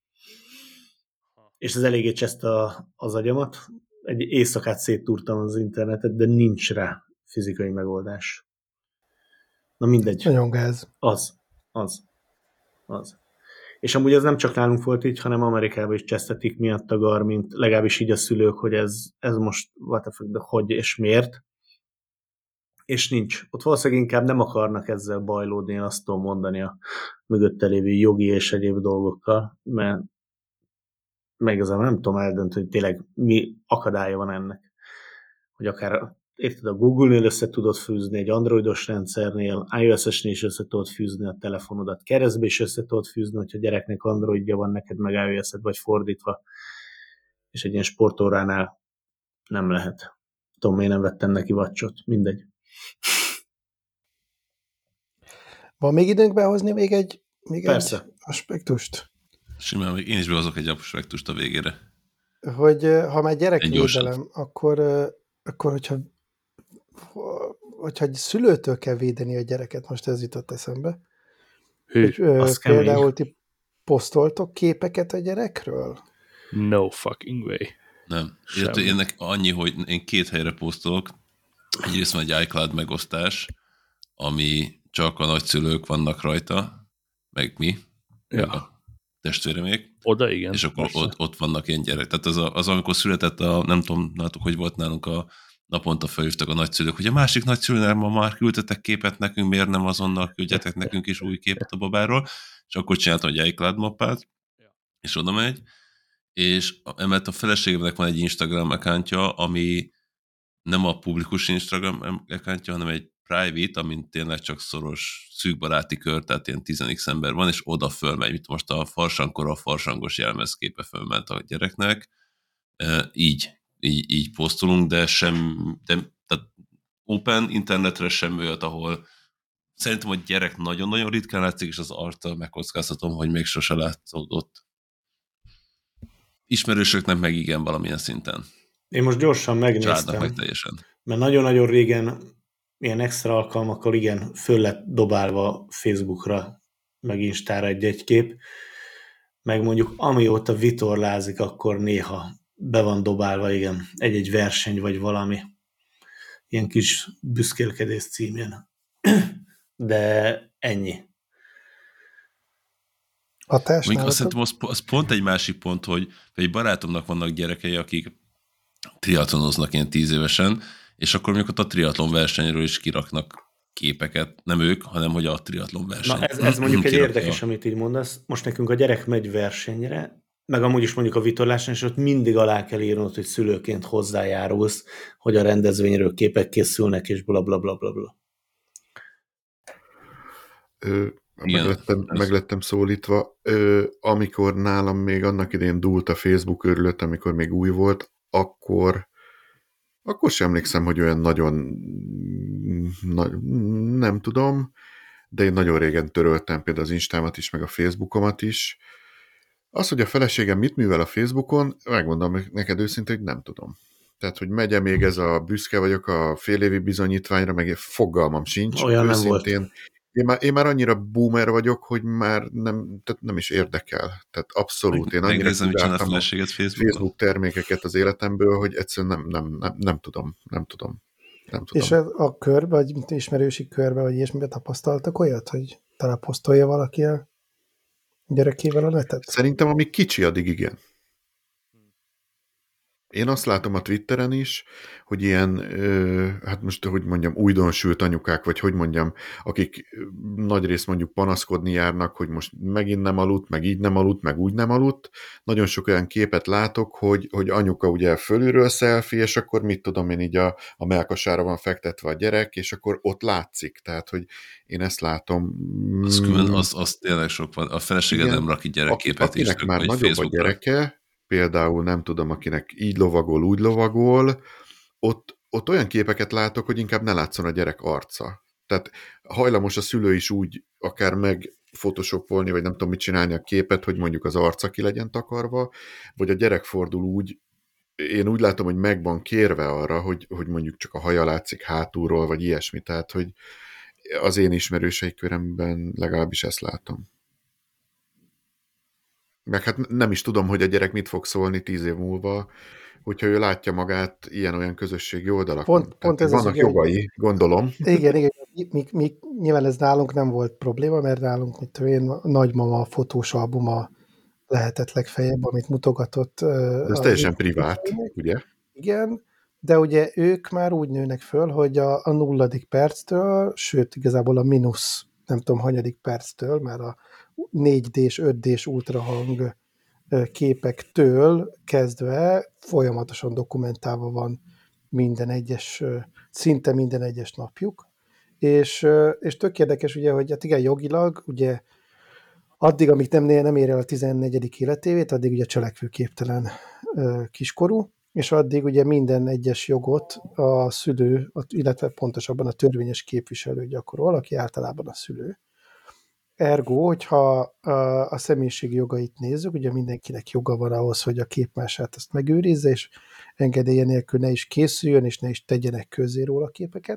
És ez eléggé cseszte az agyamat. Egy éjszakát széttúrtam az internetet, de nincs rá fizikai megoldás. Na mindegy. Nagyon gáz. Az. Az. Az. És amúgy ez nem csak nálunk volt így, hanem Amerikában is csesztetik miatt a Garmint, legalábbis így a szülők, hogy ez, ez most what the fuck, de hogy és miért. És nincs. Ott valószínűleg inkább nem akarnak ezzel bajlódni, én azt tudom mondani a mögötte lévő jogi és egyéb dolgokkal, mert meg az nem tudom eldönteni, hogy tényleg mi akadálya van ennek. Hogy akár, érted, a Google-nél össze tudod fűzni, egy androidos rendszernél, iOS-esnél is össze tudod fűzni a telefonodat, keresztbe is össze tudod fűzni, hogyha gyereknek androidja van, neked meg iOS-ed, vagy fordítva, és egy ilyen sportóránál nem lehet. Tudom, én nem vettem neki vacsot, mindegy. Van még időnk behozni még egy, még Persze. egy aspektust? Simán, én is behozok egy aspektust a végére. Hogy ha már gyerekvédelem, akkor, akkor hogyha, hogyha egy szülőtől kell védeni a gyereket, most ez jutott eszembe. Hű, hogy, például ti posztoltok képeket a gyerekről? No fucking way. Nem. Illetve ennek annyi, hogy én két helyre posztolok. Egyrészt van egy iCloud megosztás, ami csak a nagyszülők vannak rajta, meg mi, ja. meg a testvéremék. Oda igen. És akkor ott, ott vannak ilyen gyerek. Tehát az, a, az, amikor született a, nem tudom, látok, hogy volt nálunk a naponta felhívtak a nagyszülők, hogy a másik nagyszülőnél ma már küldtetek képet nekünk, miért nem azonnal küldjetek nekünk is új képet a babáról, és akkor csináltam egy iCloud mappát, és oda megy, és emellett a feleségemnek van egy Instagram accountja, ami nem a publikus Instagram accountja, hanem egy private, amin tényleg csak szoros, szűkbaráti kör, tehát ilyen tíz x ember van, és oda fölmegy, mint most a farsangkor a farsangos jelmezképe fölment a gyereknek, így, így, így posztolunk, de sem, de, tehát open internetre sem olyat, ahol szerintem a gyerek nagyon-nagyon ritkán látszik, és az arccal megkockáztatom, hogy még sose látszódott. Ismerősöknek meg igen valamilyen szinten. Én most gyorsan megnéztem, Családnak meg teljesen. Mert nagyon-nagyon régen ilyen extra alkalmakkal igen, föl lett dobálva Facebookra, meg Instára egy-egy kép, meg mondjuk amióta vitorlázik, akkor néha be van dobálva, igen, egy-egy verseny vagy valami. Ilyen kis büszkélkedés címén. De ennyi. Hatás Mondjuk azt szerintem az, az pont egy másik pont, hogy egy barátomnak vannak gyerekei, akik triatlonoznak ilyen tíz évesen, és akkor mondjuk ott a triatlon versenyről is kiraknak képeket, nem ők, hanem hogy a triatlon verseny. Na ez, ez mondjuk egy érdekes, amit így mondasz. Most nekünk a gyerek megy versenyre, meg amúgy is mondjuk a vitorláson, és ott mindig alá kell írnod, hogy szülőként hozzájárulsz, hogy a rendezvényről képek készülnek, és blablabla. Bla, bla, bla. Ö, meglettem, meglettem szólítva. Ö, amikor nálam még annak idején dúlt a Facebook őrület, amikor még új volt, akkor akkor sem emlékszem, hogy olyan nagyon na, nem tudom, de én nagyon régen töröltem például az Instámat is, meg a Facebookomat is. Az, hogy a feleségem mit művel a Facebookon, megmondom neked őszintén, hogy nem tudom. Tehát, hogy megye még ez a büszke vagyok a félévi bizonyítványra, meg fogalmam sincs. Olyan őszintén. nem volt. Én már, én már annyira boomer vagyok, hogy már nem, tehát nem is érdekel. Tehát abszolút. Én annyira kidáltam a Facebook termékeket az életemből, hogy egyszerűen nem, nem, nem, nem tudom. Nem tudom. Nem tudom. És a körbe, vagy ismerősi körbe, vagy ilyesmiben tapasztaltak olyat, hogy talán posztolja valaki a gyerekével a netet? Szerintem amíg kicsi, addig igen. Én azt látom a Twitteren is, hogy ilyen, ö, hát most, hogy mondjam, újdonsült anyukák, vagy hogy mondjam, akik nagyrészt mondjuk panaszkodni járnak, hogy most megint nem aludt, meg így nem aludt, meg úgy nem aludt. Nagyon sok olyan képet látok, hogy, hogy anyuka ugye fölülről selfie, és akkor mit tudom én, így a, a mellkasára van fektetve a gyerek, és akkor ott látszik. Tehát, hogy én ezt látom. Az, külön, az, az tényleg sok van. A feleséged nem rak itt gyerekképet akinek is. Akinek már nagyobb Facebookra. a gyereke, például nem tudom, akinek így lovagol, úgy lovagol, ott, ott olyan képeket látok, hogy inkább ne látszon a gyerek arca. Tehát hajlamos a szülő is úgy akár megphotoshopolni, vagy nem tudom mit csinálni a képet, hogy mondjuk az arca ki legyen takarva, vagy a gyerek fordul úgy, én úgy látom, hogy meg van kérve arra, hogy, hogy mondjuk csak a haja látszik hátulról, vagy ilyesmi. Tehát, hogy az én ismerőseik köremben legalábbis ezt látom. Meg hát nem is tudom, hogy a gyerek mit fog szólni tíz év múlva, hogyha ő látja magát ilyen-olyan közösségi oldalakon. Pont, pont ez vannak az, jogai, igen, gondolom. Igen, igen. Mi, mi, nyilván ez nálunk nem volt probléma, mert nálunk, mit tudom én, nagymama fotós albuma lehetett legfeljebb, amit mutogatott. De ez teljesen privát, ugye? Igen, de ugye ők már úgy nőnek föl, hogy a, a nulladik perctől, sőt, igazából a mínusz, nem tudom, hanyadik perctől, már a négy dés, öt dés ultrahang képektől kezdve folyamatosan dokumentálva van minden egyes, szinte minden egyes napjuk, és, és tök érdekes ugye, hogy hát igen, jogilag, ugye addig, amíg nem, nem ér el a tizennegyedik életévét, addig ugye cselekvőképtelen kiskorú, és addig ugye minden egyes jogot a szülő, illetve pontosabban a törvényes képviselő gyakorol, aki általában a szülő. Ergo, hogyha a személyiségi jogait nézzük, ugye mindenkinek joga van ahhoz, hogy a képmását ezt megőrizze, és engedélye nélkül ne is készüljön, és ne is tegyenek közzé róla képeket.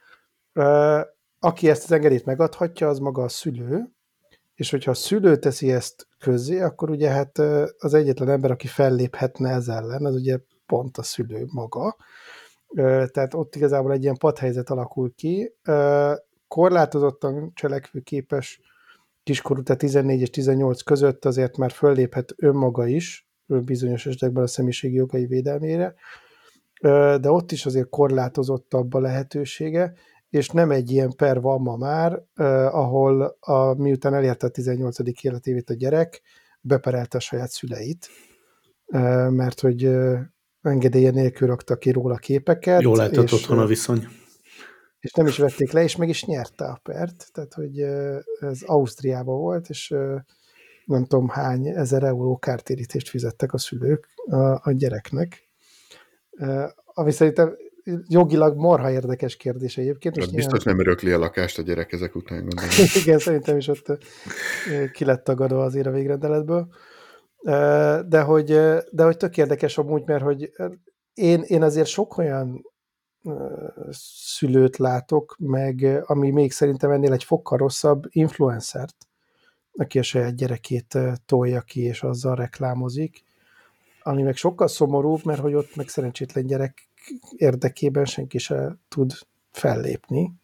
Aki ezt az engedélyt megadhatja, az maga a szülő, és hogyha a szülő teszi ezt közzé, akkor ugye hát az egyetlen ember, aki felléphetne ez ellen, az ugye pont a szülő maga. Tehát ott igazából egy ilyen padhelyzet alakul ki. Korlátozottan cselekvőképes kiskorú, tehát tizennégy és tizennyolc között azért már fölléphet önmaga is bizonyos esetekben a személyiségi jogai védelmére. de ott is azért korlátozottabb a lehetősége, és nem egy ilyen per van ma már, ahol a, miután elérte a tizennyolcadik életévét a gyerek, beperelte a saját szüleit, mert hogy engedélye nélkül raktak ki róla képeket. Jól lehetett otthon a viszony. És nem is vették le, és meg is nyerte a pert, tehát hogy ez Ausztriában volt, és nem tudom hány ezer euró kártérítést fizettek a szülők a, a gyereknek. Ami szerintem jogilag marha érdekes kérdés egyébként. Hát biztos nyilván... nem örökli a lakást a gyerek ezek után, gondolom. Igen, szerintem is ott ki lett tagadva azért a végrendeletből. De hogy, de hogy tök érdekes amúgy, mert hogy én, én azért sok olyan szülőt látok, meg ami még szerintem ennél egy fokkal rosszabb, influencert, aki a saját gyerekét tolja ki, és azzal reklámozik, ami meg sokkal szomorúbb, mert hogy ott meg szerencsétlen gyerek érdekében senki se tud fellépni.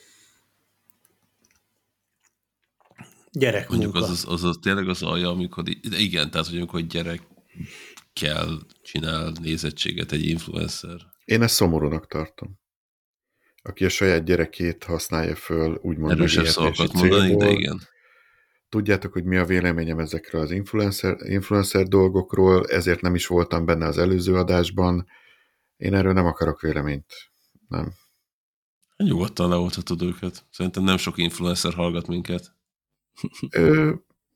Gyerek Mondjuk az, az, az, az tényleg az alja, amikor, igen, tehát hogy amikor gyerek kell csinál nézettséget egy influencer. Én ezt szomorúnak tartom. Aki a saját gyerekét használja föl, úgymond erősebb szavakat mondani, de igen. Tudjátok, hogy mi a véleményem ezekről az influencer, influencer dolgokról, ezért nem is voltam benne az előző adásban. Én erről nem akarok véleményt. Nem. Nyugodtan leolthatod őket. Szerintem nem sok influencer hallgat minket. Ö,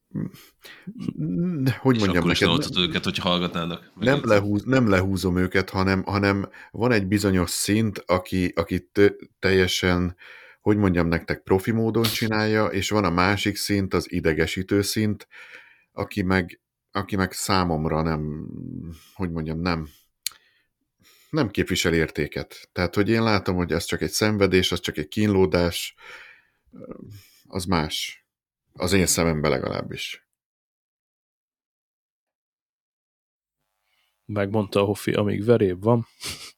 hogy és mondjam akkor is neked, leolthatod őket, hogyha hallgatnának. Nem, lehúz, nem lehúzom őket, hanem, hanem van egy bizonyos szint, aki, aki teljesen, hogy mondjam nektek, profi módon csinálja, és van a másik szint, az idegesítő szint, aki meg, aki meg számomra nem, hogy mondjam, nem, nem képvisel értéket. Tehát, hogy én látom, hogy ez csak egy szenvedés, az csak egy kínlódás, az más. Az én szememben legalábbis. Megmondta a Hofi, amíg veréb van.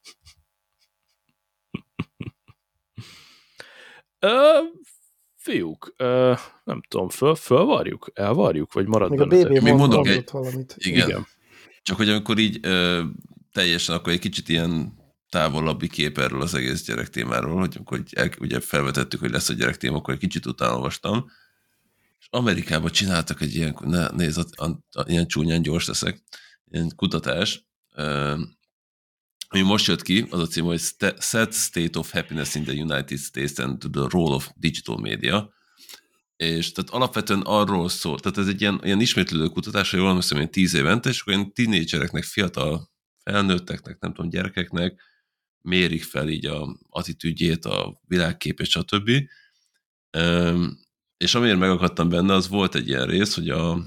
Ö, fiúk, ö, nem tudom, föl, fölvarjuk? Elvarjuk? Vagy marad még bennetek? A bé bé Még mondok egy... valamit. Igen. Igen. Csak hogy amikor így ö, teljesen, akkor egy kicsit ilyen távolabbi kép erről az egész gyerektémáról, hogy amikor el, ugye felvetettük, hogy lesz a gyerektém, akkor egy kicsit utána olvastam, és Amerikában csináltak egy ilyen, ne, nézd, a, a, a, ilyen csúnyán gyors leszek, ilyen kutatás, uh, ami most jött ki, az a cím, hogy Sad State of Happiness in the United States and the Role of Digital Media, és tehát alapvetően arról szól, tehát ez egy ilyen, ilyen ismétlődő kutatás, hogy jól emlékszem, ilyen tíz évente, és akkor ilyen tínédzsereknek, fiatal felnőtteknek, nem tudom, gyerekeknek mérik fel így a attitűdjét, a világképét, stb. Um, és amiért megakadtam benne, az volt egy ilyen rész, hogy a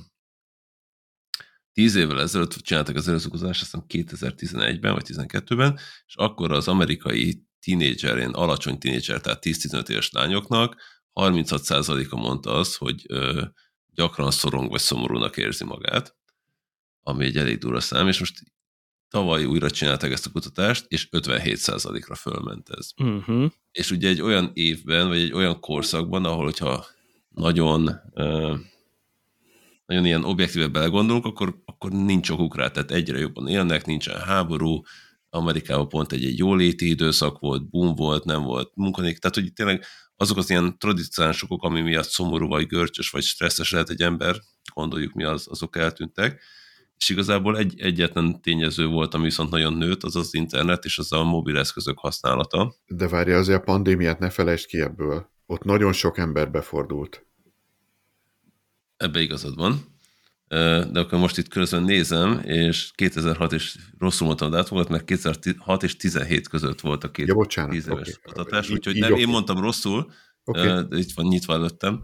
tíz évvel ezelőtt csináltak az előző kutatást, aztán kétezer-tizenegyben vagy tizenkettőben, és akkor az amerikai tínédzser, ilyen alacsony tínédzser, tehát tíz-tizenöt éves lányoknak harminchat százaléka mondta azt, hogy ö, gyakran szorong vagy szomorúnak érzi magát, ami egy elég durva szám, és most tavaly újra csinálták ezt a kutatást, és ötvenhét százalékra fölment ez. Uh-huh. És ugye egy olyan évben, vagy egy olyan korszakban, ahol hogyha nagyon, uh, nagyon ilyen objektíve belegondolunk, akkor, akkor nincs okuk rá, tehát egyre jobban élnek, nincsen háború, Amerikában pont egy, egy jóléti időszak volt, boom volt, nem volt munkanék, tehát hogy tényleg azok az ilyen tradicionális okok, ami miatt szomorú, vagy görcsös, vagy stresszes lehet egy ember, gondoljuk mi, az, azok eltűntek, és igazából egy, egyetlen tényező volt, ami viszont nagyon nőtt, az az internet, és az a mobileszközök használata. De várja, azért a pandémiát ne felejtsd ki ebből. Ott nagyon sok ember befordult. Ebbe igazad van. De akkor most itt közben nézem, és kétezer-hat és rosszul mondtam a dátumokat, mert kétezer-hat és tizenhét között volt a két ja, bocsánat, tíz éves okay. kutatás, úgyhogy így, nem, okay. én mondtam rosszul, okay. de itt van nyitva előttem.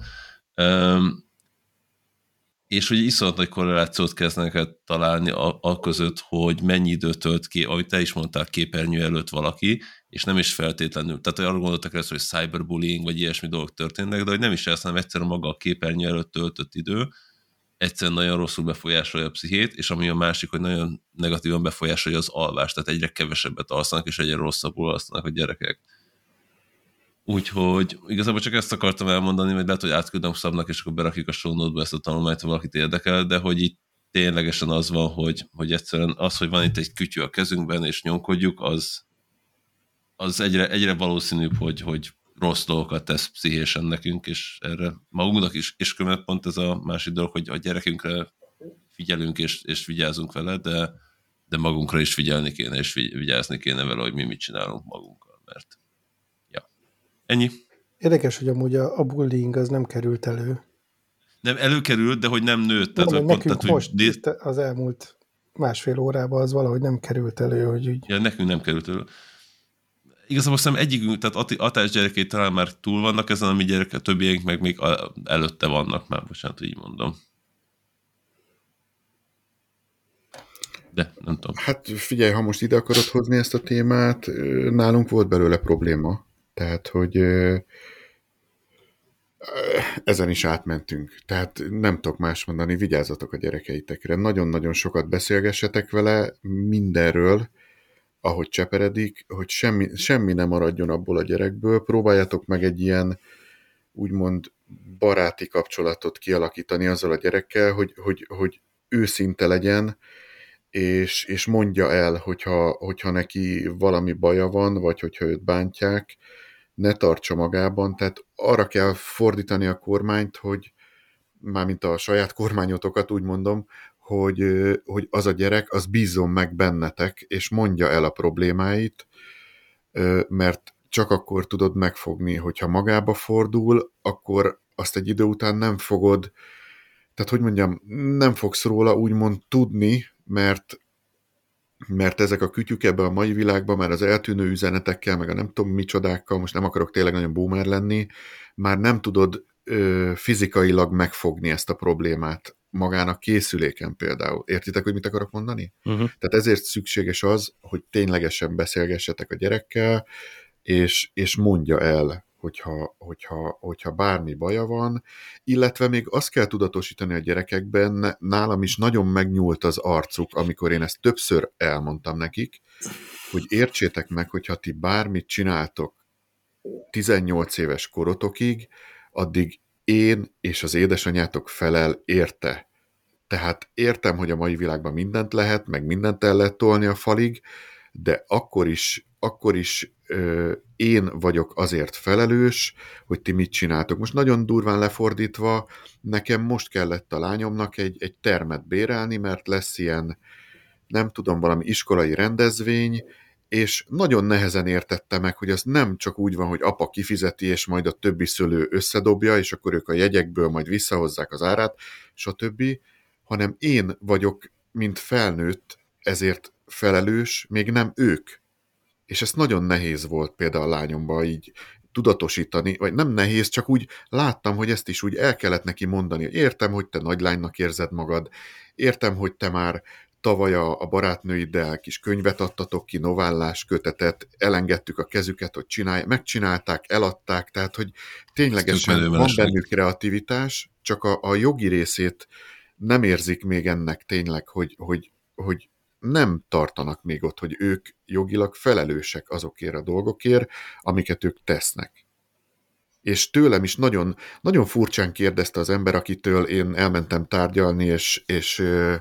És hogy iszonyat nagy korrelációt kezdenek találni a, a között, hogy mennyi időt tölt ki, ahogy te is mondtál, képernyő előtt valaki, és nem is feltétlenül, tehát arra gondoltak ezt, hogy cyberbullying, vagy ilyesmi dolgok történnek, de hogy nem is ezt, hanem egyszerűen maga a képernyő előtt töltött idő, egyszerűen nagyon rosszul befolyásolja a pszichét, és ami a másik, hogy nagyon negatívan befolyásolja az alvást, tehát egyre kevesebbet alszanak, és egyre rosszabbul alszanak a gyerekek. Úgyhogy igazából csak ezt akartam elmondani, hogy lehet, hogy átküldöm Szabnak, és akkor berakjuk a show note-ba ezt a tanulmányt, ha valakit érdekel, de hogy itt ténylegesen az van, hogy, hogy egyszerűen az, hogy van itt egy kütyű a kezünkben, és nyomkodjuk, az az egyre, egyre valószínűbb, hogy, hogy rossz dolgokat tesz pszichésen nekünk, és erre magunknak is, és különben pont ez a másik dolog, hogy a gyerekünkre figyelünk, és, és vigyázunk vele, de, de magunkra is figyelni kéne, és vigyázni kéne vele, hogy mi mit csinálunk magunkkal, mert ja. Ennyi. Érdekes, hogy amúgy a, a bullying az nem került elő. Nem előkerült, de hogy nem nőtt. Tehát, nem, nekünk tehát, most néz... az elmúlt másfél órában az valahogy nem került elő, hogy úgy... Ja, nekünk nem került elő. Igazából azt hiszem egyikünk, tehát Atás gyerekei talán már túl vannak ezen, a mi gyerek, a többiek meg még előtte vannak, már bocsánat, hogy így mondom. De nem tudom. Hát figyelj, ha most ide akarod hozni ezt a témát, nálunk volt belőle probléma. Tehát, hogy ezen is átmentünk. Tehát nem tudok más mondani, vigyázzatok a gyerekeitekre. Nagyon-nagyon sokat beszélgessetek vele mindenről, ahogy cseperedik, hogy semmi, semmi nem maradjon abból a gyerekből. Próbáljátok meg egy ilyen úgymond baráti kapcsolatot kialakítani azzal a gyerekkel, hogy, hogy, hogy őszinte legyen, és, és mondja el, hogyha, hogyha neki valami baja van, vagy hogyha őt bántják, ne tartsa magában, tehát arra kell fordítani a kormányt, hogy mármint a saját kormányotokat úgy mondom, hogy, hogy az a gyerek, az bízzon meg bennetek, és mondja el a problémáit, mert csak akkor tudod megfogni, hogyha magába fordul, akkor azt egy idő után nem fogod, tehát hogy mondjam, nem fogsz róla úgymond tudni, mert mert ezek a kütyük ebben a mai világban már az eltűnő üzenetekkel, meg a nem tudom micsodákkal, most nem akarok tényleg nagyon boomer lenni, már nem tudod ö, fizikailag megfogni ezt a problémát magának készüléken például. Értitek, hogy mit akarok mondani? Uh-huh. Tehát ezért szükséges az, hogy ténylegesen beszélgessetek a gyerekkel, és, és mondja el, hogyha, hogyha, hogyha bármi baja van, illetve még azt kell tudatosítani a gyerekekben, nálam is nagyon megnyúlt az arcuk, amikor én ezt többször elmondtam nekik, hogy értsétek meg, hogyha ti bármit csináltok tizennyolc éves korotokig, addig én és az édesanyátok felel érte. Tehát értem, hogy a mai világban mindent lehet, meg mindent el lehet tolni a falig, de akkor is, akkor is ö, én vagyok azért felelős, hogy ti mit csináltok. Most nagyon durván lefordítva, nekem most kellett a lányomnak egy, egy termet bérelni, mert lesz ilyen, nem tudom, valami iskolai rendezvény, és nagyon nehezen értette meg, hogy az nem csak úgy van, hogy apa kifizeti, és majd a többi szülő összedobja, és akkor ők a jegyekből majd visszahozzák az árát, stb., hanem én vagyok, mint felnőtt, ezért felelős, még nem ők. És ez nagyon nehéz volt például a lányomban így tudatosítani, vagy nem nehéz, csak úgy láttam, hogy ezt is úgy el kellett neki mondani, hogy értem, hogy te nagylánynak érzed magad, értem, hogy te már tavaly a, a barátnőiddel kis könyvet adtatok ki, novellás kötetet, elengedtük a kezüket, hogy csinálj, megcsinálták, eladták, tehát, hogy ténylegesen van bennük kreativitás, csak a, a jogi részét nem érzik még ennek tényleg, hogy, hogy, hogy nem tartanak még ott, hogy ők jogilag felelősek azokért a dolgokért, amiket ők tesznek. És tőlem is nagyon, nagyon furcsán kérdezte az ember, akitől én elmentem tárgyalni, és, és,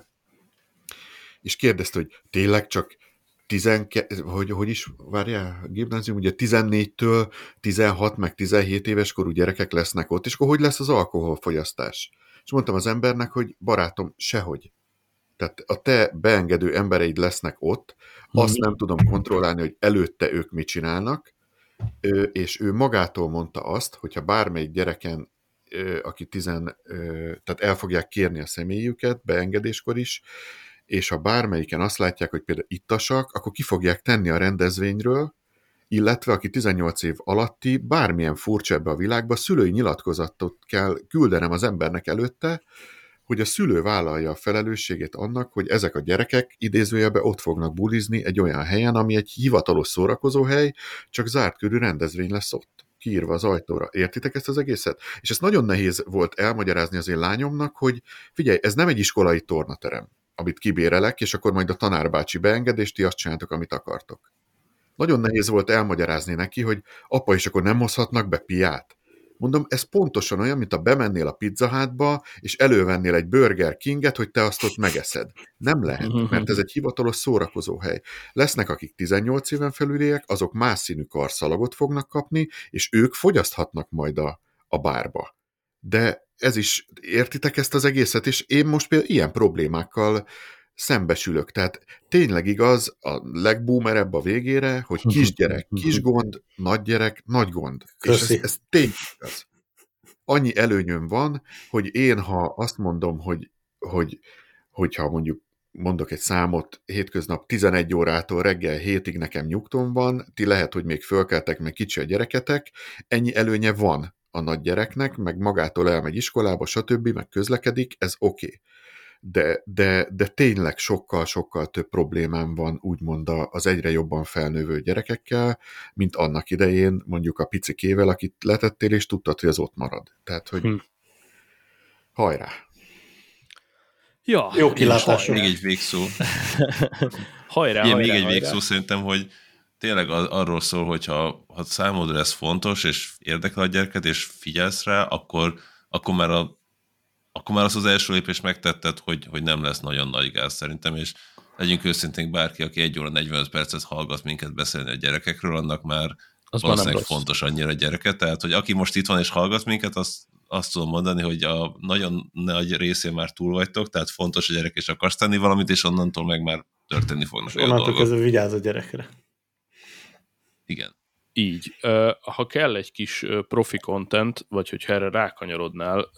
és kérdezte, hogy tényleg csak tizenkettő, hogy, hogy is, várjál, gimnázium, ugye tizennégytől tizenhat meg tizenhét éves korú gyerekek lesznek ott, és akkor hogy lesz az alkoholfogyasztás? És mondtam az embernek, hogy barátom, sehogy. Tehát a te beengedő embereid lesznek ott, azt nem tudom kontrollálni, hogy előtte ők mit csinálnak, és ő magától mondta azt, hogyha bármelyik gyereken, aki tizen, tehát el fogják kérni a személyüket beengedéskor is, és ha bármelyiken azt látják, hogy például ittasak, akkor ki fogják tenni a rendezvényről, illetve aki tizennyolc év alatti, bármilyen furcsa ebbe a világba, szülői nyilatkozatot kell küldenem az embernek előtte, hogy a szülő vállalja a felelősségét annak, hogy ezek a gyerekek idézőjelben ott fognak bulizni egy olyan helyen, ami egy hivatalos szórakozóhely, csak zárt körű rendezvény lesz ott, kiírva az ajtóra. Értitek ezt az egészet? És ez nagyon nehéz volt elmagyarázni az én lányomnak, hogy figyelj, ez nem egy iskolai tornaterem, amit kibérelek, és akkor majd a tanárbácsi beenged, és ti azt csináltok, amit akartok. Nagyon nehéz volt elmagyarázni neki, hogy apa, és akkor nem hozhatnak be piát. Mondom, ez pontosan olyan, mint ha bemennél a Pizza Hutba, és elővennél egy Burger Kinget, hogy te azt ott megeszed. Nem lehet, mert ez egy hivatalos szórakozóhely. Lesznek, akik tizennyolc éven felüliek, azok más színű karszalagot fognak kapni, és ők fogyaszthatnak majd a, a bárba. De ez is, értitek ezt az egészet, és én most például ilyen problémákkal szembesülök. Tehát tényleg igaz, a legboomerebb a végére, hogy kisgyerek, kis gond, nagygyerek, nagy gond. Köszi. És ez, ez tényleg igaz. Annyi előnyöm van, hogy én, ha azt mondom, hogy, hogy hogyha mondjuk mondok egy számot, hétköznap tizenegy órától reggel hétig nekem nyugtom van, ti lehet, hogy még fölkeltek, meg kicsi a gyereketek, ennyi előnye van a nagy gyereknek, meg magától elmegy iskolába, stb., meg közlekedik, ez oké. Okay. De, de, de tényleg sokkal-sokkal több problémám van úgymond az egyre jobban felnővő gyerekekkel, mint annak idején mondjuk a picikével, akit letettél, és tudtad, hogy az ott marad. Tehát, hogy hm. hajrá! Ja, jó kilátás. Még egy végszó. hajrá, Igen, hajrá, még egy hajrá. végszó szerintem, hogy tényleg arról szól, hogyha ha számodra ez fontos, és érdekel a gyereket, és figyelsz rá, akkor, akkor már a akkor már azt az első lépést megtetted, hogy, hogy nem lesz nagyon nagy gáz szerintem, és legyünk őszintén, bárki, aki egy óra negyvenöt percet hallgat minket beszélni a gyerekekről, annak már az valószínűleg fontos annyira a gyereket, tehát hogy aki most itt van és hallgat minket, azt, azt tudom mondani, hogy a nagyon nagy részén már túl vagytok, tehát fontos a gyerek, és akarsz tenni valamit, és onnantól meg már történni fognak olyan dolgok. Onnantól kezdve vigyázz a gyerekre. Igen. Így. Ha kell egy kis profi content, vagy hogyha erre rákanyarodnál,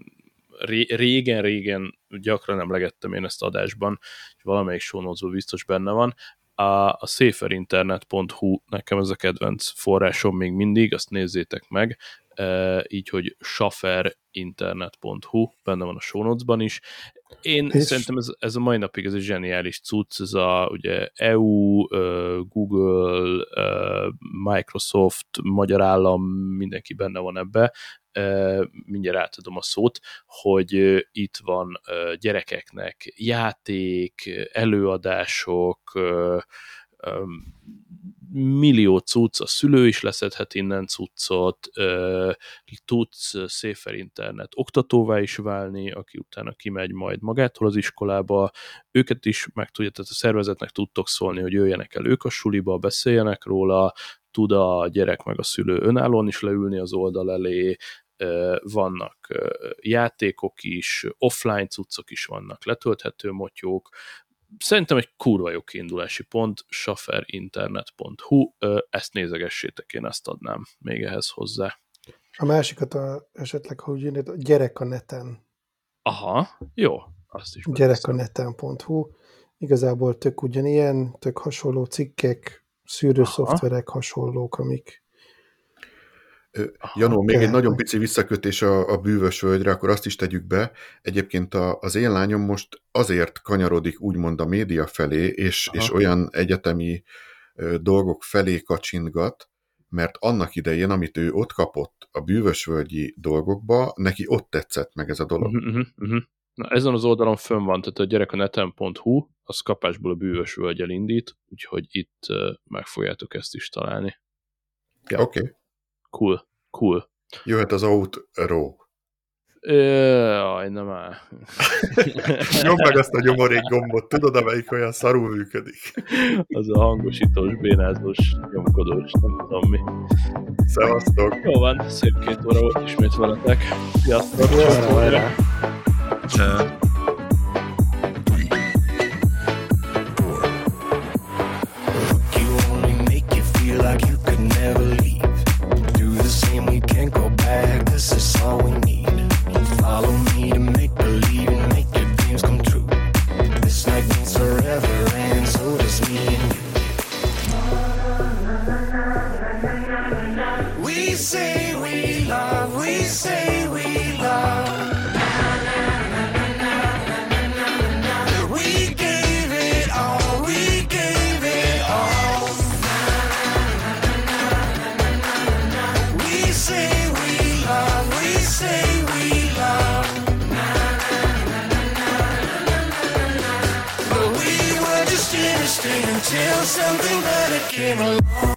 régen-régen gyakran emlegettem én ezt adásban, és valamelyik show notes-ban biztos benne van, a, a széferinternet pont hu, nekem ez a kedvenc forrásom még mindig, azt nézzétek meg, e, így, hogy saferinternet pont hu, benne van a show notes-ban is. Én és... szerintem ez, ez a mai napig ez egy zseniális cucc, ez a ugye é u, Google, Microsoft, Magyar Állam, mindenki benne van ebbe, mindjárt átadom a szót, hogy itt van gyerekeknek játék, előadások, millió cucc, a szülő is leszedhet innen cuccot, tudsz széferinternet oktatóvá is válni, aki utána kimegy majd magától az iskolába, őket is meg tudja, tehát a szervezetnek tudtok szólni, hogy jöjjenek el ők a suliba, beszéljenek róla, tud a gyerek meg a szülő önállóan is leülni az oldal elé, vannak játékok is, offline cuccok is vannak, letölthető motyók. Szerintem egy kurva jó kiindulási pont, saferinternet pont hu, ezt nézegessétek, én ezt adnám még ehhez hozzá. A másikat a, esetleg, hogy jönnéd, a gyerek a neten. Aha, jó, azt is. gyerek a neten pont hu, igazából tök ugyanilyen, tök hasonló cikkek, szűrőszoftverek hasonlók, amik Janó, még egy nagyon pici visszakötés a, a bűvös völgyre, akkor azt is tegyük be. Egyébként a, az én lányom most azért kanyarodik úgymond a média felé, és, és olyan egyetemi ö, dolgok felé kacsintgat, mert annak idején, amit ő ott kapott a bűvösvölgyi dolgokba, neki ott tetszett meg ez a dolog. Uh-huh, uh-huh. Na, ezen az oldalon fönn van, tehát a gyerek a neten pont hu, az kapásból a bűvösvölgyel indít, úgyhogy itt uh, meg fogjátok ezt is találni. Ja. Oké. Okay. Cool, cool. Jöhet az outro. Jaj, nem áll. Nyomd meg azt a nyomorék gombot, tudod, amelyik olyan szarul működik. Az a hangosítós, bénázós, nyomkodós, nem tudom mi. Szevasztok! Jó van, szép két óra volt ismét veletek. Sziasztok! Ciao. This is all we need. Follow me to make believe and make your dreams come true. This night means forever, and so does me and you. We say we love, we say we love. We gave it all, we gave it all. We say say we love, but we were just innocent until something better came along.